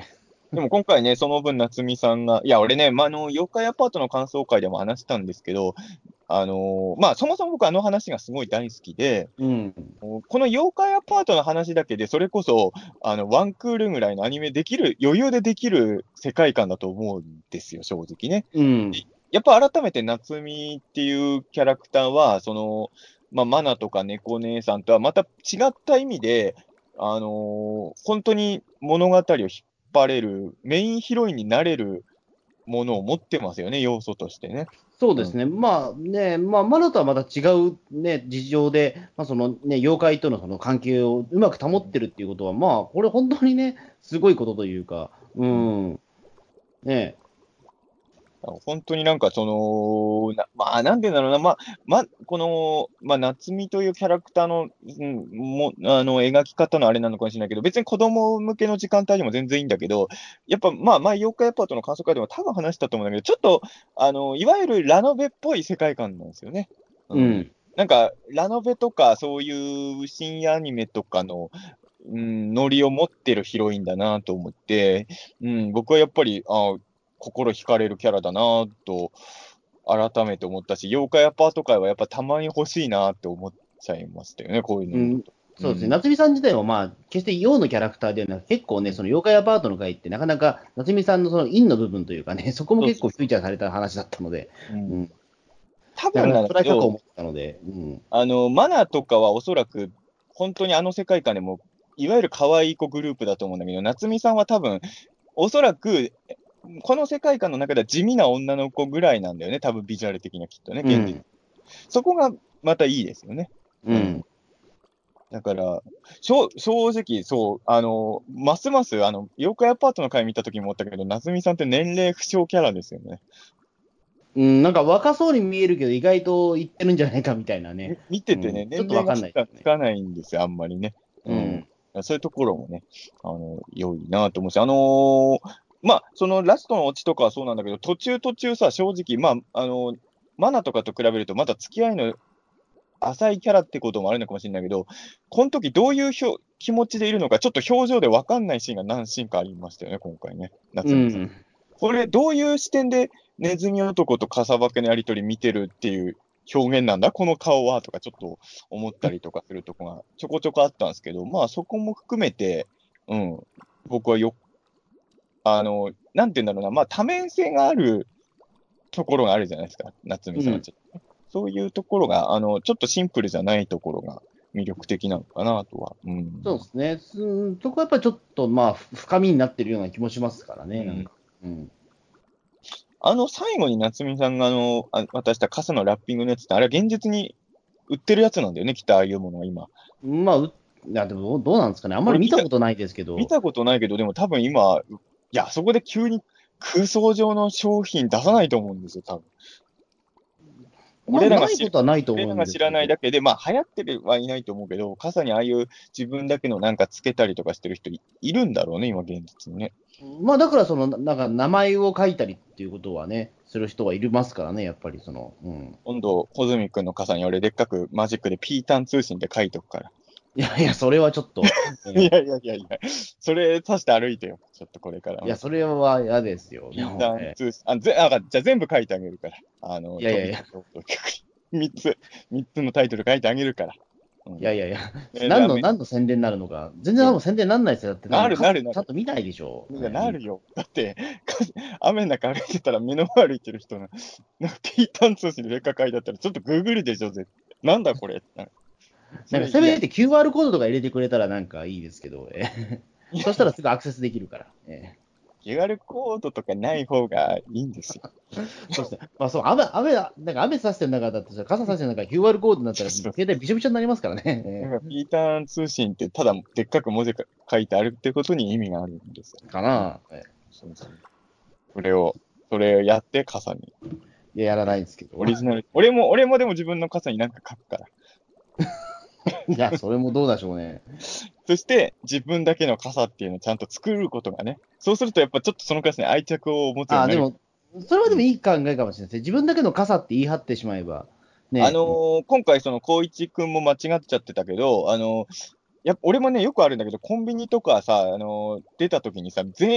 でも今回ね、その分、夏美さんが、いや、俺ね、まあ、あの、妖怪アパートの感想会でも話したんですけど、あのーまあ、そもそも僕、あの話がすごい大好きで、 うん。 この妖怪アパートの話だけで、それこそ、あの、ワンクールぐらいのアニメできる、余裕でできる世界観だと思うんですよ、正直ね。 うん。 やっぱ改めて夏美っていうキャラクターは、その、まあ、マナとか猫姉さんとはまた違った意味で、あのー本当に物語を引っ張れる、メインヒロインになれるものを持ってますよね、要素としてね。うん。 そうですね。まあね、まあ、マナとはまた違うね、事情で、まあ、そのね、妖怪とのその関係をうまく保ってるっていうことは、まあ、これ本当にね、すごいことというか、ううん。 ん。ね、 本当になんかその、なまあ、なんていうんだろうな、まあ、ま、この、まあ、夏美というキャラクターの、うん、もあの、描き方のあれなのかもしれないけど、別に子供向けの時間帯でも全然いいんだけど、やっぱ、まあ、前、妖怪アパートの感想会でも多分話したと思うんだけど、ちょっと、あの、いわゆるラノベっぽい世界観なんですよね。うん。 うん。 なんか、ラノベとか、そういう深夜アニメとかの、うん、ノリを持ってるヒロインだなと思って、うん、僕はやっぱり、あ心惹かれるキャラだなと、改めて思ったし、妖怪アパート界はやっぱたまに欲しいなって思っちゃいましたよね、こういうのうん、 見ると。うそうですね。 ん。 夏美さん自体は、まあ、決して陽のキャラクターではなく、結構ね、 うん。 その妖怪アパートの回って、なかなか夏美さんのその陰の部分というかね、そこも結構フそうそうそィーチャーされた話だったので、 う。うん。 うん、 多分なんなかなかだけど、 辛い過去を持ってたので、うん、 あの、マナとかはおそらく、本当にあの世界観でも、いわゆる可愛い子グループだと思うんだけど、夏美さんは多分、おそらく、この世界観の中では地味な女の子ぐらいなんだよね、多分ビジュアル的にはきっとね、現実。 うん、 そこがまたいいですよね。うん。 うん。 だから、しょ正直、そう、あの、ますます、あの、妖怪アパートの回見た時も思ったけど、夏美さんって年齢不詳キャラですよね。 うん、なんか若そうに見えるけど、意外と言ってるんじゃないかみたいなね。 み見うん、 ててね、年齢がちょっとわかんつかつないですよね。 かないんですよ、あんまりね。うん。 うん、 そういうところもね、あの、良いなと思うし、あのーまあ、そのラストのオチとかはそうなんだけど、途中途中さ、正直、まあ、あの、マナとかと比べると、まだ付き合いの浅いキャラってこともあるのかもしれないけど、この時どういうひょ気持ちでいるのか、ちょっと表情で分かんないシーンが何シーンかありましたよね、今回ね、夏美さん。 うん。 これ、どういう視点でネズミ男とカサバケのやりとり見てるっていう表現なんだ、この顔はとかちょっと思ったりとかするとこがちょこちょこあったんですけど、まあそこも含めて、うん、僕はよ、あの、なんて言うんだろうな、まあ多面性があるところがあるじゃないですか、夏美さんはうん、 ちょっとね。そういうところが、あの、ちょっとシンプルじゃないところが魅力的なのかなとは。うん。 そうですね。すそこはやっぱりちょっと、まあ、ふ深みになってるような気もしますからね、なんうん。 か。うん。 あの、最後に夏美さんが、あの、あ渡した傘のラッピングのやつって、あれは現実に売ってるやつなんだよね、きっとああいうものは今。 まあ、ういや、でもどうどうなんですかね。あんまり俺見た、 見たことないですけど、 見たことないけど、でも多分今、いや、そこで急に空想上の商品出さないと思うんですよ、多分。 まあ、 俺らが知る、 ないことはないと思う俺らが知らんですけど、 ないだけで、まあ、流行ってるはいないと思うけど、傘にああいう自分だけのなんかつけたりとかしてる人い、いるんだろうね、今現実にね。 まあ、だからその、ななんか名前を書いたりっていうことはね、する人はいるますからね、やっぱりその、うん。 今度、穂積君の傘に俺でっかくマジックでピータン通信で書いとくから。 いやいや、それはちょっと、 いえやいやいやいや、それさして歩いてよ。ちょっとこれから。 ーいや、それは嫌ですよ。でピーも、えタン通信、あ、ぜ、あ、じゃあ全部書いてあげるから。あの、 ーいやいやいや、 飛び立とうとみっつ、みっつのタイトル書いてあげるから。うん。 いやいやいや、 え、じゃ何の、 あめ、 何の宣伝になるのか、全いや、 然多分宣伝にならないですよ。だって多な分、かるなるなる。 ちゃんと見ないでしょ。 いや、 えーみんな。 なるよ。だって、か雨の中歩いてたら目の前歩いてる人の、なんかピータン通信ででっかく書いてあったら、ちょっとグーグルでしょ、絶対。なんだこれ。なそなんかれ嫌。いせめて キューアール コードとか入れてくれたらなんかいいですけど、えーや、 そしたらすぐアクセスできるから。えーキューアール コードとかない方がいいんですよ。 そうですね。まあそう、雨、雨だ、なんか雨さしてる中だとさ、傘さしてる中 キューアール コードになったら、 そう携帯びしょびしょになりますからね。 なんえかピータン通信ってただでっかく文字が書いてあるってことに意味があるんですよ。 ーかうん。 な。えそうそう。それを、それをやって傘に。 ーいや、やらないんですけど。 オリジナル。俺も、俺もでも自分の傘になんか書くから。 いや、それもどうでしょうね。 そして、自分だけの傘っていうのをちゃんと作ることがね。そうすると、やっぱちょっとその傘に愛着を持つようああ、 になる。 でも、それはうん。 でもいい考えかもしれないですね。自分だけの傘って言い張ってしまえば、 あのね。 ー今回、その、光一くんも間違っちゃってたけど、あのーやっぱ俺もね、よくあるんだけど、コンビニとかさ、あのー出た時にさ、ぜ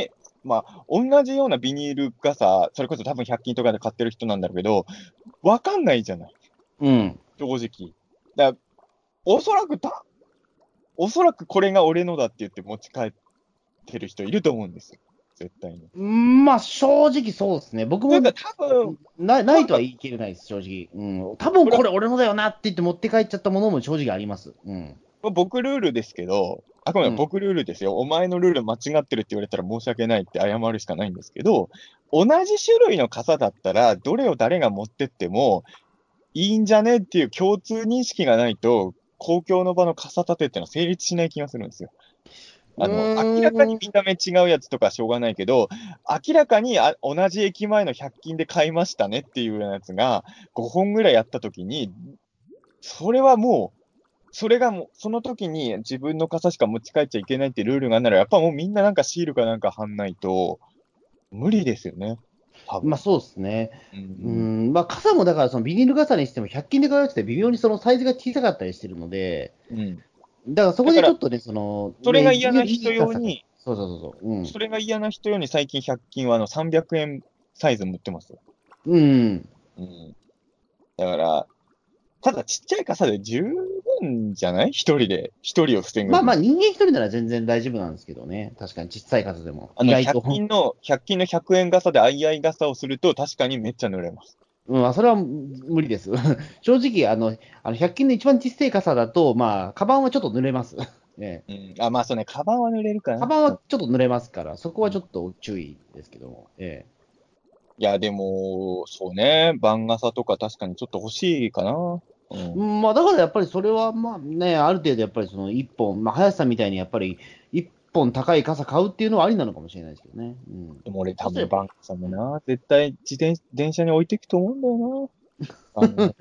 まあ、同じようなビニール傘、それこそ多分ひゃく均とかで買ってる人なんだろうけど、わかんないじゃない、 うん。 正直。だから、おそらくた、おそらくこれが俺のだって言って持ち帰ってる人いると思うんですよ。絶対に。 うんまあ、正直そうですね。僕というか、 も多分、 なないとは多分、 言い切れないです、正直。うん。多分これはこれ俺のだよなって言って持って帰っちゃったものも正直あります。うん。 僕ルールですけど、あ、ごめん、 うん。 僕ルールですよ。お前のルール間違ってるって言われたら申し訳ないって謝るしかないんですけど、同じ種類の傘だったら、どれを誰が持ってってもいいんじゃねっていう共通認識がないと、公共の場の傘立てっていうのは成立しない気がするんですよ。 うあの、明らかにーん。 見た目違うやつとかしょうがないけど、明らかにあ同じ駅前のひゃく均で買いましたねっていうようなやつがごほんぐらいあったときに、それはもう、それがもう、その時に自分の傘しか持ち帰っちゃいけないってルールがあるなら、やっぱもうみんななんかシールかなんか貼んないと、無理ですよね。多分。 まあそうですね。 ううん。 ん。まあ傘もだからそのビニール傘にしてもひゃく均で買うやつって微妙にそのサイズが小さかったりしてるので、 うん。 だからそこだから、 でちょっとね、その、 それね、 が嫌ないいい人い傘が、 用に、 そうそうそうそう。うん。 それが嫌な人用に最近ひゃく均はあのさんびゃくえんサイズも売ってますよ。 うん。 うん。だから、ただちっちゃい傘で十分じゃない一人で、一人を防ぐに。 まあまあ人間一人なら全然大丈夫なんですけどね。確かに小さい傘でも。 あの、ひゃく意外と。 均の、ひゃく均のひゃくえん傘で相合い傘をすると確かにめっちゃ濡れます。 うん、まあそれは無理です。正直、あの、あのひゃく均の一番小さい傘だと、まあ、カバンはちょっと濡れます。ね、 うん。あ、まあそうね、カバンは濡れるかな。 カバンはうん。 ちょっと濡れますから、そこうん。 はちょっと注意ですけども。えいや、でも、そうね、番傘とか確かにちょっと欲しいかな。うえ、 ん。 うんまあ、だからやっぱりそれは、まあね、ある程度やっぱりその一本、まあ、林さんみたいにやっぱり一本高い傘買うっていうのはありなのかもしれないですけどね。うん。 でも俺多そしてやっぱ、 分番傘もな、絶対自転、電車に置いていくと思うんだよな。あの、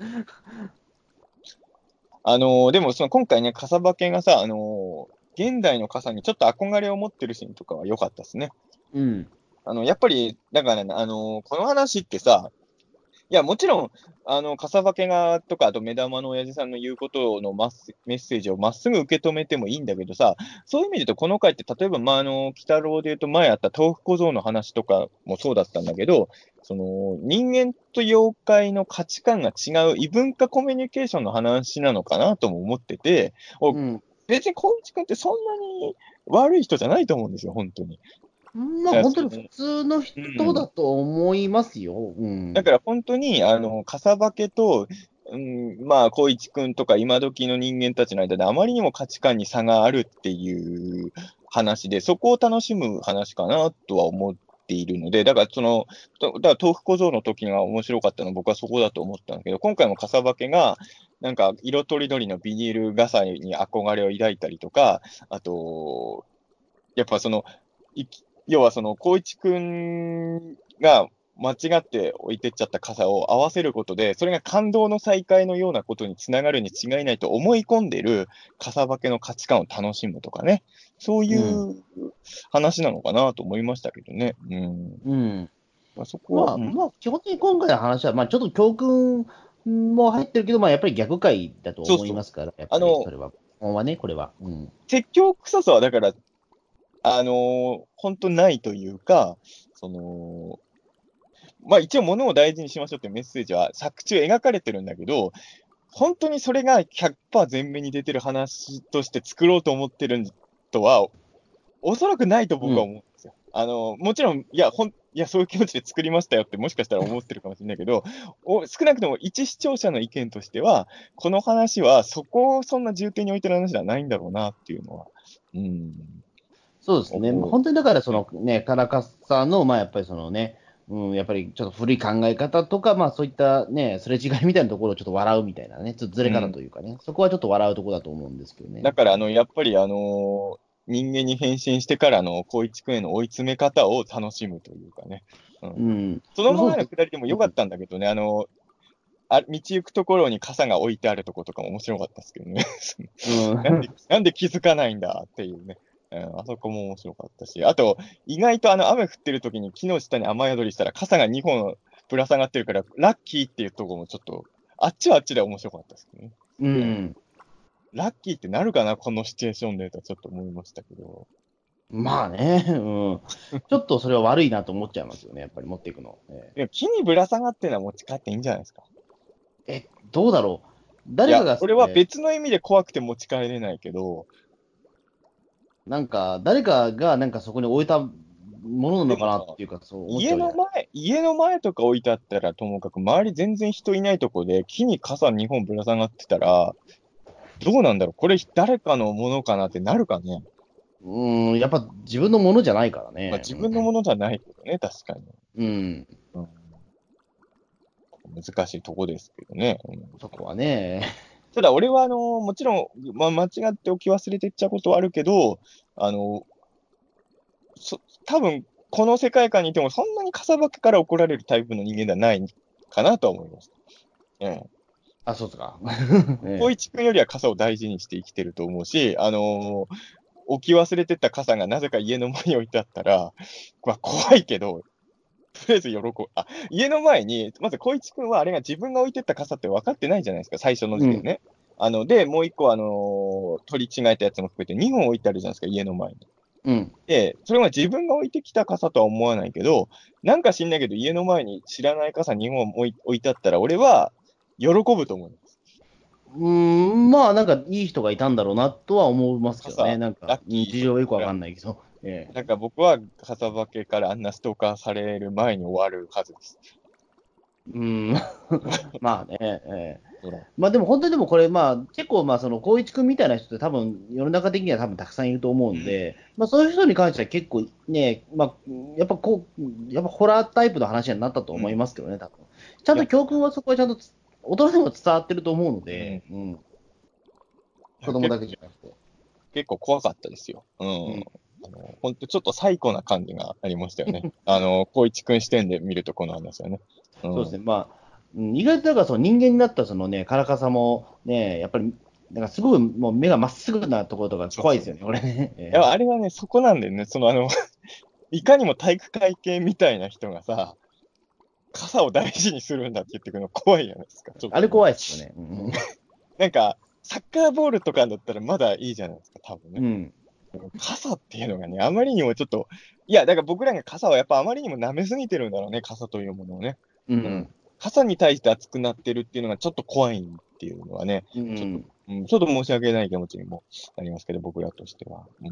あのでもその今回ね、傘馬券がさ、あの現代の傘にちょっと憧れを持ってるシーンとかは良かったですね。 うん。 あの、やっぱり、だからね、あのこの話ってさ、いや、もちろん、あの、笠化けがとか、あと目玉の親父さんの言うことのマスメッセージをまっすぐ受け止めてもいいんだけどさ、そういう意味で言うと、この回って、例えば、まあ、あの、鬼太郎で言うと、前あった豆腐小僧の話とかもそうだったんだけど、その、人間と妖怪の価値観が違う異文化コミュニケーションの話なのかなとも思ってて、おうん。 別に光一君ってそんなに悪い人じゃないと思うんですよ、本当に。 まあ、 だから本当に普その通のう人だん。 と思いますよ。うん。 だから本当に、あの、笠化けと、うん、まあ、光一くんとか今時の人間たちの間であまりにも価値観に差があるっていう話で、そこを楽しむ話かなとは思っているので、だからその、とだから豆腐小僧の時が面白かったのは僕はそこだと思ったんだけど、今回も笠化けが、なんか色とりどりのビニール傘に憧れを抱いたりとか、あと、やっぱその、いき要はその、光一くんが間違って置いてっちゃった傘を合わせることで、それが感動の再会のようなことにつながるに違いないと思い込んでる傘化けの価値観を楽しむとかね。そういうん。 う話なのかなと思いましたけどね。うん。 うん。 まあ、そこは、 まあ、 うん。 まあ、基本的に今回の話は、まあ、ちょっと教訓も入ってるけど、まあ、やっぱり逆回だと思いそうそう。 ますから、やっぱりあの、 それは。ほんはね、これは。うん。 説教臭さはだから、あのー、本当ないというか、その、まあ一応物を大事にしましょうっていうメッセージは作中描かれてるんだけど、本当にそれがひゃくパーセント前面に出てる話として作ろうと思ってるとは、おそらくないと僕はうん。 思うんですよ。あの、もちろん、いや、ほん、いや、そういう気持ちで作りましたよってもしかしたら思ってるかもしれないけど、お少なくとも一視聴者の意見としては、この話はそこをそんな重点に置いてる話ではないんだろうなっていうのは、うん、 そうですね。まあ思う。 本当にだから、そね。 のね、カラカッサの、まあ、やっぱりそのね、うん、やっぱりちょっと古い考え方とか、まあそういったね、すれ違いみたいなところをちょっと笑うみたいなね、ちょっとずれ方うん。 というかね、そこはちょっと笑うところだと思うんですけどね。 だから、あの、やっぱり、あの人間に変身してからの光一くんへの追い詰め方を楽しむというかね。うん。 うん。 その前のそうですくだりでも良かったんだけどね、あの、あ、道行くところに傘が置いてあるとことかも面白かったですけどね。 うん。 なんで、 うん。 なんで気づかないんだっていうね。うん、あそこも面白かったし、あと、意外とあの雨降ってる時に木の下に雨宿りしたら傘がにほんぶら下がってるから、ラッキーっていうところもちょっと、あっちはあっちで面白かったですけどね。うん、 うん。 ラッキーってなるかな、このシチュエーションでとちょっと思いましたけど。 まあね、うん。ちょっとそれは悪いなと思っちゃいますよね、やっぱり持っていくの。えいや、木にぶら下がってるのは持ち帰っていいんじゃないですか。 ーえ、どうだろう。 いや、 誰かが、 俺はえ別の意味で怖くて持ち帰れないけど、 なんか、誰かがなんかそこに置いたものなのかなでもさ、 っていうか、そう思っち家ゃうじゃない。 の前、家の前とか置いてあったらともかく、周り全然人いないとこで、木に傘にほんぶら下がってたら、どうなんだろう、これ誰かのものかなってなるかね。 うーん、やっぱ自分のものじゃないからまあ、 ね。 自分のものじゃないけどね、確かに。 うん。 うん、難しいとこですけどね。うん、 そこはね。 ただ、俺は、あの、もちろん、まあ、間違って置き忘れてっちゃうことはあるけど、あの、そ多分この世界観にいても、そんなに傘ばけから怒られるタイプの人間ではないかなとは思います。うん。 あ、そうですか。え光一君よりは傘を大事にして生きてると思うし、あのー置き忘れてった傘がなぜか家の前に置いてあったら、まあ、怖いけど、とりあえず喜ぶ。あ、家の前に、まず光一君はあれが自分が置いてった傘って分かってないじゃないですか、最初のうん。 時点ね。あの、で、もう一個、あのー取り違えたやつも含めてにほん置いてあるじゃないですか、家の前に。 うん。 で、それは自分が置いてきた傘とは思わないけど、なんか知んないけど、家の前に知らない傘にほん置い置いてあったら、俺は喜ぶと思う。 うーん、まあ、なんかいい人がいたんだろうなとは思いますけどね。 傘、 なんか、うんラッキー、 事情はよくわそかんないけど。えなんか僕は傘ばけからあんなストーカーされる前に終わるはずです。 えうーん。まあね。ええほら、 まあでも本当にでもこれ、まあ結構、まあその、光一君みたいな人って多分、世の中的には多分たくさんいると思ううん。 んで、まあそういう人に関しては結構ね、まあ、やっぱこう、やっぱホラータイプの話になったと思いうん。 ますけどね、多分。ちゃんいや、 と教訓はそこはちゃんとつ大人でも伝わってると思うのうん。いで、うん。子や、け供だけじゃなくて。 結構怖かったですよ。うん。 うん。 あの、ほんとちょっとサイコな感じがありましたよね。あの、光一君視点で見るとこの話はね。うん。 そうですね。まあ、うん意外とだからその人間になったそのね、カラカサもね、やっぱり、なんかすごいもう目がまっすぐなところとかそうそう。 怖いですよね、俺ね。 いや、 えあれはね、そこなんだよね。その、あの、いかにも体育会系みたいな人がさ、傘を大事にするんだって言ってくるの怖いじゃないですか、ちょっえあれとね。 怖いですよね。ううん。 ん。 なんか、サッカーボールとかだったらまだいいじゃないですか、多分ね。 うん。 傘っていうのがね、あまりにもちょっと、いや、だから僕らが傘はやっぱあまりにも舐めすぎてるんだろうね、傘というものをね。うん。 うん。 傘に対して熱くなってるっていうのがちょっと怖いっていうのはね、ちょっと、 うん。 うん、ちょっと申し訳ない気持ちにもなりますけど、僕らとしては。うん。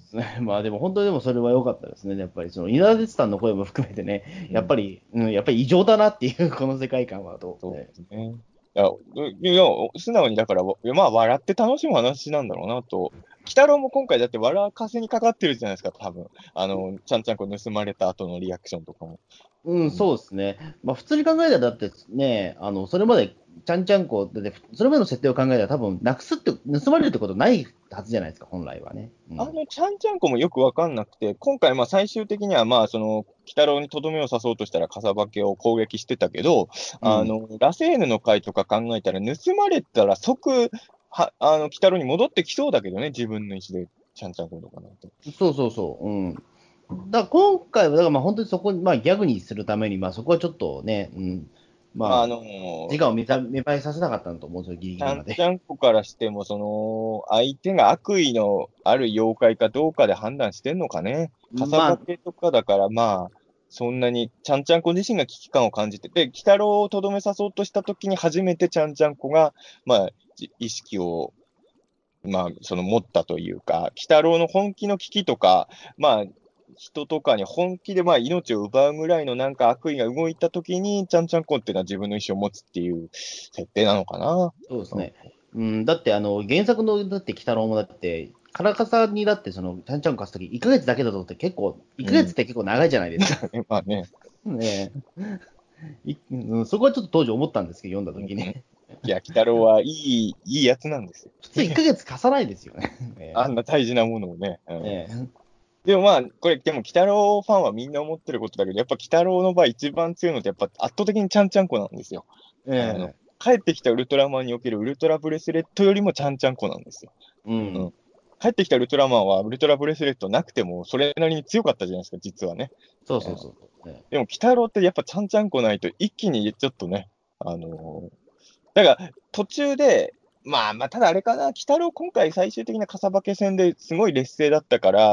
まあでも本当にでもそれは良かったですね。やっぱりその稲田哲さんの声も含めてね、 うん。 やっぱり、うん、やっぱり異常だなっていう、この世界観はと。 そうねですね。いや、ういや、素直にだから、わまあ、笑って楽しむ話なんだろうなと。鬼太郎も今回だって笑かせにかかってるじゃないですか、多分。あの、ちゃんちゃんこ盗まれた後のリアクションとかも。 うん、 うん。 そうですね。まあ普通に考えたらだってね、あの、それまでちゃんちゃんこ、だってそれまでの設定を考えたら多分なくすって、盗まれるってことないはずじゃないですか、本来はね。うん。 あの、ちゃんちゃんこもよくわかんなくて、今回、まあ、最終的には、まあ、その、鬼太郎にとどめを刺そうとしたら、傘化けを攻撃してたけど、 うん。 あの、ラセーヌの回とか考えたら、盗まれたら即、は、あの、鬼太郎に戻ってきそうだけどね、自分の意思で、ちゃんちゃんことかなんて。 そうそうそう。うん。だから今回は、だからまあ本当にそこに、まあギャグにするために、まあそこはちょっとね、うん。 まあ、あまあ、 の、 自我を芽生芽生えさせなかったんだと思うんですよ、ギリギちゃんリまで。 ちゃんこからしても、その、相手が悪意のある妖怪かどうかで判断してんのかね。傘化まあ、 けとかだから、まあ、そんなに、ちゃんちゃんこ自身が危機感を感じて、で、鬼太郎をとどめさそうとしたときに初めてちゃんちゃんこが、まあ、じ意識を、まあ、その持ったというか、鬼太郎の本気の危機とか、まあ、人とかに本気でまあ命を奪うぐらいのなんか悪意が動いたときに、ちゃんちゃんこっていうのは自分の意思を持つっていう設定なのかな。 そうですうん。 ね。うん、だってあの、原作の、だって鬼太郎もだって、カラカサにだって、その、ちゃんちゃんこ貸すとき、いっかげつだけだとって結構、1ヶ月うん。 って結構長いじゃないですか。 まあね。 ねえいうん、そこはちょっと当時思ったんですけど、読んだうん。 ときに。 いや、鬼太郎はいい、いいやつなんですよ。 普通いっかげつ貸さないですよね。 あえんな大事なものをね。うえん。 ええでもまあ、これ、でも鬼太郎ファンはみんな思ってることだけど、やっぱ鬼太郎の場合一番強いのってやっぱ圧倒的にちゃんちゃんこなんですよ。あの、 ええ帰ってきたウルトラマンにおけるウルトラブレスレットよりもちゃんちゃんこなんですよ。うん。 うん。 帰ってきたウルトラマンはウルトラブレスレットなくてもそれなりに強かったじゃないですか、実はね。うん。 そうそうそうそう。えでも鬼太郎ってやっぱちゃんちゃんこないと一気にちょっとね、あのーだから、途中で、まあまあ、ただあれかな、鬼太郎今回最終的な傘化け戦ですごい劣勢だったから、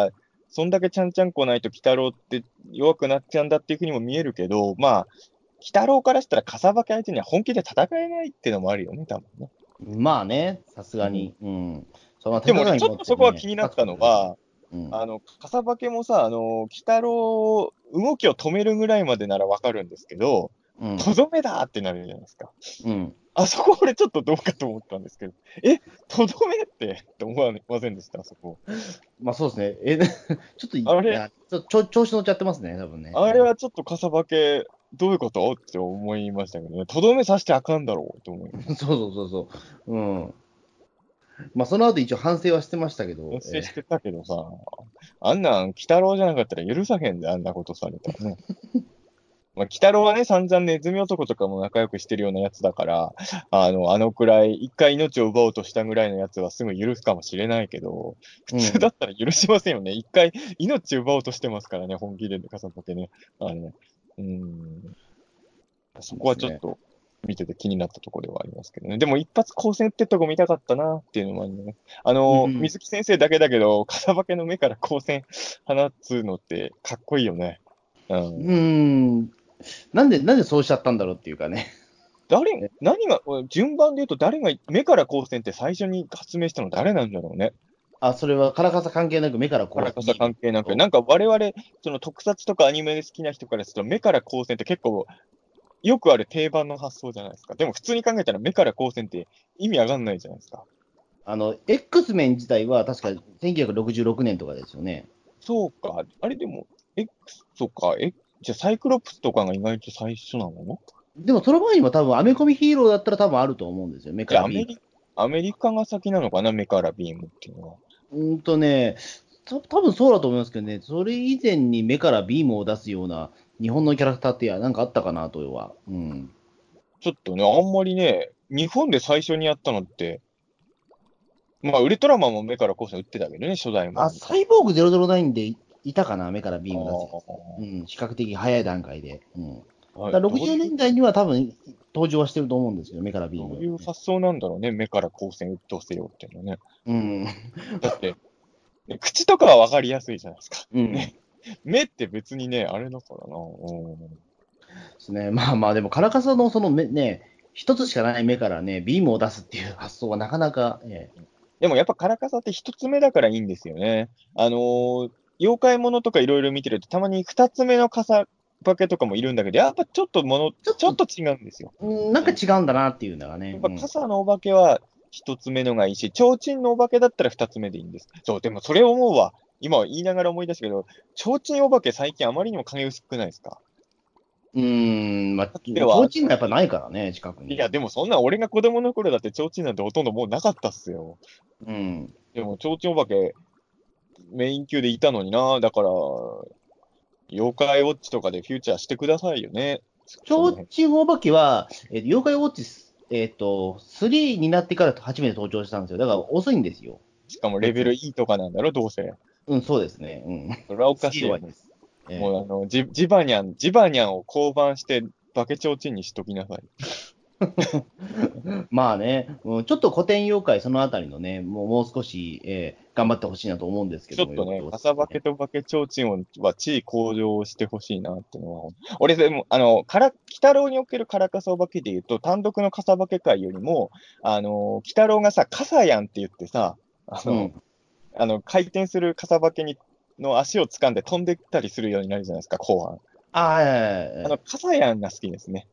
そんだけちゃんちゃんこないと、鬼太郎って弱くなっちゃうんだっていうふうにも見えるけど、まあ、鬼太郎からしたら、笠化け相手には本気で戦えないっていうのもあるよね、多分ね。 まあね、さすがうん、 に。うん。その手でも俺、 加減持っちょっとそこはてね、 気になった勝つことできる。 のが、 うん。 あの、笠化けもさ、あの、鬼太郎、動きを止めるぐらいまでならわかるんですけど、 うん。 とどめだーってなるじゃないですか。 うん。 あそこ俺ちょっとどうかと思ったんですけど、え、とどめってって思わませんでした、あそこ。 まあそうですね。え、ちょっと、いあれ、 や、ちょ、ちょ、調子乗っちゃってますね、多分ね。 あれはちょっと笠化け、どういうことって思いましたけどね。とどめさせてあかんだろうと思いまうん。そうそうそうそう。うん。まあその後一応反省はしてましたけど、 す。反省えしてたけどさ、あんなん、鬼太郎じゃなかったら許さへんで、あんなことされたらね。まあ、鬼太郎はね、散々ネズミ男とかも仲良くしてるようなやつだから、あの、あのくらい、一回命を奪おうとしたぐらいのやつはすぐ許すかもしれないけど、普ー、うん。 通だったら許しませんよね。一回命を奪おうとしてますからね、本気で傘立てね。あの、うーん、そこはそうですね。 ちょっと見てて気になったところではありますけどね。でも一発光線ってとこ見たかったなっていうのもあるね。あの、 うん。 水木先生だけだけど、傘化けの目から光線放つのってかっこいいよね。ううん。 ん。なんで、なんでそうしちゃったんだろうっていうかね。 誰、何が、順番で言うと誰が、目から光線って最初に発明したの誰なんだろうね。 あ、それはカラカサ関係なく目からこう荒笠ビームって関係なく。 こと。 なんか我々、その特撮とかアニメで好きな人からすると、目から光線って結構よくある定番の発想じゃないですか。でも普通に考えたら目から光線って意味わかんないじゃないですか。 あの、X メン自体は確かせんきゅうひゃくろくじゅうろくねんとかですよね。 そうか。あれでも、X、そうか。え、じゃあサイクロプスとかが意外と最初なの？ でもその前にも多分アメコミヒーローだったら多分あると思うんですよ。目からビーム。 じゃあアメリ、アメリカが先なのかな、目からビームっていうのは。 うーんとね、た多分そうだと思いますけどね、それ以前に目からビームを出すような日本のキャラクターってなんかあったかなとは。うん。 ちょっとね、あんまりね、日本で最初にやったのって、まあ、ウルトラマンも目から光線打ってたけどね、初代あ、 も。 サイボーグゼロゼロナインでいいたかな、目からビーム出すやつ。うあん、比較的早い段階で。うん。だかあ、はい。 ら60 どういう、 年代には多分登場はしてると思うんですよ、目からビーム。 どういう発想なんだろうね、目から光線打とせよっていうのはね。 うん。 だって、ね、口とかはわかりやすいじゃないですか。 うん。 ね。目って別にね、あれだからな。うん。 ですね。まあまあ、でもカラカサのその目ね、一つしかない目からね、ビームを出すっていう発想はなかなか、ええ。 でもやっぱカラカサって一つ目だからいいんですよね。あのー妖怪ものとかいろいろ見てると、たまに二つ目の傘化けとかもいるんだけど、やっぱちょっともの、 ちょっと、 ちょっと違うんですよ。 うん、なんか違うんだなっていうのがね。 やっぱうん。 傘のお化けは一つ目のがいいし、提灯のお化けだったら二つ目でいいんです。そう、でもそれを思うわ。今言いながら思い出したけど、提灯お化け最近あまりにも影薄くないですか？ うーん、まあ、 では、 提灯がやっぱないからね、近くに。 いや、でもそんな俺が子供の頃だって提灯なんてほとんどもうなかったっすよ。 うん。 でも提灯お化けメイン級でいたのにな。だから、妖怪ウォッチとかでフューチャーしてくださいよね。その提辺。 灯お化けは、えー妖怪ウォッチス、えっ、と、スリーになってから初めて登場したんですよ。だから遅いんですよ。 しかもレベル別に。 E とかなんだろ、どうせ。 うん、そうですね。うん。 それはおかしいよね。 スリーはです。えもうあの、ジ、ジバニャン、ジバニャンを降板してバケ提灯にしときなさい。 ーまあね、うん、ちょっと古典妖怪そのあたりのね、もうもう少し、えー頑張ってほしいなと思うんですけども、 ちょっとね、 妖怪ウォッチ傘化けね。 と化け提灯は地位向上してほしいなっていうのは。俺でも、あの、から、鬼太郎におけるカラカサお化けで言うと、単独の傘化け会よりも、あの、鬼太郎がさ、傘やんって言ってさ、あの、 うん。 あの、回転する傘化けに、の足を掴んで飛んでったりするようになるじゃないですか、後半。 ああ、はいあの、 はい傘やんが好きですね。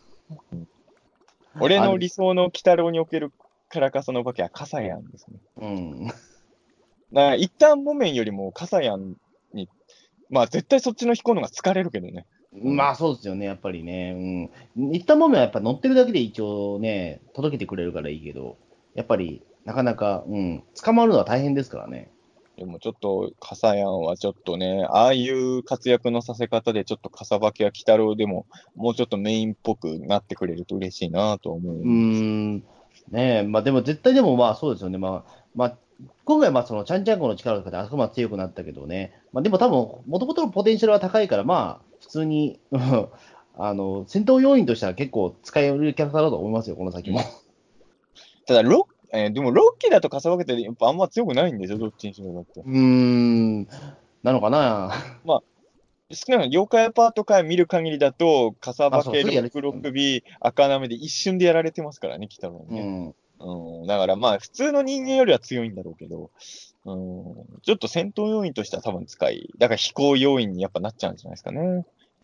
俺あ、でも、 の理想の鬼太郎におけるカラカサのお化けは傘やんですね。 うん。 だから一旦木綿よりも傘やんに、まあ絶対そっちの飛行の方が疲れるけどね。うん。 まあそうですよね、やっぱりね。うん。一旦もめはやっぱ乗ってるだけで一応ね、届けてくれるからいいけど、やっぱりなかなか、うん、捕まるのは大変ですからね。 でもちょっと、傘やんはちょっとね、ああいう活躍のさせ方で、ちょっと傘化けや鬼太郎でも、もうちょっとメインっぽくなってくれると嬉しいなと思ううーんです。 ん、ねえ、まあでも絶対でもまあそうですよね。まあ、まあ、今回まあそのちゃんちゃんこの力とかであそこまで強くなったけどね。まあでも多分、もともとのポテンシャルは高いから、まあ普通に、うんあの、戦闘要員としては結構使えるキャラクターだと思いますよ、この先も。 うん。ただ、ロッ、えーでもロッキーだと傘化けってやっぱあんま強くないんですよ、どっちにしろだって。 うーん。 なのかな。 まあ、少なくとも妖怪アパートから見る限りだと、傘あ、そう、 化けすぐやる。 ろくろくび、赤なめで一瞬でやられてますからね、北郎にね。 うん。 うん、だからまあ、普通の人間よりは強いんだろうけど、うん、ちょっと戦闘要員としては多分使い、だから飛行要員にやっぱなっちゃうんじゃないですかね。 うん。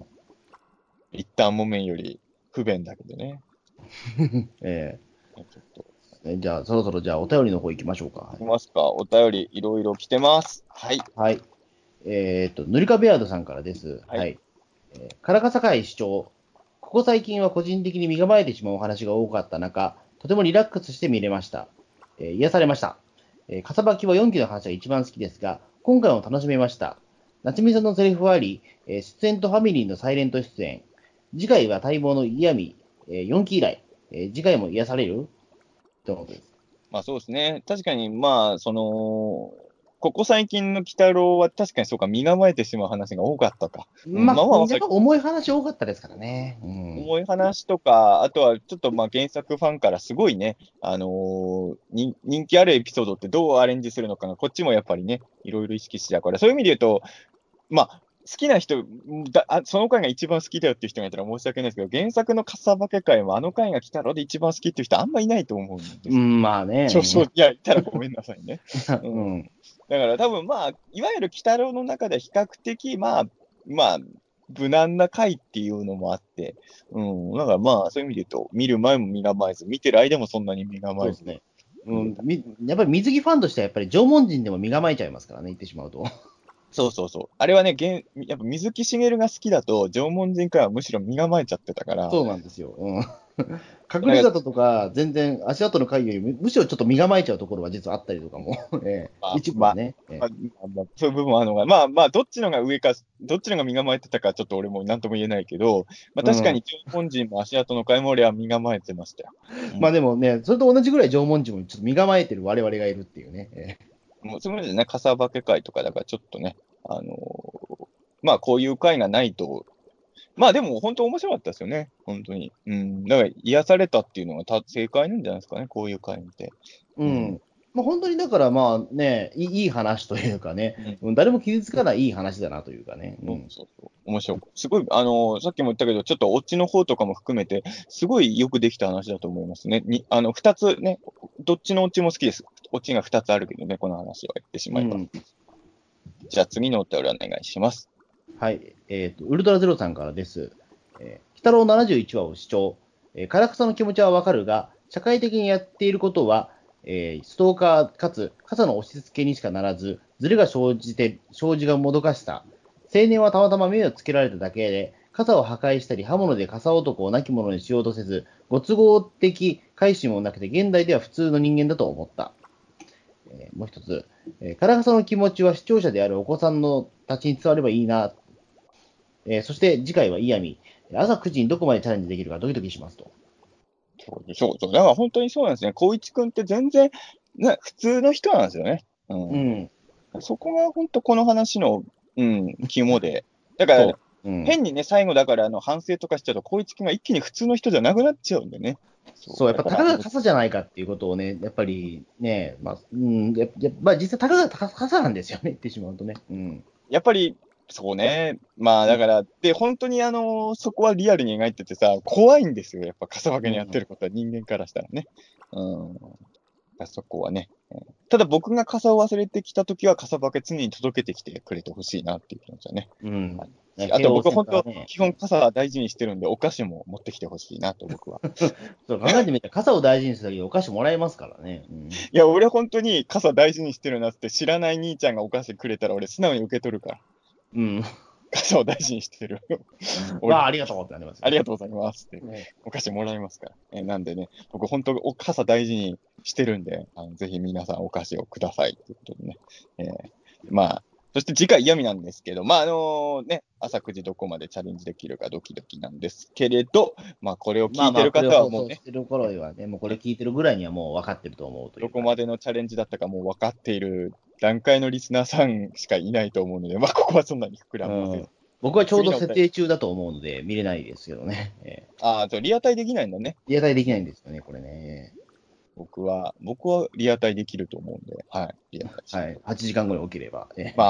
一旦木綿より不便だけどね。 えちょっと、 えじゃあ、そろそろじゃあお便りの方行きましょうか。 いきますか。お便りいろいろ来てます。はい。 はい。えっと、塗り壁アードさんからです。 はい。 はい。えー、カラカサ会主張。ここ最近は個人的に身構えてしまうお話が多かった中、とてもリラックスして見れました。えー癒されました。えー、笠きはよんきの話が一番好きですが、今回も楽しめました。夏美さんのセリフはあり、えー出演とファミリーのサイレント出演。次回は待望の嫌味、えー、よんき以来。えー次回も癒されるということです。 まあそうですね。確かに、まあ、その、ここ最近の鬼太郎は確かにそうか、身構えてしまう話が多かったか。うん、ままあ、 あまあ、 やっぱ重い話多かったですからね。うん。 重い話とか、あとはちょっとまあ原作ファンからすごいね、あのー人人気あるエピソードってどうアレンジするのかが、こっちもやっぱりね、いろいろ意識しちゃうから、そういう意味で言うと、まあ、好きな人だあ、その回が一番好きだよっていう人がいたら申し訳ないですけど、原作のかさばけ回もあの回が来たので一番好きっていう人あんまいないと思うんですよ。 うん、まあちょ、そう、 ね。 いや、いたらごめんなさいね。 うん。 うん。 うん。 だから多分まあ、いわゆる鬼太郎の中では比較的、まあ、まあ、無難な回っていうのもあって、うん。だからまあ、そういう意味で言うと、見る前も身構えず、見てる間もそんなに身構えずでそうですね。うん、 見れた。 みやっぱり水着ファンとしては、やっぱり縄文人でも身構えちゃいますからね、言ってしまうと。 そうそうそう。あれはね、げんやっぱ水木しげるが好きだと、縄文人からはむしろ身構えちゃってたから、 そうなんですよ。うん。隠れなんか、 里とか、全然足跡の回よりむ、むしろちょっと身構えちゃうところは実はあったりとかも、ええまあ、まあ、 一部はね。えまあ、まあまあそういう部分はあるのが、まあまあ、どっちのが上か、どっちのが身構えてたか、ちょっと俺も何とも言えないけど、まあえうん。 確かに縄文人も足跡の回も俺は身構えてましたよ。うん。 まあでもね、それと同じぐらい縄文人もちょっと身構えてる我々がいるっていうね。ええもうそういう意味でね、かさばけ会とかだからちょっとね、あのーまあこういう会がないと、まあでも本当面白かったですよね、本当に。うん。だから癒されたっていうのがた正解なんじゃないですかね、こういう会って。うん。 うん。まあ、本当にだからまあね、いいいい話というかね、 うん。 うん誰も傷つかないいい話だなというかね。うそうん。 そうそう。面白い。すごい、あのーさっきも言ったけど、ちょっとオチの方とかも含めて、すごいよくできた話だと思いますね。に、あの、二つね、どっちのオチも好きです。オチが二つあるけどね、この話は言ってしまえば。 うん。 じゃあ次のお便りお願いします。 はい。えっと、ウルトラゼロさんからです。えー、鬼太郎ななじゅういちわを視聴。えー、唐草の気持ちはわかるが、社会的にやっていることは、えーストーカーかつ傘の押し付けにしかならず、ズレが生じて、生じがもどかしさ。青年はたまたま目をつけられただけで、傘を破壊したり、刃物で傘男を亡き者にしようとせず、ご都合的改心もなくて、現代では普通の人間だと思った。えーもう一つ、えー、唐笠の気持ちは視聴者であるお子さんのたちに伝わればいいな。えーそして次回は嫌味。朝くじにどこまでチャレンジできるかドキドキしますと。 そうそうそう。だから本当にそうなんですね。光一くんって全然、ね、普通の人なんですよね。うん。 うん。 そこが本当この話の、うん、肝で。だから、 そう。うん。 変にね、最後だからあの反省とかしちゃうと、光一くんが一気に普通の人じゃなくなっちゃうんでね。そそう、 う。 やっぱただから、あのかが傘じゃないかっていうことをね、やっぱりね、まあ、うん、ややまあ実際たかが傘なんですよね、言ってしまうとね。うん。 やっぱり、そうね。まあ、だから、で、本当にあの、そこはリアルに描いててさ、怖いんですよ。やっぱ、傘分けにやってうん。 ることは人間からしたらね。うん。そこはね。ただ僕が傘を忘れてきたときは、傘ばけ常に届けてきてくれてほしいなっていう気持ちはね。 うん。 はい。あと京王僕本当、 線からね。 基本傘は大事にしてるんで、お菓子も持ってきてほしいなと僕は。 そう考えてみたら傘を大事にするだけでお菓子もらえますからね。うん。 いや、俺本当に傘大事にしてるなって知らない兄ちゃんがお菓子くれたら俺素直に受け取るから。 うん。 傘を大事にしてる。 わあ、 俺、 ありがとうってなりますよね。 ありがとうございますって。 ねお菓子もらいますから。えなんでね、僕本当お傘大事にしてるんで、あのぜひ皆さんお菓子をくださいということでね。えーまあ、そして次回嫌味なんですけど、まああのね、朝くじどこまでチャレンジできるかドキドキなんですけれど、まあこれを聞まあまあ、 いてるこれを方はもうね、 放送してる頃にはね、もうこれ聞いてるぐらいにはもう分かってると思うといどうかね。 こまでのチャレンジだったかもう分かっている段階のリスナーさんしかいないと思うので、まあここはそんなに膨らませず。 うん。僕はちょうど設次のお便り、 定中だと思うので、見れないですけどね。えーああ、じゃあリアタイできないんだね。 リアタイできないんですよね、これね。 僕は、僕はリアタイできると思うんで、はい、リアタイしはい。 ようと。 はちじかんごに起きれば。えーまあ、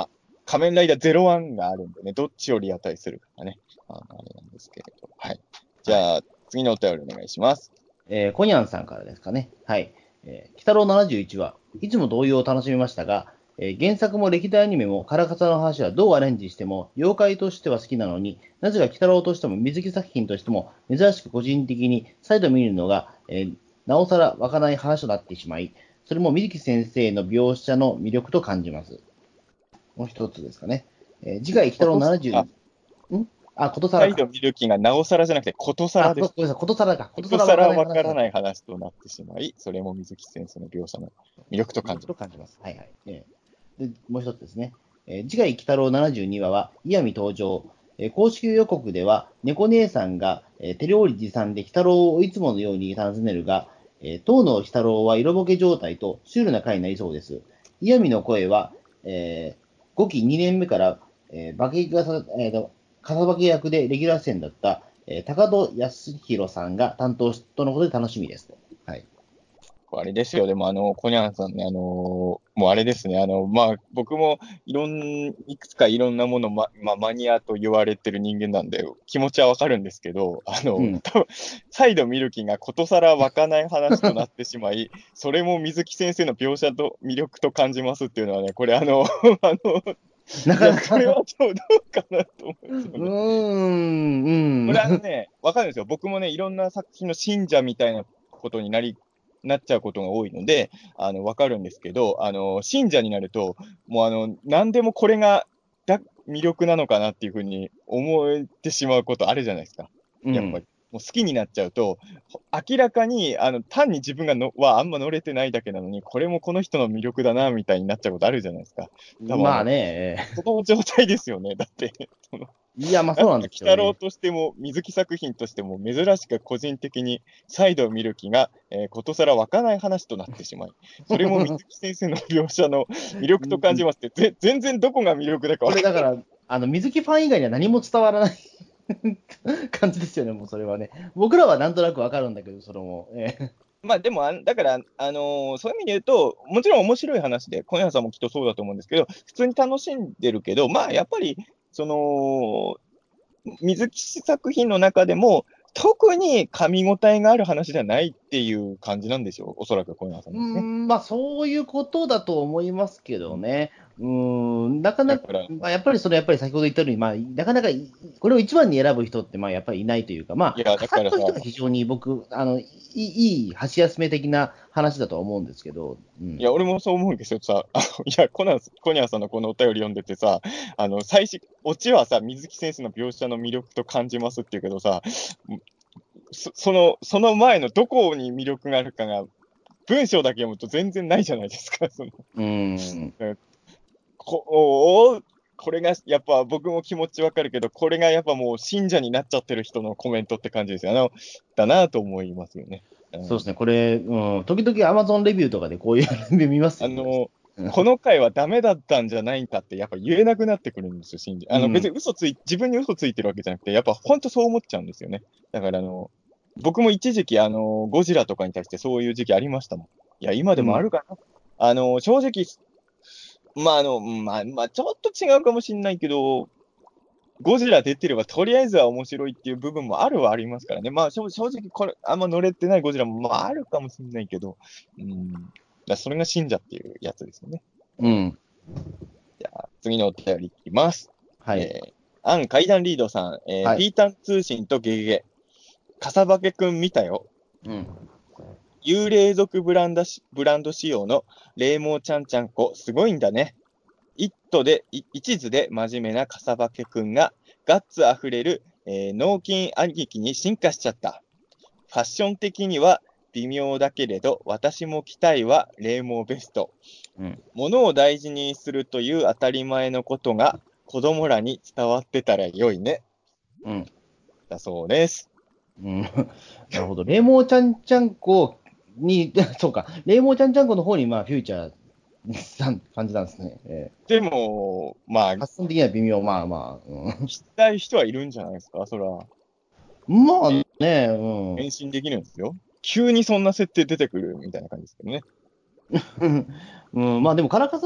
仮面ライダーゼロワンがあるんでね、どっちをリアタイするかがね、あのあれなんですけれど。はい。じゃあ、次のお便りお願いします。 えー、コニャンさんからですかね。はい。えー、鬼太郎ななじゅういち話、いつも同様を楽しみましたが、えー原作も歴代アニメもカラカサの話はどうアレンジしても、妖怪としては好きなのになぜか鬼太郎としても水木作品としても、珍しく個人的に再度見るのが、えーなおさら湧かない話となってしまい、それも水木先生の描写の魅力と感じます。もう一つですかね。えー次回、鬼太郎ことななじゅう、 あ、 んあ、ことさらか。 再度見る気がなおさらじゃなくて、ことさあ、 らです。 ごめんなさい、ことさらか。ことさことさら湧からわからない話だ。 ない話となってしまい、それも水木先生の描写の魅力と魅力感じます。 と感じます。はいはい。えーでもう一つですね。えー次回、鬼太郎ななじゅうに話は、イヤミ登場。えー公式予告では、猫姉さんが、えー手料理持参で鬼太郎をいつものように訪ねるが、えー当の鬼太郎は色ぼけ状態とシュールな回になりそうです。イヤミの声は、えーごきにねんめから、えー、化けがさ、えーと、笠化け役でレギュラー出演だった、えー高戸康弘さんが担当しとのことで楽しみですと。はい。 あれですよ、でも、あの、コニャンさんね、あの、もうあれですね、あの、まあ、僕もいろん、いくつかいろんなもの、ま、まあ、マニアと言われてる人間なんで、気持ちはわかるんですけど、あの、 うん。 多分再度見る気がことさら湧かない話となってしまい、それも水木先生の描写と魅力と感じますっていうのはね、これあの、あの、いや、 なかなこれはか、 どうどうかなと思うんうですよね。 ーん、 これあのうん。 ね、わかるんですよ。僕もね、いろんな作品の信者みたいなことになり、なっちゃうことが多いので、あの、わかるんですけど、あの、信者になると、もうあの、何でもこれが、だ、魅力なのかなっていうふうに思ってしまうことあるじゃないですか。やっぱり。 うん。 もう好きになっちゃうと、ほ明らかに、あの、単に自分がのはあんま乗れてないだけなのに、これもこの人の魅力だな、みたいになっちゃうことあるじゃないですか。多分あまあの、 ね、 その状態ですよね。だって、そのいや、まあなんか、 そうなんで鬼太郎すよね。 としても、水木作品としても、珍しく個人的に再度見る気が、えーことさら湧かない話となってしまい、それも水木先生の描写の魅力と感じますって、ぜ全然どこが魅力だかわかんない。 これだから、あの、水木ファン以外には何も伝わらない感じですよね、もうそれはね。僕らはなんとなくわかるんだけど、それも。ええまあでも、あんだから、あのーそういう意味で言うと、もちろん面白い話で、小山さんもきっとそうだと思うんですけど、普通に楽しんでるけど、まあやっぱり、その、水木作品の中でも、特に噛み応えがある話じゃないっていう感じなんでしょう、おそらく小山さんうーですね。 ん、まあそういうことだと思いますけどね。うーん、なかなか、 だから、 まあ、やっぱりそれ、やっぱり先ほど言ったように、まあ、なかなかいこれを一番に選ぶ人って、まあやっぱりいないというか、まあ、 いや、だからさ、 語る人が非常に僕、あの、いい、いい箸休め的な話だとは思うんですけど、うん。 いや、俺もそう思うんですよ。さ、あの、いや、コナン、コニャンさんのこのお便り読んでてさ、あの、最初、オチはさ、水木先生の描写の魅力と感じますって言うけどさ、そその、その前のどこに魅力があるかが、文章だけ読むと全然ないじゃないですか。その、 うーん。 こ、おおこれが、やっぱ僕も気持ちわかるけど、これがやっぱもう信者になっちゃってる人のコメントって感じですよ。あの、だなと思いますよね。うん。 そうですね、これ、うん、時々 Amazon レビューとかでこういうレビュー見ますよ、これ。 あの、この回はダメだったんじゃないんだってやっぱ言えなくなってくるんですよ、信じ。あの、別うん。 に嘘つい、自分に嘘ついてるわけじゃなくて、やっぱ本当そう思っちゃうんですよね。だからあの、僕も一時期あの、ゴジラとかに対してそういう時期ありましたもん。いや、今でもあうん。 るかな。あの、正直、まああの、まあ、まあ、ちょっと違うかもしんないけど、ゴジラ出てればとりあえずは面白いっていう部分もあるはありますからね。まあ正正直これ、あんま乗れてないゴジラもまああるかもしんないけど、うん。だそれが信者っていうやつですよね。 うん。 じゃあ、次のお便りいきます。 はい。 えー、アン階段リードさん、えー、 はい。 ピータン通信とゲゲゲ。かさばけくん見たよ。 うん。 幽霊族ブランドしブランド仕様の霊毛ちゃんちゃんこ、すごいんだね。一途で、い一途で真面目なかさばけくんが、ガッツあふれる、えー、脳筋兄貴に進化しちゃった。ファッション的には微妙だけれど、私も着たいは霊毛ベスト。 うん。 物を大事にするという当たり前のことが子供らに伝わってたら良いね。 うん。 だそうです。 うん。なるほど。レモーちゃんちゃんこに、そうか。レモーちゃんちゃんこの方に、まあ、フューチャーな感じなんですね。えーでも、まあ、 発想的には微妙。まあまあ。うん、 着たい人はいるんじゃないですか。それは、 まあね、うん。 変身できるんですよ。急にそんな設定出てくるみたいな感じですけどね。 うん、まあでも、カラカサの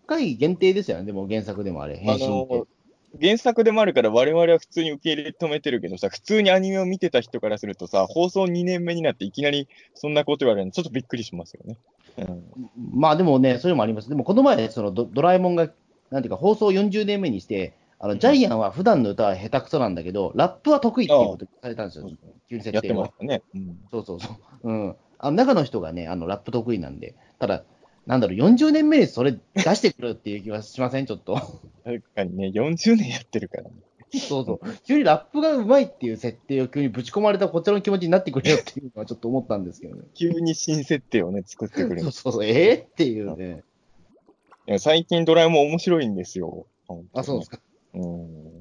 回限定ですよね、でも原作でもあれ、変あ身って。 の、原作でもあるから我々は普通に受け入れ止めてるけどさ、普通にアニメを見てた人からするとさ、放送にねんめになっていきなりそんなこと言われるのちょっとびっくりしますよね。うん。 まあでもね、それもあります。でもこの前、そのドドラえもんが、なんていうか、放送よんじゅうねんめにして、あのジャうん。 イアンは普段の歌は下手くそなんだけど、ラップは得意っていうああ、 ことにされたんですよ、 そうそう。 急に設やって定を。 ましたね。うん。 そうそうそう。うん。あの中の人がね、あのラップ得意なんで、ただ、なんだろう、よんじゅうねんめにそれ出してくるっていう気はしません、ちょっと。 確かにね、よんじゅうねんやってるからね。 そううん。 そう。急にラップがうまいっていう設定を急にぶち込まれたこちらの気持ちになってくれよっていうのはちょっと思ったんですけどね。 急に新設定をね、作ってくる。 そうそうそう、えー、っていうね。 いや最近ドラえもん面白いんですよ。本あ、 当に。 そうですか。 うん。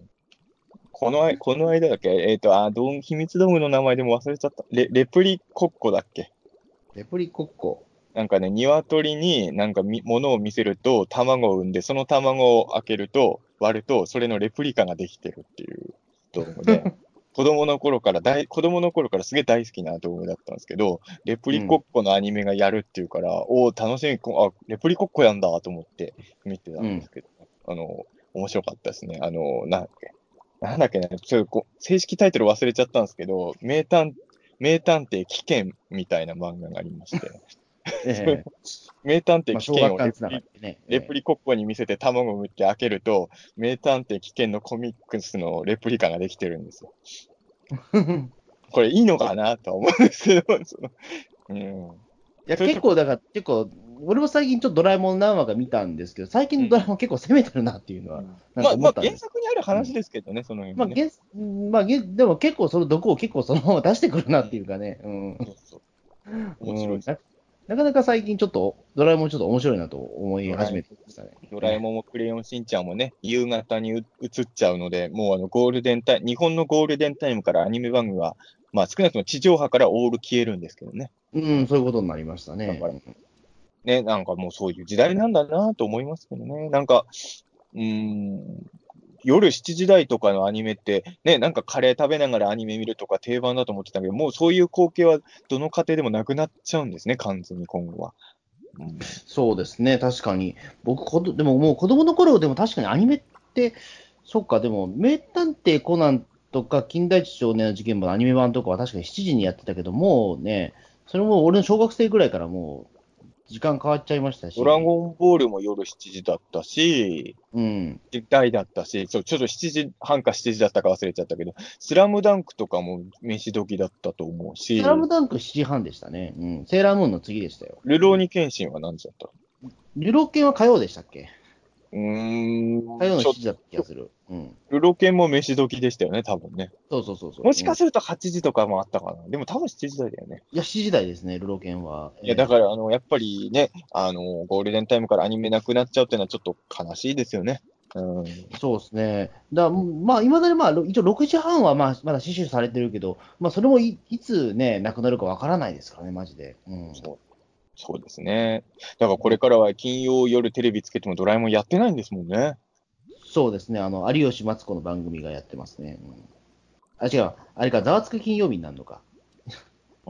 このあい、この間だっけえっと、あ、ドン、秘密道具の名前でも忘れちゃった。レ、レプリコッコだっけ。 レプリコッコ。 なんかね、鶏になんかみ、物を見せると卵を産んで、その卵を開けると、割ると、それのレプリカができてるっていう道具で、子供の頃から大、子供の頃からすげえ大好きな道具だったんですけど、レプうん。 リコッコのアニメがやるっていうから、おお、楽しみ、こあ、レプリコッコやんだと思って見てたうん。 んですけど、あの、面白かったですね。あの、なんだっけ、なんだっけね、ちょっとこう正式タイトル忘れちゃったんですけど、名探、名探偵危険みたいな漫画がありまして、 ええ、 名探偵まあ、 危険を小学館つレプリ、 ながりでね。 レプえリコッコに見せて卵を打って開けると、名探偵危険のコミックスのレプリカができてるんですよ。 え。 これいいのかなとは思うんですけど、その、うん。 いや、 そういうとこ、 結構、だから、結構、俺も最近ちょっとドラえもん何話か見たんですけど、最近うん。 のドラえもん結構攻めてるなっていうのは、 うん、 なんかまあ、まあ、 思ったんです。 原作にあるうん。 話ですけどね、その辺まあ、 もね。 げんまあ、げでも結構その毒を結構そのまま出してくるなうん。 っていうかね、うん。 そうそう。面うん、 白いです。 な、なかなか最近ちょっとドラえもんちょっと面白いなと思いドラえもん、 始めてきましたね。 ドラえもんもクレヨンしんちゃんもね、夕方にう映っちゃうので、もうあのゴールデンタイム、日本のゴールデンタイムからアニメ番組は、まあ少なくとも地上波からオール消えるんですけどね。 うん、そういうことになりましたね。 だからね、なんかもうそういう時代なんだなと思いますけどね。なんか、うーん、夜しちじ台とかのアニメって、ね、なんかカレー食べながらアニメ見るとか定番だと思ってたけど、もうそういう光景はどの家庭でもなくなっちゃうんですね、完全に今後は。うん、 そうですね、確かに。僕、こどでももう子供の頃でも確かにアニメって、そっか、でも、名探偵コナンとか、金田一少年の事件簿のアニメ版とかは確かにしちじにやってたけど、もうね、それも俺の小学生ぐらいからもう、時間変わっちゃいましたドラし、 ゴンボールも夜しちじだったし、 うん。 時代だったし、そう、ちょっとしちじはんかしちじだったか忘れちゃったけど、スラムダンクとかも飯時だったと思うスラムし、 ダンクしちじはんでしたね。うん。セーラームーンの次でしたよ。 ルローうん。 ニケンシンは何時だった？ リロケンは火曜でしたっけ？ うーん、 火曜のちょっしちじだった気がと、 する。うん。 ルロケンも飯時でしたよね、多分ね。 そうそうそうそう。うん。 もしかするとはちじとかもあったかな。でも多分しちじ台だよね。 いや、しちじ台ですね、ルロケンは。 いや、だええ、 から、あの、やっぱりね、あの、ゴールデンタイムからアニメなくなっちゃうっていうのはちょっと悲しいですよね。うん。 そうですね。だまあ、いまだに、まあ、ろ一応ろくじはんは、まあ、まだ死守されてるけど、まあ、それもい、いつね、なくなるかわからないですからね、マジで。うん。 そう、そうですね。だからこれからは金曜夜テレビつけてもドラえもんやってないんですもんね。 そうですね。あの、有吉マツコの番組がやってますね。うん、あ、違う。あれか、ざわつく金曜日になるのか。 うん。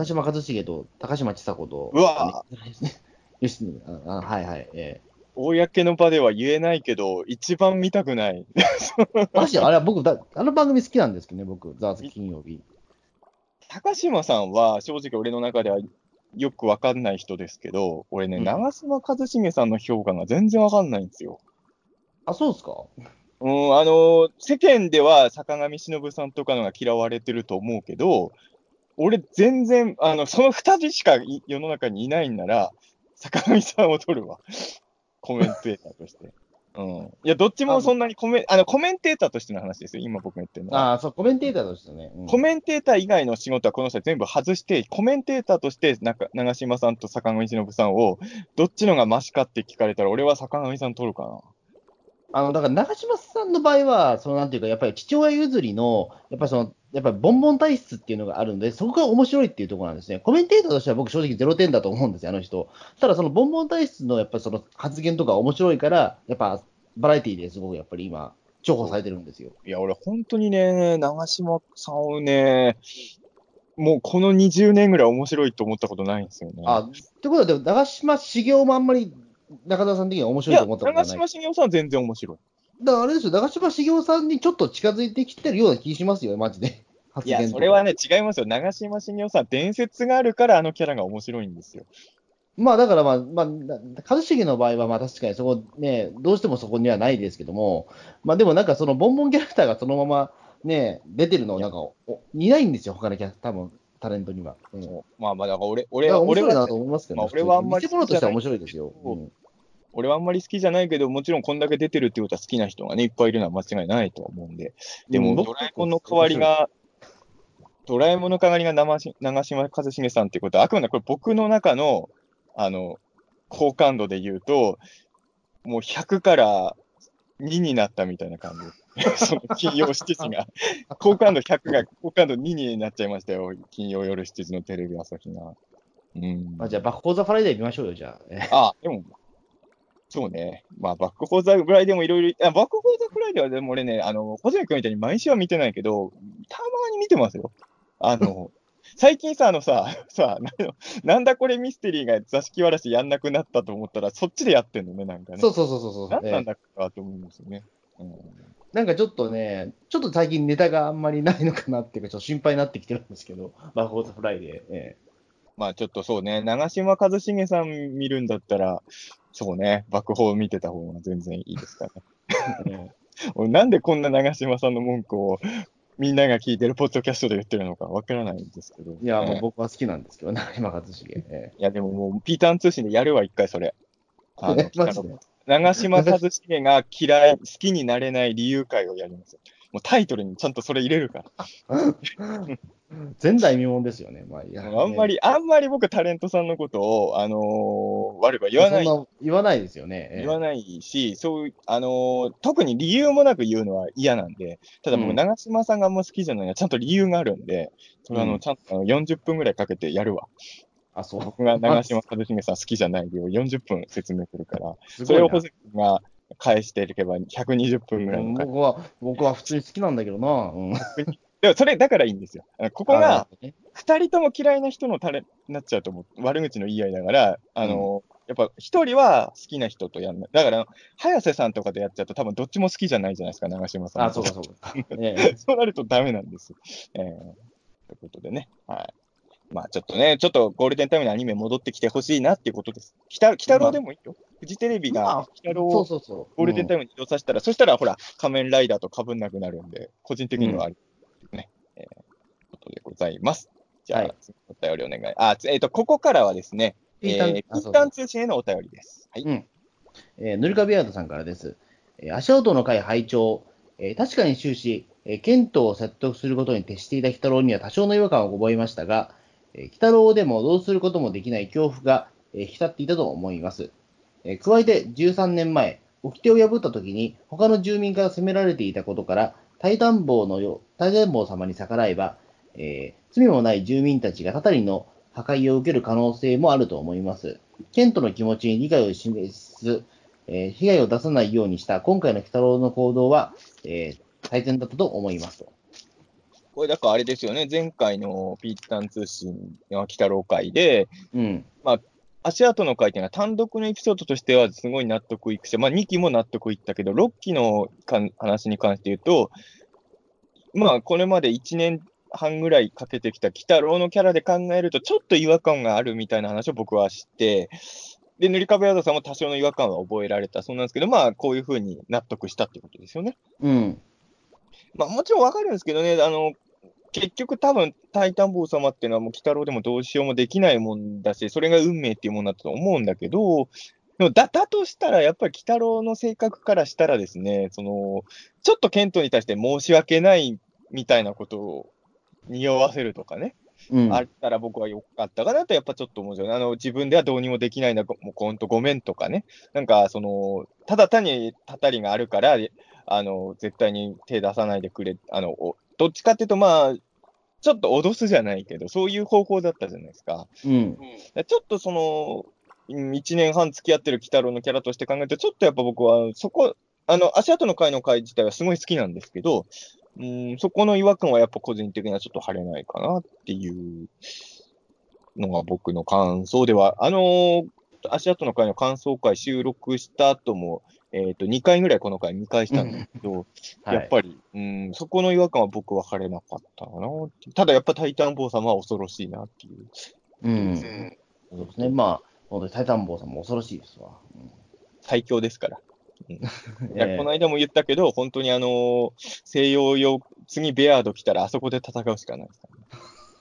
中島一茂と高嶋ちさ子と、あ、ね、 うわよし、あ、あはいはい。えー公の場では言えないけど、一番見たくない。 マジで、あれは僕だ、あの番組好きなんですけどね、僕、ざわつく金曜日。 高島さんは正直俺の中ではよくわかんない人ですけど、俺ね、 うん。 長嶋一茂さんの評価が全然わかんないんですよ。 あ、そうですか？ うん、あの世間では坂上忍さんとかのが嫌われてると思うけど、俺全然、あの、その二人しかい世の中にいないんなら、坂上さんを取るわ。コメンテーターとして。うん。いや、どっちもあ、 そんなにコメ、あの、コメンテーターとしての話ですよ。今僕が言ってるのは。 あ、そう、コメンテーターとしてね。うん。 コメンテーター以外の仕事はこの人は全部外して、コメンテーターとしてなんか長嶋さんと坂上忍さんを、どっちのがマシかって聞かれたら、俺は坂上さん取るかな。 あの、だから長嶋さんの場合は、そのなんていうか、やっぱり父親譲りの、やっぱりその、やっぱりボンボン体質っていうのがあるので、そこが面白いっていうところなんですね。コメンテーターとしては僕正直ゼロてんだと思うんですよ、あの人。ただそのボンボン体質のやっぱりその発言とか面白いから、やっぱバラエティですごくやっぱり今、重宝されてるんですよ。 いや、俺本当にね、長嶋さんをね、もうこのにじゅうねんぐらい面白いと思ったことないんですよね。 あ、ってことは、でも長嶋茂雄もあんまり中澤さん的には面いや、 白いと思ったこと長はない。 嶋茂雄さんは全然面白い。 だからあれですよ、長嶋茂雄さんにちょっと近づいてきてるような気しますよ、マジで。発いや、 言とか。 それはね、違いますよ。長嶋茂雄さん、伝説があるからあのキャラが面白いんですよ。 まあだからまあ、まあ、な一茂の場合はまあ確かにそこね、どうしてもそこにはないですけども、まあでもなんかそのボンボンキャラクターがそのままね、出てるのをいや、 なんかお似ないんですよ、他のキャラ、多分タレントには。うん。だかそうまあまあ、だから俺、俺らは、俺は、 面白いなと思いますけどまあね、普通に。 俺はあんまり見せ好きじゃない物としては面白いですよ。 けど、 うん。 俺はあんまり好きじゃないけど、もちろんこんだけ出てるってことは好きな人がね、いっぱいいるのは間違いないとは思うんで。でうん、 も、ド僕結構ラえもんの代わ面白い。 りが、ドラえもんの代わりが長し長嶋一茂さんっていうことは、あくまでこれ僕の中の、あの、好感度で言うと、もうひゃくからにになったみたいな感じ。その金曜しちじが。好感度ひゃくが好感度にになっちゃいましたよ。金曜夜しちじのテレビ朝日が。うあ、じゃあ、 ん。 バック・フォー・ザ・フライデー見ましょうよ、じゃあ。えあ、でも、そうね。まあ、バックフォーザフライデーもいろいろ、あバックフォーザフライデーはでも俺ね、あの、小泉君みたいに毎週は見てないけど、たまに見てますよ。あの、最近さ、あのさ、さ、ななんだこれミステリーが座敷わらしやんなくなったと思ったら、そっちでやってんのね、なんかね。 そうそうそうそうそう、ええなんなんだかと思うんですよね。うん、 なんかちょっとね、ちょっと最近ネタがあんまりないのかなっていうか、ちょっと心配になってきてるんですけど、バック・フォー・ザ・フライデー。えまあちょっとそうね、長嶋一茂さん見るんだったら、そうね、爆砲見てた方が全然いいですからね。 えええ俺なんでこんな長嶋さんの文句をみんなが聞いてるポッドキャストで言ってるのかわからないんですけど、 いや、もうね、 僕は好きなんですけど、中島一茂。えいやでももうピーターン通信でやるわ、一回それ。あの、 えマ北野ジで。 長嶋なんか一茂が嫌い、好きになれない理由会をやりますよ。もうタイトルにちゃんとそれ入れるから。 前代未聞ですよね。まあ、いや、ね、 もうあんまり、あんまり僕タレントさんのことを、あのー悪くは言まあ、 わないそんな言わないですよね。え言わないし、そういう、あのー特に理由もなく言うのは嫌なんで、ただ僕、 えうん。 長嶋さんがあんま好きじゃないのはちゃんと理由があるんで、それはあの、 うん。 ちゃんとあのよんじゅっぷんぐらいかけてやるわ。 あ、そう。 僕がまあ、 長嶋一茂さん好きじゃない理由をよんじゅっぷん説明するから、 すごいな。 それをホゼ君が返していけばひゃくにじゅっぷんぐらいの回。 うん、僕は、僕は普通に好きなんだけどな。うん。 でもそれだからいいんですよ。あのここあ、なるが、 ほどね。 二人とも嫌いな人のタレになっちゃうと思う。悪口の言い合いだから、あうん。 の、やっぱ一人は好きな人とやんない。だから、早瀬さんとかでやっちゃうと多分どっちも好きじゃないじゃないですか、長嶋さんあ、 のこと。 そうか、そうか。ええそうなるとダメなんです。えー、ということでね。はい。まあちょっとね、ちょっとゴールデンタイムのアニメ戻ってきてほしいなっていうことです。北鬼太まあ、 郎でもいいよ。フジテレビがまあ、 鬼太郎そうをそうそう。 ゴールデンタイムに移動させたら、そしたらほら、仮面ライダーと被んなくなるんで、個人的うん。うん。 にはありね。えーことでございます。じゃあ、 はい。 次のお便りお願い。あ、つえっ、と、ここからはですね、 ピータン、 えー、 あ、 ピーそうそう。 タン通信へのお便りです。はい。 うん。えー、ヌルカビアードさんからです。えー足音の会拝聴、えー確かに終始、えー、ケントを説得することに徹していた鬼太郎には多少の違和感を覚えましたが、えー、鬼太郎でもどうすることもできない恐怖が、えー浸っていたと思います。えー加えてじゅうさんねんまえ、掟を破った時に他の住民から責められていたことから、大胆坊のよ大胆坊様に逆らえば、えー罪もない住民たちがたたりの破壊を受ける可能性もあると思います。ケントの気持ちに理解を示す、えー被害を出さないようにした今回の鬼太郎の行動は、えー最善だったと思いますと。 これ、だからあれですよね、前回のピータン通信の鬼太郎会で、 うん。 まあ、足跡の会っていうのは単独のエピソードとしてはすごい納得いくし、まあにきも納得いったけど、ろっきのかん話に関して言うと、まあこれまでいちねんはんぐらいかけてきた鬼太郎のキャラで考えると、ちょっと違和感があるみたいな話を僕は知って、で、塗り壁宿さんも多少の違和感は覚えられたそうなんですけど、まあこういうふうに納得したってことですよね。 うん。 まあもちろんわかるんですけどね、あの、結局多分、タイタン坊様っていうのはもう鬼太郎でもどうしようもできないもんだし、それが運命っていうもんだと思うんだけど、でもだ、だとしたら、やっぱり鬼太郎の性格からしたらですね、その、ちょっとケントに対して申し訳ないみたいなことを匂わせるとかね、あっうん。 たら僕は良かったかなと、やっぱちょっと思うんですよね。あの、自分ではどうにもできないんだ、もうほんとごめんとかね。なんか、その、ただ単にたたりがあるから、あの、絶対に手出さないでくれ、あの、おどっちかっていうと、まあ、ちょっと脅すじゃないけど、そういう方法だったじゃないですか。 うん。 うん、ちょっとその、うんいちねんはん付き合ってる鬼太郎のキャラとして考えると、ちょっとやっぱ僕は、そこ、あの、足跡の会の会自体はすごい好きなんですけど、うん、そこの違和感はやっぱ個人的にはちょっと晴れないかなっていうのが僕の感想では、あのー足跡の会の感想会収録した後も、えっと、にかいぐらいこの回見返したんですけど、 はい、 やっぱり、うん、そこの違和感は僕は晴れなかったかなっていう。ただやっぱタイタン坊様は恐ろしいなっていう。 うん。そうですね。まあ、本当にタイタン坊さんも恐ろしいですわ。うん、 最強ですから。うん、いやえー、 この間も言ったけど、本当にあのー西洋用、次ベアード来たらあそこで戦うしかないですからね。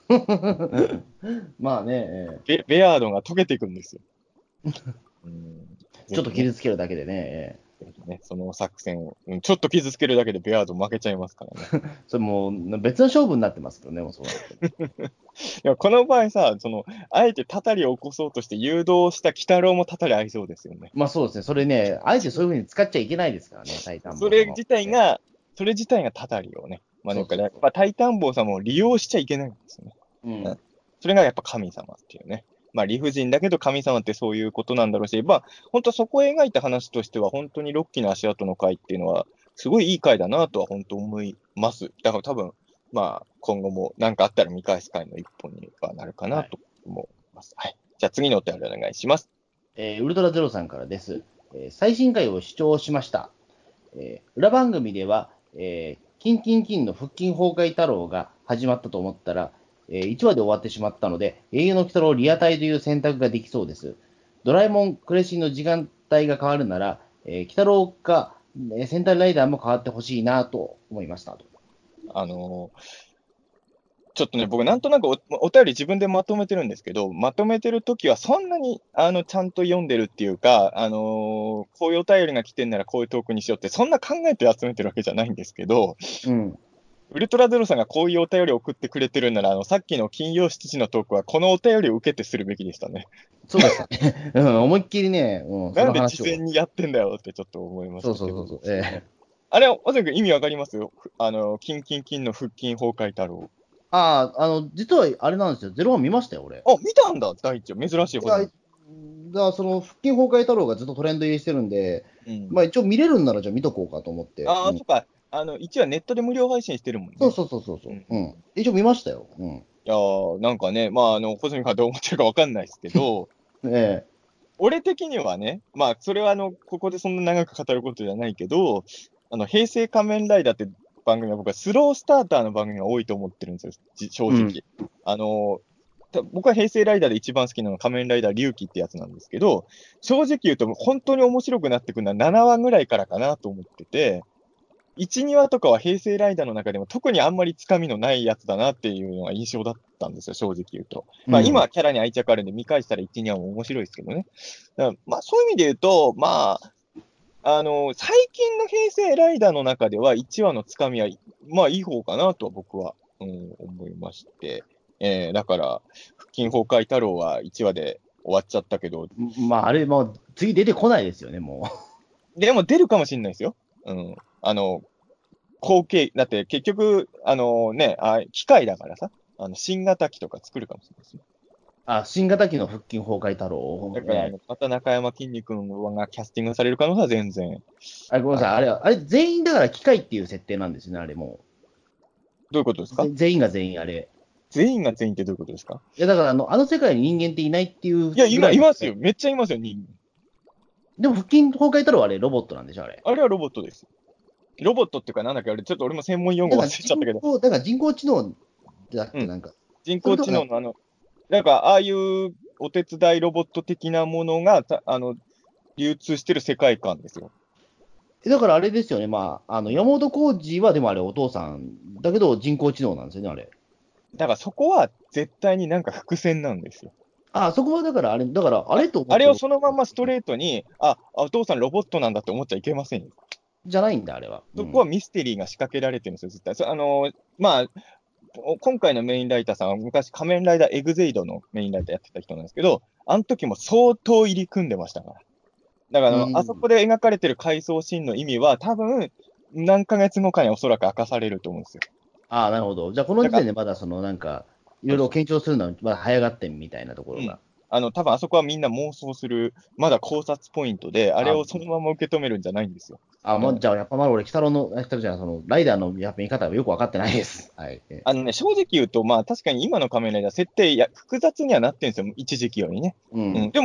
まあね、えベ、ベアードが溶けていくんですよ。うん、 ー、ちょっとぜひね、 傷つけるだけでね、えぜひね、その作戦を、うん、ちょっと傷つけるだけでベアード負けちゃいますからね。 ー、それもう別の勝負になってますけどね、もうそうなって。 いやこの場合さ、その、あえてたたりを起こそうとして誘導した鬼太郎もたたり合いそうですよね。 まあそうですね、それね、あえてそういうふうに使っちゃいけないですからね、タイタン坊様は。 それ自体が、それ自体がたたりをね。まあ、だからやっぱタイタン坊様を利用しちゃいけないんですよね。 うん。 それがやっぱ神様っていうね。まあ理不尽だけど神様ってそういうことなんだろうし、まあ本当そこを描いた話としては本当にロッキーの足跡の回っていうのはすごいいい回だなとは本当思います。だから多分、まあ今後も何かあったら見返す回の一本にはなるかなと思います。はい。はい、じゃあ次のお便りお願いします。 えーウルトラゼロさんからです。えー最新回を視聴しました。えー裏番組では、えーキンキンキンの腹筋崩壊太郎が始まったと思ったら、えーいちわで終わってしまったので、永遠の鬼太郎リアタイという選択ができそうです。ドラえもんクレシンの時間帯が変わるなら、えー、鬼太郎か、えー戦隊ライダーも変わってほしいなと思いましたと。 あのーちょっとね、僕なんとなくお、お便り自分でまとめてるんですけど、まとめてるときはそんなに、あの、ちゃんと読んでるっていうか、あのーこういうお便りが来てんならこういうトークにしようって、そんな考えて集めてるわけじゃないんですけど、 うん。 ウルトラゼロさんがこういうお便りを送ってくれてるなら、あの、さっきの金曜しちじのトークはこのお便りを受けてするべきでしたね。 そうでしたね。うん、思いっきりね、うん、そなんで事の話を。 前にやってんだよってちょっと思いましそうたけど。 そうそうそう。えーあれは、まさく意味わかりますよ。あの、キンキンキンの腹筋崩壊太郎。 ああ、あの、実はあれなんですよ。ゼロワン見ましたよ、俺。 あ、見たんだ、第一話。珍しいいや、だことに。 からその腹筋崩壊太郎がずっとトレンド入りしてるんで、 うん。 まあ一応見れるんならじゃあ見とこうかと思って。 ああ、 うん、 そっか。あの、一話ネットで無料配信してるもんね。 そうそうそうそうそう。 うん。 うん。一応見ましたよ。うん。 いやー、なんかね、まあ、あの、小泉がどう思ってるかわかんないですけど、 ええ。 俺的にはね、まあ、それはあの、ここでそんな長く語ることじゃないけど、あの、平成仮面ライダーって番組は僕はスロースターターの番組が多いと思ってるんですよ、じ正直。 うん。 あの、た僕は平成ライダーで一番好きなのは仮面ライダー龍騎ってやつなんですけど、正直言うと本当に面白くなってくるのはななわぐらいからかなと思ってて、いち、にわとかは平成ライダーの中でも特にあんまりつかみのないやつだなっていうのが印象だったんですよ、正直言うと。まあ今はうん。 キャラに愛着あるんで見返したらいち、にわも面白いですけどね。だからまあそういう意味で言うと、まあ、あの、最近の平成ライダーの中ではいちわのつかみは、まあいい方かなとは僕は、うん、思いまして。えー、だから、腹筋崩壊太郎はいちわで終わっちゃったけど、 まああれ、もう次出てこないですよね、もでも出るかもしれないですよ。うん。あの、後継、だって結局、あのね、あ機械だからさ、あの新型機とか作るかもしれないですね。 う。あ、新型機の腹筋崩壊太郎。 だから、あええ。 の、また中山きんに君がキャスティングされる可能性は全然。 あれ、ごめんなさい。あれ、あれ、全員だから機械っていう設定なんですよね、あれもどういうことですう。 か？ ぜ全員が全員あれ。 全員が全員ってどういうことですか？ いや、だからあの、あの世界に人間っていないっていういや、今、 ぐらいの。 いますよ。めっちゃいますよ、人でも腹筋崩壊太郎はあれ、ロボットなんでしょ、あれ。 あれはロボットです。ロボットっていうか、なんだっけ、あれ、ちょっと俺も専門用語忘れなんかちゃったけど、 人工、だから人工知能だっけ、 うん。 なんか。 人工それとか、 知能のあの、なんか、ああいうお手伝いロボット的なものが、たあの、流通してる世界観ですよ。 だからあれですよね、まあ、あの山本浩二はでもあれ、お父さんだけど人工知能なんですよね、あれ。 だからそこは絶対になんか伏線なんですよ。 ああ、そこはだからあれ、だからああれと思って僕、 あれをそのままストレートに、あ、あお父さんロボットなんだって思っちゃいけませんよ。 じゃないんだ、あれは。うん。 そこはミステリーが仕掛けられてるんですよ、絶対。そあのーまあ、お今回のメインライターさんは昔仮面ライダーエグゼイドのメインライターやってた人なんですけど、あの時も相当入り組んでましたから。だからあの、あそうん。 こで描かれてる回想シーンの意味は多分、何ヶ月後かにおそらく明かされると思うんですよ。 ああ、なるほど。じゃあ、このだから、 時点でまだそのなんか、いろいろそうそう検証するのはまだ早がってんみたいなとこうん。 ろが。 あの、多分あそこはみんな妄想する、まだ考察ポイントで、あれあをそのまま受け止めるんじゃないんですよ。 あ、まあ、 うん。 じゃあ、やっぱまだ俺、北郎の、北郎じゃない、その、ライダーのやっぱ見方はよく分かってないです。はい。えあのね、正直言うと、まあ確かに今の仮面ライダー、設定や複雑にはなってるんですよ、一時期よりね。うん。 うん。 でも、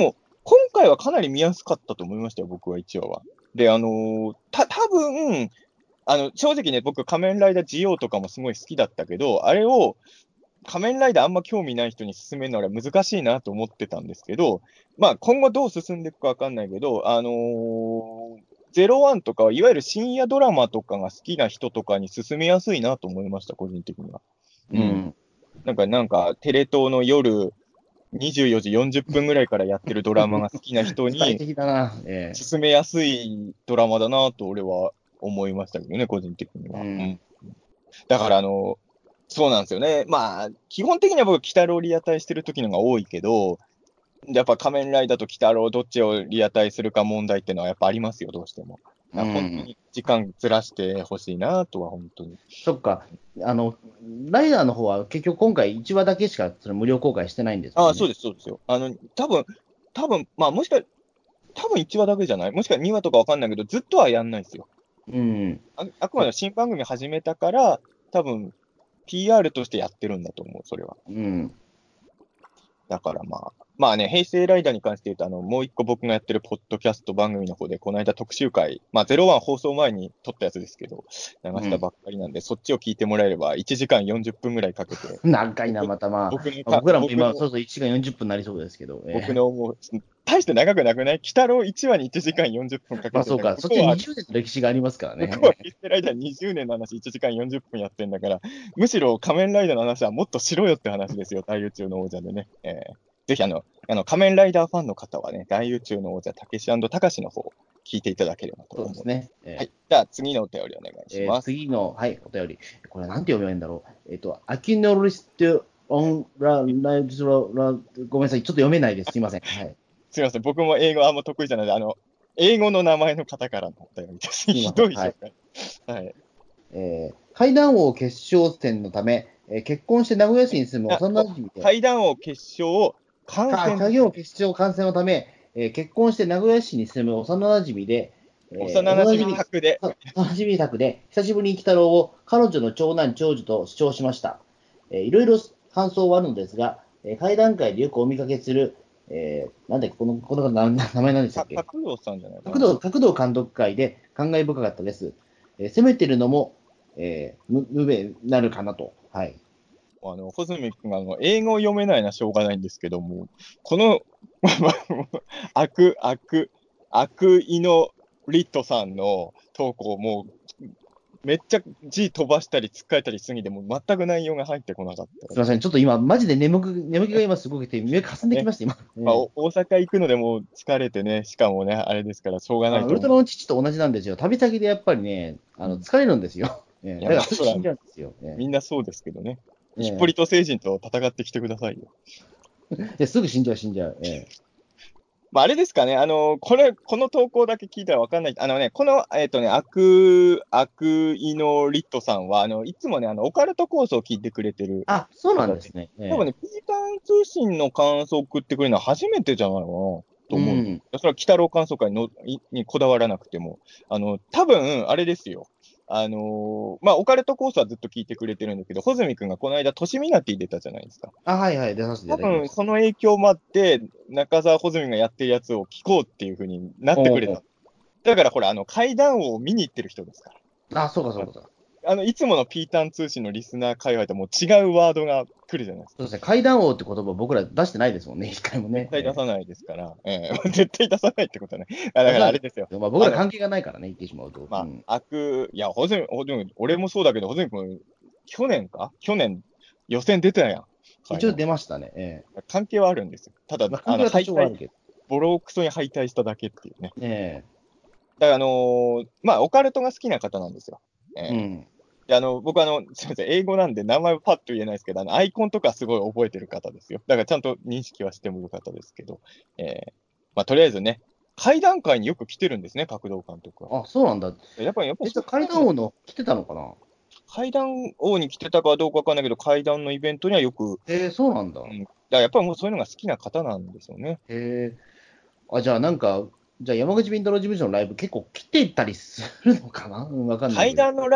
今回はかなり見やすかったと思いましたよ、僕はいちわは。で、あのーた、多分あの、正直ね、僕、仮面ライダージオウとかもすごい好きだったけど、あれを仮面ライダーあんま興味ない人に勧めるのは難しいなと思ってたんですけど、まあ、今後どう進んでいくかわかんないけど、あのー、ゼロワンとかは、いわゆる深夜ドラマとかが好きな人とかに勧めやすいなと思いました、個人的には。うん。 うん。 なんか、なんか、テレ東の夜にじゅうよじよんじゅっぷんぐらいからやってるドラマが好きな人具体に的だな。え勧めやすいドラマだなと俺は思いましたけどね、個人的には。 えうん。 うんだから、あの、そうなんですよね。まあ、基本的には僕、鬼太郎リアタイしてる時のが多いけど、やっぱ仮面ライダーと鬼太郎どっちをリアタイするか問題っていうのはやっぱありますよ、どうしても。だから本当に時間ずらしてほしいなとは、本当に。 そっか。あの、ライダーの方は結局今回いちわだけしかその無料公開してないんですああ、そうもんね。 です、そうですよ。あの、多分多分まあ、もしか、多分いちわだけじゃないもしかにわとかわかんないけど、ずっとはやんないですよ。 うん。 ああくまで新番組始めたから、多分 ピーアール としてやってるんだと思う、それは。 うん。 だからまあ、まあね、平成ライダーに関して言うと、あの、もう一個僕がやってるポッドキャスト番組の方で、この間特集会、まあ、ゼロワン放送前に撮ったやつですけど、流したばっかりなんで、そっちを聞いてもらえれば、いちじかんよんじゅっぷんぐらいかけて、 長いな、 僕またまあ。 僕のか、 まあ僕らも今、 僕の、 そろそろいちじかんよんじゅっぷんになりそうですけど。えー僕のもう、大して長くなくない鬼太郎いちわにいちじかんよんじゅっぷんかけてんだから、 まあそうか、そっち向こうは、 にじゅうねんの歴史がありますから向こうはね。 平成ライダーにじゅうねんの話いちじかんよんじゅっぷんやってんだから、むしろ仮面ライダーの話はもっとしろよって話ですよ、大宇宙の王者でね。えーぜひあの、あの仮面ライダーファンの方はね、大宇宙の王者、たけしたかしの方を聞いていただければと思う。 そうですね。えーはい。じゃあ次のお便りお願いしえーます。 次の、はい、お便り。これなんて読めばいいんだろう。えっ、と、アキノリストオンラライズララごめんなさい、ちょっと読めないです。すいません。はい。 すみません、僕も英語あんま得意じゃないので、あの、英語の名前の方からのお便りです。 すいません。 ひどいはい。 紹介。はい。 えー、階段王決勝戦のため、えー結婚して名古屋市に住むあ、 幼馴染で、 階段王決勝を観か、 戦の鍵を決勝観戦のため、えー結婚して名古屋市に住む幼馴染で、えー幼馴染幼馴染、 宅で、 あ幼馴染宅で、久しぶりに鬼太郎を彼女の長男、長女と主張しました。えーいろいろ感想はあるのですが、えー会談会でよくお見かけする、えーなんだっけ、この、この方の名前何でしたかっけ角郎さんじゃないかな。 角度、角度監督会で感慨深かったです。えー攻めてるのも、えー無無べなるかなと。はい。 あの、穂積君があの英語を読めないのはしょうがないんですけども、この、悪、悪、悪イノリットさんの投稿、もう、めっちゃ字飛ばしたり、つっかえたりしすぎて、もう全く内容が入ってこなかったすみません。ちょっと今、マジで眠く、眠気が今すごくて、目かすんできね。 ました、今。 まあ、 ええお大阪行くのでもう疲れてね、しかもね、あれですから、しょうがなあの、ウルいと思う。 トラの父と同じなんですよ。旅先でやっぱりね、あの、 うん、 疲れるんですよ。ええいや、まあ、 だからすぐそら、 死んじゃうんですよ。えみんなそうですけどね。 えヒッポリえト星人と戦ってきてくださいよ。 えですぐ死んじゃう、死んじゃう。ええまあ、あれですかね、あの、これ、この投稿だけ聞いたらわかんない。あのね、この、えっとね、アク、アクイノリットさんは、あの、いつもね、あの、オカルトコースを聞いてくれてるあ、そうなん方で、 ですね。ええ多分ね、ピーターン通信の感想を送ってくれるのは初めてじゃないかな、とう思う。 ん。 それは、鬼太郎感想会のいにこだわらなくても。あの、多分、あれですよ。あのーまあ、オカルトコースはずっと聞いてくれてるんだけど、穂積君がこの間、都市ミナティ出たじゃないですか。 あ、はいはい、出させてい多分、 ただきました。 その影響もあって、中澤穂積がやってるやつを聞こうっていう風になってくれおた。だからほら、あの、階段王を見に行ってる人ですかあ、そうか、そうら。 か、そうか。 あの、いつものピーターン通信のリスナー界隈ともう違うワードが来るじゃないですか。 そうですね。階段王って言葉僕ら出してないですもんね、一回もね。 絶対出えさないですから、ええ絶対出さないってことはね。あだかえ出さないらあれですよ。 まあ、僕あの、 ら関係がないからね、言ってしまうと。 まあ、 うん。 悪、いや、ほずみ、ほずみ、俺もそうだけど、ほずみ君、去年か去年、予選出たやん。階一応段出ましたね。え関係はあるんですよ。ただ、 えまあ、関あの、 係は多敗退、 少はあるけど。 ボロクソに敗退しただけっていうね。 えだから、あのーまあ、オカルトが好きな方なんですよ。ええうえん。 で、あの、僕あの、すみません、英語なんで名前はパッと言えないですけど、あの、アイコンとかすごい覚えてる方ですよ。だからちゃんと認識はしてもらう方ですけど、えーまあ、とりあえずね、会談会によく来てるんですね、角堂監督は。 あ、そうなんだ。 やっぱり、やっぱえ、 りじゃあ階段王の来てたのかな会談王に来てたかどうかわかんないけど、会談のイベントにはよく、 ええそうなんだ。 うん、だからやっぱりもうそういうのが好きな方なんですよね。 へえ。あ、じゃあなんか、じゃあ山口ビンタロ事務所のライブ結構来てたりするのかなうん、わかんないけど。 会談のライブ行っ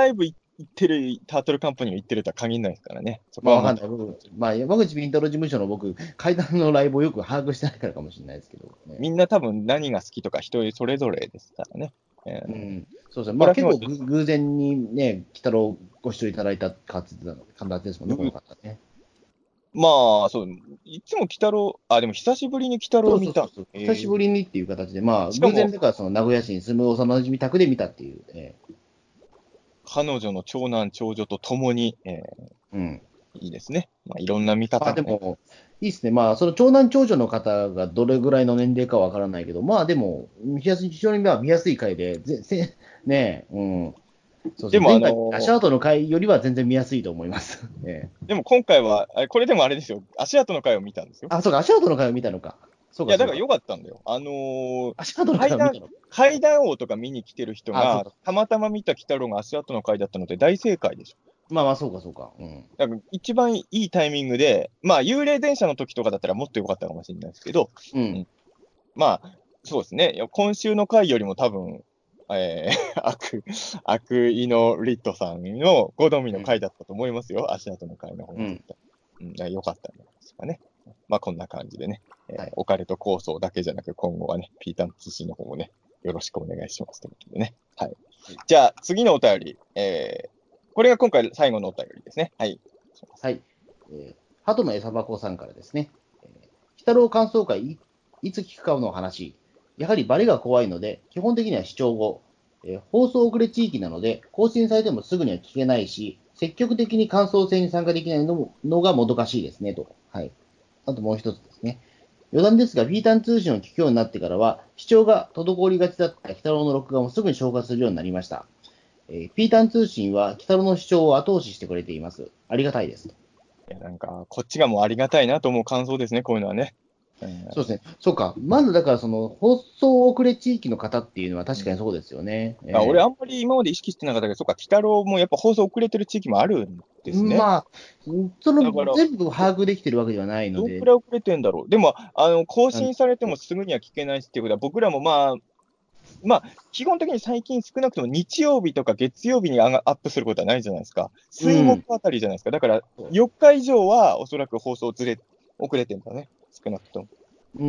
言ってる、タートルカンパニーが言ってるとは限らないですからね。そこまあ、 はわかんない。僕、まあ、山口ピンタロ事務所の僕、階段のライブをよく把握してないからかもしれないですけど、ね。 みんな多分何が好きとか人それぞれですからね。えー、 うん。そうですね。まあ、 これは結構ぐ偶然にね、鬼太郎ご視聴いただいた形ですもんね、この方ね。 まあ、そう、いつも鬼太郎、あ、でも久しぶりに鬼太郎そを見た。 うそうそうそう。 え久しぶー、 りにっていう形で、まあ、 しかも、 偶然だから、その名古屋市に住む幼馴染宅で見たっていう、ね。 彼女の長男、長女と共に、えー、 うん。 いいですね。まあ、いろんな見まあ方がね。 でも、いいですね。まあ、その長男長女の方がどれぐらいの年齢かわからないけど、まあでも、見やすい、非常にまあ見やすい回で、ぜぜねえ、うん。そうそう、 でも、あ前回、足の跡の回よりは全然見やすいと思います。ええ、 でも今回は、あれこれでもあれですよ。足跡の回を見たんですよ。 あ、そうか、足跡の回を見たのか。そうか、 いや、 そうか。 だから良かったんだよ。あのー足跡の回階段、 を見たのか。 階段王とか見に来てる人あ、そうが、 か。 たまたま見た鬼太郎が足跡の回だったので大正解でしょ。 まあまあ、そうか、そうか。うん。 だから一番いいタイミングで、まあ、幽霊電車の時とかだったらもっと良かったかもしれないですけど、 うん。 うん、まあ、そうですね。いや今週の回よりも多分、えー、悪、悪意のリットさんのごどみうん。 の回だったと思いますよ。足跡の回の方うん。 が絶対。うん、だから良かったんじゃないですかね。まあ、こんな感じでね、えーはい。 オカルト構想だけじゃなく、今後はね、ピータン通信の方もね、よろしくお願いしますということでね。はい。 はい。 じゃあ、次のお便り、えー、これが今回最後のお便りですね。はい。 はい。えー、鳩の餌箱さんからですね。えー、鬼太郎感想会い、いつ聞くかの話。やはりバレが怖いので、基本的には視聴後。えー放送遅れ地域なので、更新されてもすぐには聞けないし、積極的に感想戦に参加できないのものがもどかしいですね、と。はい。あともう一つですね。余談ですが、ピータン通信を聞くようになってからは、視聴が滞りがちだった鬼太郎の録画もすぐに消化するようになりました。えーピータン通信は、鬼太郎の主張を後押ししてくれています。ありがたいです。 いや、なんか、こっちがもうありがたいなと思う感想ですね、こういうのはね。うん、 そうですね。そうか。まず、だから、その、放送遅れ地域の方っていうのは確かにそうですよね。 あ、俺、 えあんまり今まで意識してなかったけど、そうか、鬼太郎もやっぱ放送遅れてる地域もあるんでえすね。 まあ、その、 だから、 全部把握できてるわけではないので、 どんくらい遅れてんだろう。でも、あの、更なん新されてもすぐには聞けないしっていうことは、僕らもまあ、まあ、基本的に最近少なくとも日曜日とか月曜日に上がアップすることはないじゃないですか。 う水木ん。 あたりじゃないですか。だから、よっか以上はおそらく放送ずれ、遅れてんだね。少なくとも。 うん、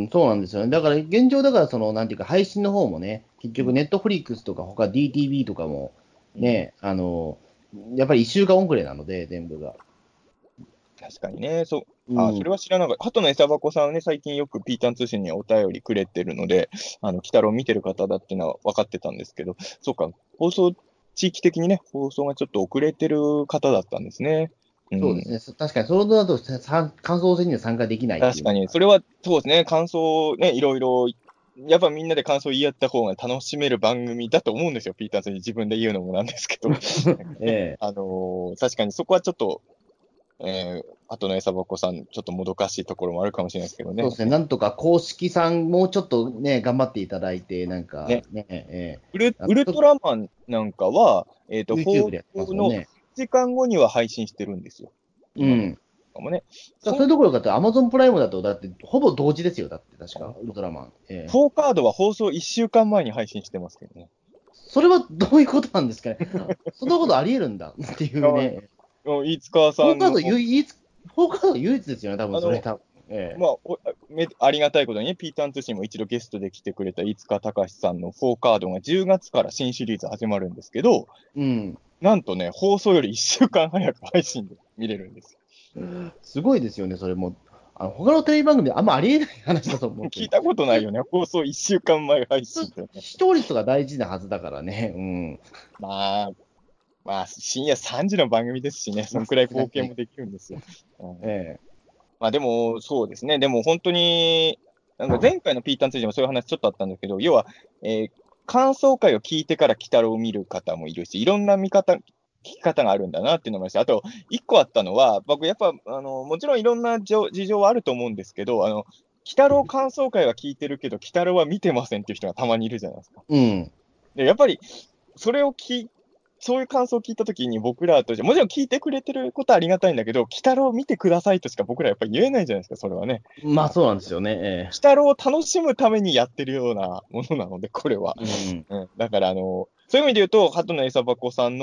そうなんですよね。だから、現状、だから、その、なんていうか、配信の方もね、結局、 うん。 ネットフリックスとか、他 ディーティービー とかも、 うん。 ね、あの、やっぱりいっしゅうかん遅れなので、全部が。 確かにね。そう。あ、そうん。 れは知らなかった。鳩の餌箱さんはね、最近よくピータン通信にお便りくれてるので、あの、鬼太郎見てる方だっていうのは分かってたんですけど、そうか、放送、地域的にね、放送がちょっと遅れてる方だったんですね。うん。 そうですね。そ確かに、そのだと、さ感想戦には参加できないっていうの確かに、それはそうですね、感想ね、いろいろ、やっぱみんなで感想言い合った方が楽しめる番組だと思うんですよ、ピーターズに自分で言うのもなんですけど。 が。ええ、 あのー確かにそこはちょっと、えー、後の餌箱さん、ちょっともどかしいところもあるかもしれないですけどね。 そうですね。なんとか公式さん、もうちょっとね、頑張っていただいて、なんかね、 ね、ええ、 ウルあとウルトラマンなんかは、えっと、 YouTube 放でやってます送のもんね。 いちじかんごには配信してるんですよ。今のうん。 かもね。 だそのそういうところだと、Amazon プライムだと、だって、ほぼ同時ですよ。だって、確か、 あ本当ウルトラマン。ええ、 フォーカードは放送いっしゅうかんまえに配信してますけどね。 それはどういうことなんですかね。そんなことあり得るんだっていうね。 あ飯塚さんの、 フォーカード唯一、フォーカード唯一ですよね、多分それ、 あの、 多分。えまあ、おめありがたいことにね、ピーターン通信も一度ゲストで来てくれた飯塚隆さんのフォーカードがじゅうがつから新シリーズ始まるんですけど、 え、うん。 なんとね、放送よりいっしゅうかん早く配信で見れるんですすごいですよね、それも。あの他のテレビ番組であんまありえない話だと思よ。 うんですよね。 聞いたことないよね、放送いっしゅうかんまえ配信ってね。 視聴率が大事なはずだからね。うん。 まあ、まあ、深夜さんじの番組ですしね、そまあ、 のくらいさすがにね。 貢献もできるんですよ。うん、 えまあでも、そうですね。でも本当に、なんか前回のピーターン通信もそういう話ちょっとあったんだけど、要は、えー感想会を聞いてから鬼太郎を見る方もいるし、いろんな見方、聞き方があるんだなっていうのもあるし、あと、一個あったのは、僕やっぱ、あの、もちろんいろんな事事情はあると思うんですけど、あの、鬼太郎感想会は聞いてるけど、鬼太郎は見てませんっていう人がたまにいるじゃないですか。 え、うん。 で、やっぱり、それを聞いそういう感想を聞いたときに僕らとして、もちろん聞いてくれてることはありがたいんだけど、鬼太郎を見てくださいとしか僕らやっぱり言えないじゃないですか、それはね。 まあ、そうなんですよね。え鬼太郎を楽しむためにやってるようなものなので、これは。 え、うん。 うん、だから、あの、そういう意味で言うと、鳩の餌箱さんの、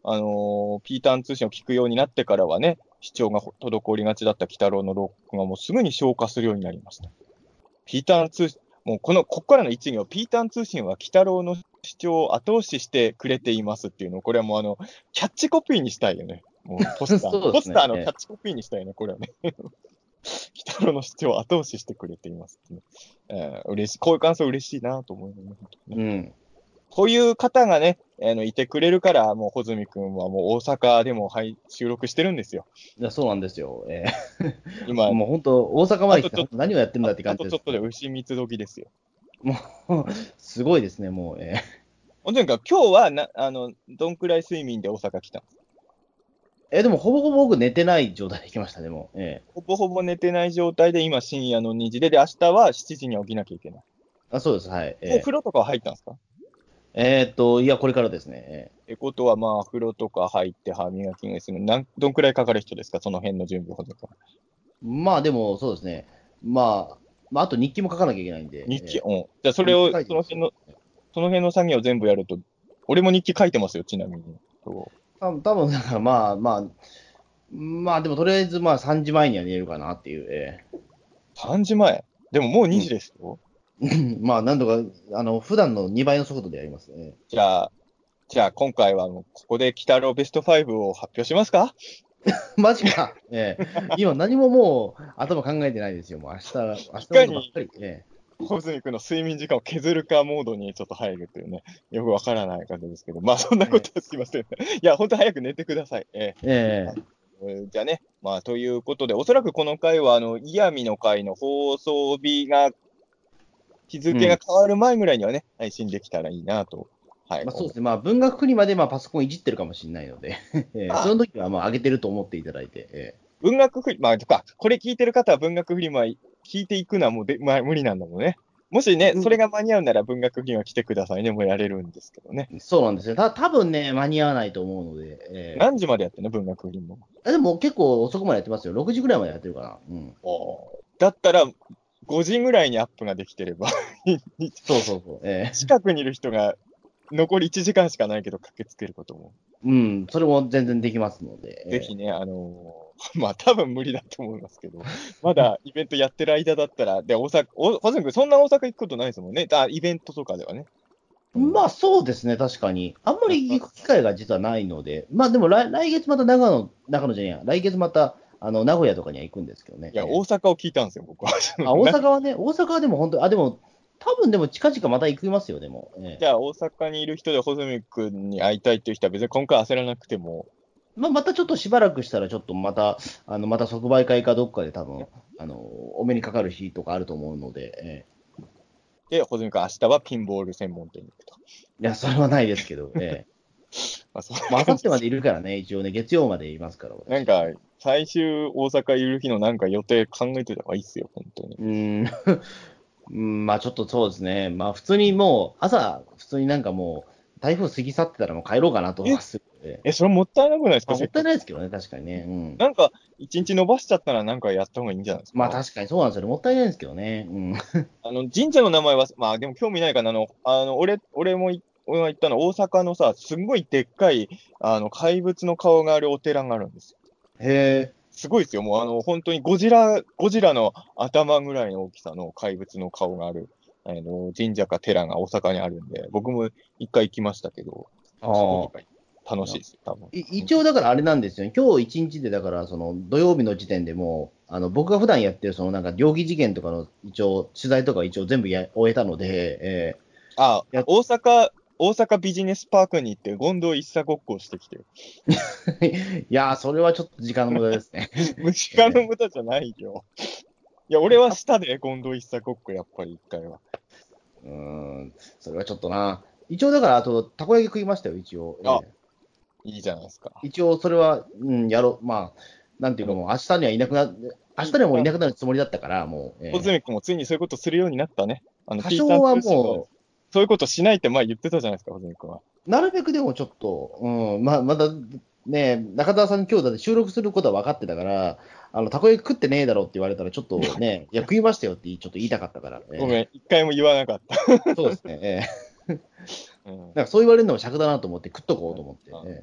あのーピーターン通信を聞くようになってからはね、視聴が滞りがちだった鬼太郎の録画もすぐに消化するようになりました。ピーターン通信、もうこの、ここからの一行、ピーターン通信は鬼太郎の視聴を後押ししてくれていますっていうのを、これはもうあの、キャッチコピーにしたいよね。もうポスター、 そうですねポスターのキャッチコピーにしたいね、これはね。鬼太郎の視聴を後押ししてくれていますってね、えー嬉しい。こういう感想嬉しいなと思うよね、本当にね。 うん。 こういう方がね、あのいてくれるから、もう穂積君はもう大阪でも、はい、収録してるんですよ。 いや、そうなんですよ。えー、 今、 もう本当、大阪まで来て、 あとちょっと、 何をやってるんだってあ感じです。 とちょっとで牛蜜時ですよ。 もう、すごいですね、もう。え本当にか、今日はな、あの、どんくらい睡眠で大阪来たの？ ー、えでも、ほぼほぼ僕寝てない状態で来ましたね、もう。えほぼほぼ寝てない状態で、今深夜のにじで、で、明日はしちじには起きなきゃいけない。 ー、あ、そうです、はい。 もうえ風呂とかは入ったんですか？ ー、えーっと、いや、これからですね。えってことは、まあ、風呂とか入って歯磨きがするの、なん、どんくらいかかる人ですか、その辺の準備ほどか。 ー、まあ、でも、そうですね。まあ、まあ、あと日記も書かなきゃいけないんで、 日記、 えうん。じゃあ、そー、日記れを、 書いてるんですよ。 その辺の、その辺の作業を全部やると、俺も日記書いてますよ、ちなみに。そう。 多分、多分だからまあまあ、まあでもとりあえずまあさんじまえには寝れるかなっていう、えさんじまえ。でももうーにじですよ。 うん、まあなんとか、あの、普段のにばいの速度でやりますね。 じゃあ、じゃあ今回はもうここで鬼太郎ベストファイブを発表しますか？ マジか。ええ、今何ももう頭考えてないですよ。もう明日、明日のこいかにとばっかり。え穂積君の睡眠時間を削るかモードにちょっと入るというね、よくわからない感じですけど、まあそんなえことはすいません。いや、本当早く寝てください。えええーじゃあね、まあということで、おそらくこの回は、あの、イヤミの回の放送日が、日え、うん。 付が変わる前ぐらいにはね、配信できたらいいなと、はい、思う。 まあそうですね。まあ文学フリマでまあパソコンいじってるかもしれないので、ええ、そあ、 の時はまあ上げてると思っていただいて、え文学フリマ、まあ、とか、これ聞いてる方は文学フリマ聞いていくのはもうで、まあ、無理なんだもんね。もしね、 え、 それが間に合うなら文学フリマ来てくださいね、もうやれるんですけどね。 そうなんですよ。た多分ね、間に合わないと思うので、え何時までやってんの、文学フリマ。 え、でも結構遅くまでやってますよ。ろくじぐらいまでやってるかな。うん。 おーだったら、ごじぐらいにアップができてればそうそうそう。ええ、 近くにいる人が残りいちじかんしかないけど駆けつけることも、 うん、それも全然できますので、えぜひね、あのーまあ多分無理だと思いますけど、まだイベントやってる間だったら、で、大阪、お、ほずんくんそんな大阪行くことないですもんね。あ、イベントとかではね。 え、 うん。 まあそうですね、確かに。あんまりな行く機会が実はないので、まあでも来来月また長野、長野じゃねえや、来月またあの名古屋とかには行くんですけどね。 いや、大ええ、 阪を聞いたんですよ、僕は。 あ、大な阪はね、大阪はでも本当、あ、でも、多分でも近々また行きますよ、でも。ええ、 じゃあ、大阪にいる人で、穂積君に会いたいっていう人は、別に今回焦らなくても、 まあ、またちょっとしばらくしたら、ちょっとまた、あのまた即売会かどっかで多分、あのお目にかかる日とかあると思うので、ええ、 で、穂積君、明日はピンボール専門店に行くと。 いや、それはないですけど、ええ、 まあ、そんなまあ、あさ感じです。 ってまでいるからね、一応ね、月曜までいますから、私。 なんか、最終大阪いる日のなんか予定考えてた方がいいっすよ、本当に。 うーん、うんまあちょっとそうですね、まあ普通にもう、朝、普通になんかもう、台風過ぎ去ってたらもう帰ろうかなとえ、 はするので、 え、それもったいなくないですか、 まあ、もったいせっかく。 ないですけどね、確かにね。うん。 なんか、一日伸ばしちゃったらなんかやった方がいいんじゃないですか。 まあ確かにそうなんですよね、もったいないですけどね。うん。 あの、神社の名前は、まあでも興味ないかな。あの、あの俺、俺もい、俺が行ったのは大阪のさ、すんごいでっかい、あの、怪物の顔があるお寺があるんですよ。 へえ、 すごいですよ。もうあの、本当にゴジラ、ゴジラの頭ぐらいの大きさの怪物の顔がある、あの、神社か寺が大阪にあるんで、僕も一回行きましたけど、すごあい楽しいあ。 ですよ、多分。 い一応だからあれなんですよね、今日一日でだから、その土曜日の時点でもう、あの僕が普段やってるそのなんか猟奇事件とかの一応、取材とか一応全部や終えたので、えあ、 ーや大阪、大阪ビジネスパークに行って権藤一茶ごっこをしてきてる。 いやー、それはちょっと時間の無駄ですね。 虫歯のえ無駄じゃないよ。いや、俺はしたで、権藤一茶ごっこ、やっぱり一回は。 ーうーん、それはちょっとな。一応だから、あと、たこ焼き食いましたよ、一応。えあ、 ーいいじゃないですか。 一応、それは、うん、やろう。まあ、なんていうかあの、 もう、明日にはいなくな、明日にはもういなくなるつもりだったから、もう、えー小泉君もついにそういうことするようになったね。あの、 多 P さん少は通信は、 もそういうことしないって前言ってたじゃないですか、小泉君は。 う、なるべくでもちょっと、うん、まあ、まだ、ね、中澤さん今日だって収録することは分かってたから、あの、たこ焼き食ってねえだろって言われたら、ちょっとね、いや、食いましたよってちょっと言いたかったから、えーごめん、一回も言わなかった。 そうですね、えーうん。 なんかそう言われるのも尺だなと思って食っとこうと思って。 うんえ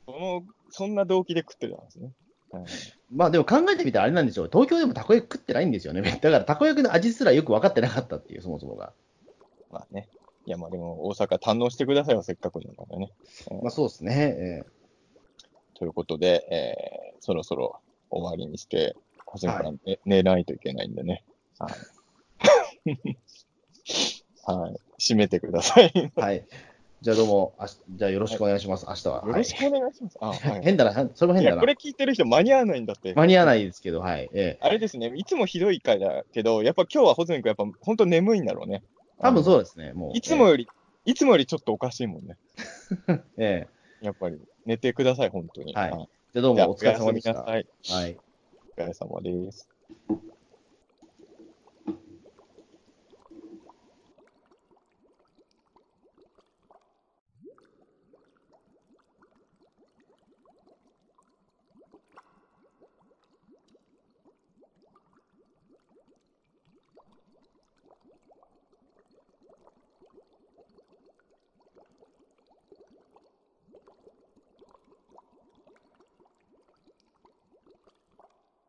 その、そんな動機で食ってたんですね。はい、 まあでも考えてみたらあれなんですよ。東京でもたこ焼き食ってないんですよね。だからたこ焼きの味すらよく分かってなかったっていう、そもそもが。 まあね。いや、まあでも大阪堪能してくださいよ、せっかくなんだね。 まあそうですね。えということで、えーそろそろ終わりにして、はじめさん、 はいね寝ないといけないんでね。はい。はい。締めてください。 ーはい。じゃあどうも、あしじゃあよろしくはお願いします、明日は。 い。よはい。 ろしくお願いします。あ、はい。 変だな、それもいや、 変だな。 これ聞いてる人間に合わないんだって。 間に合わないですけど、はい。ええあれですね、いつもひどい回だけど、やっぱ今日は穂積君、やっぱ本当眠いんだろうね。 多分そうう。 ですね、もう。 いつもより、いつもよりちょっとおかしいもんね。 えええやっぱり、寝てください、本当に。 えはい。 はい。 じゃあどうじゃあ、 もお疲れおやす様でした。 みなさい。 はい。 お疲れ様です。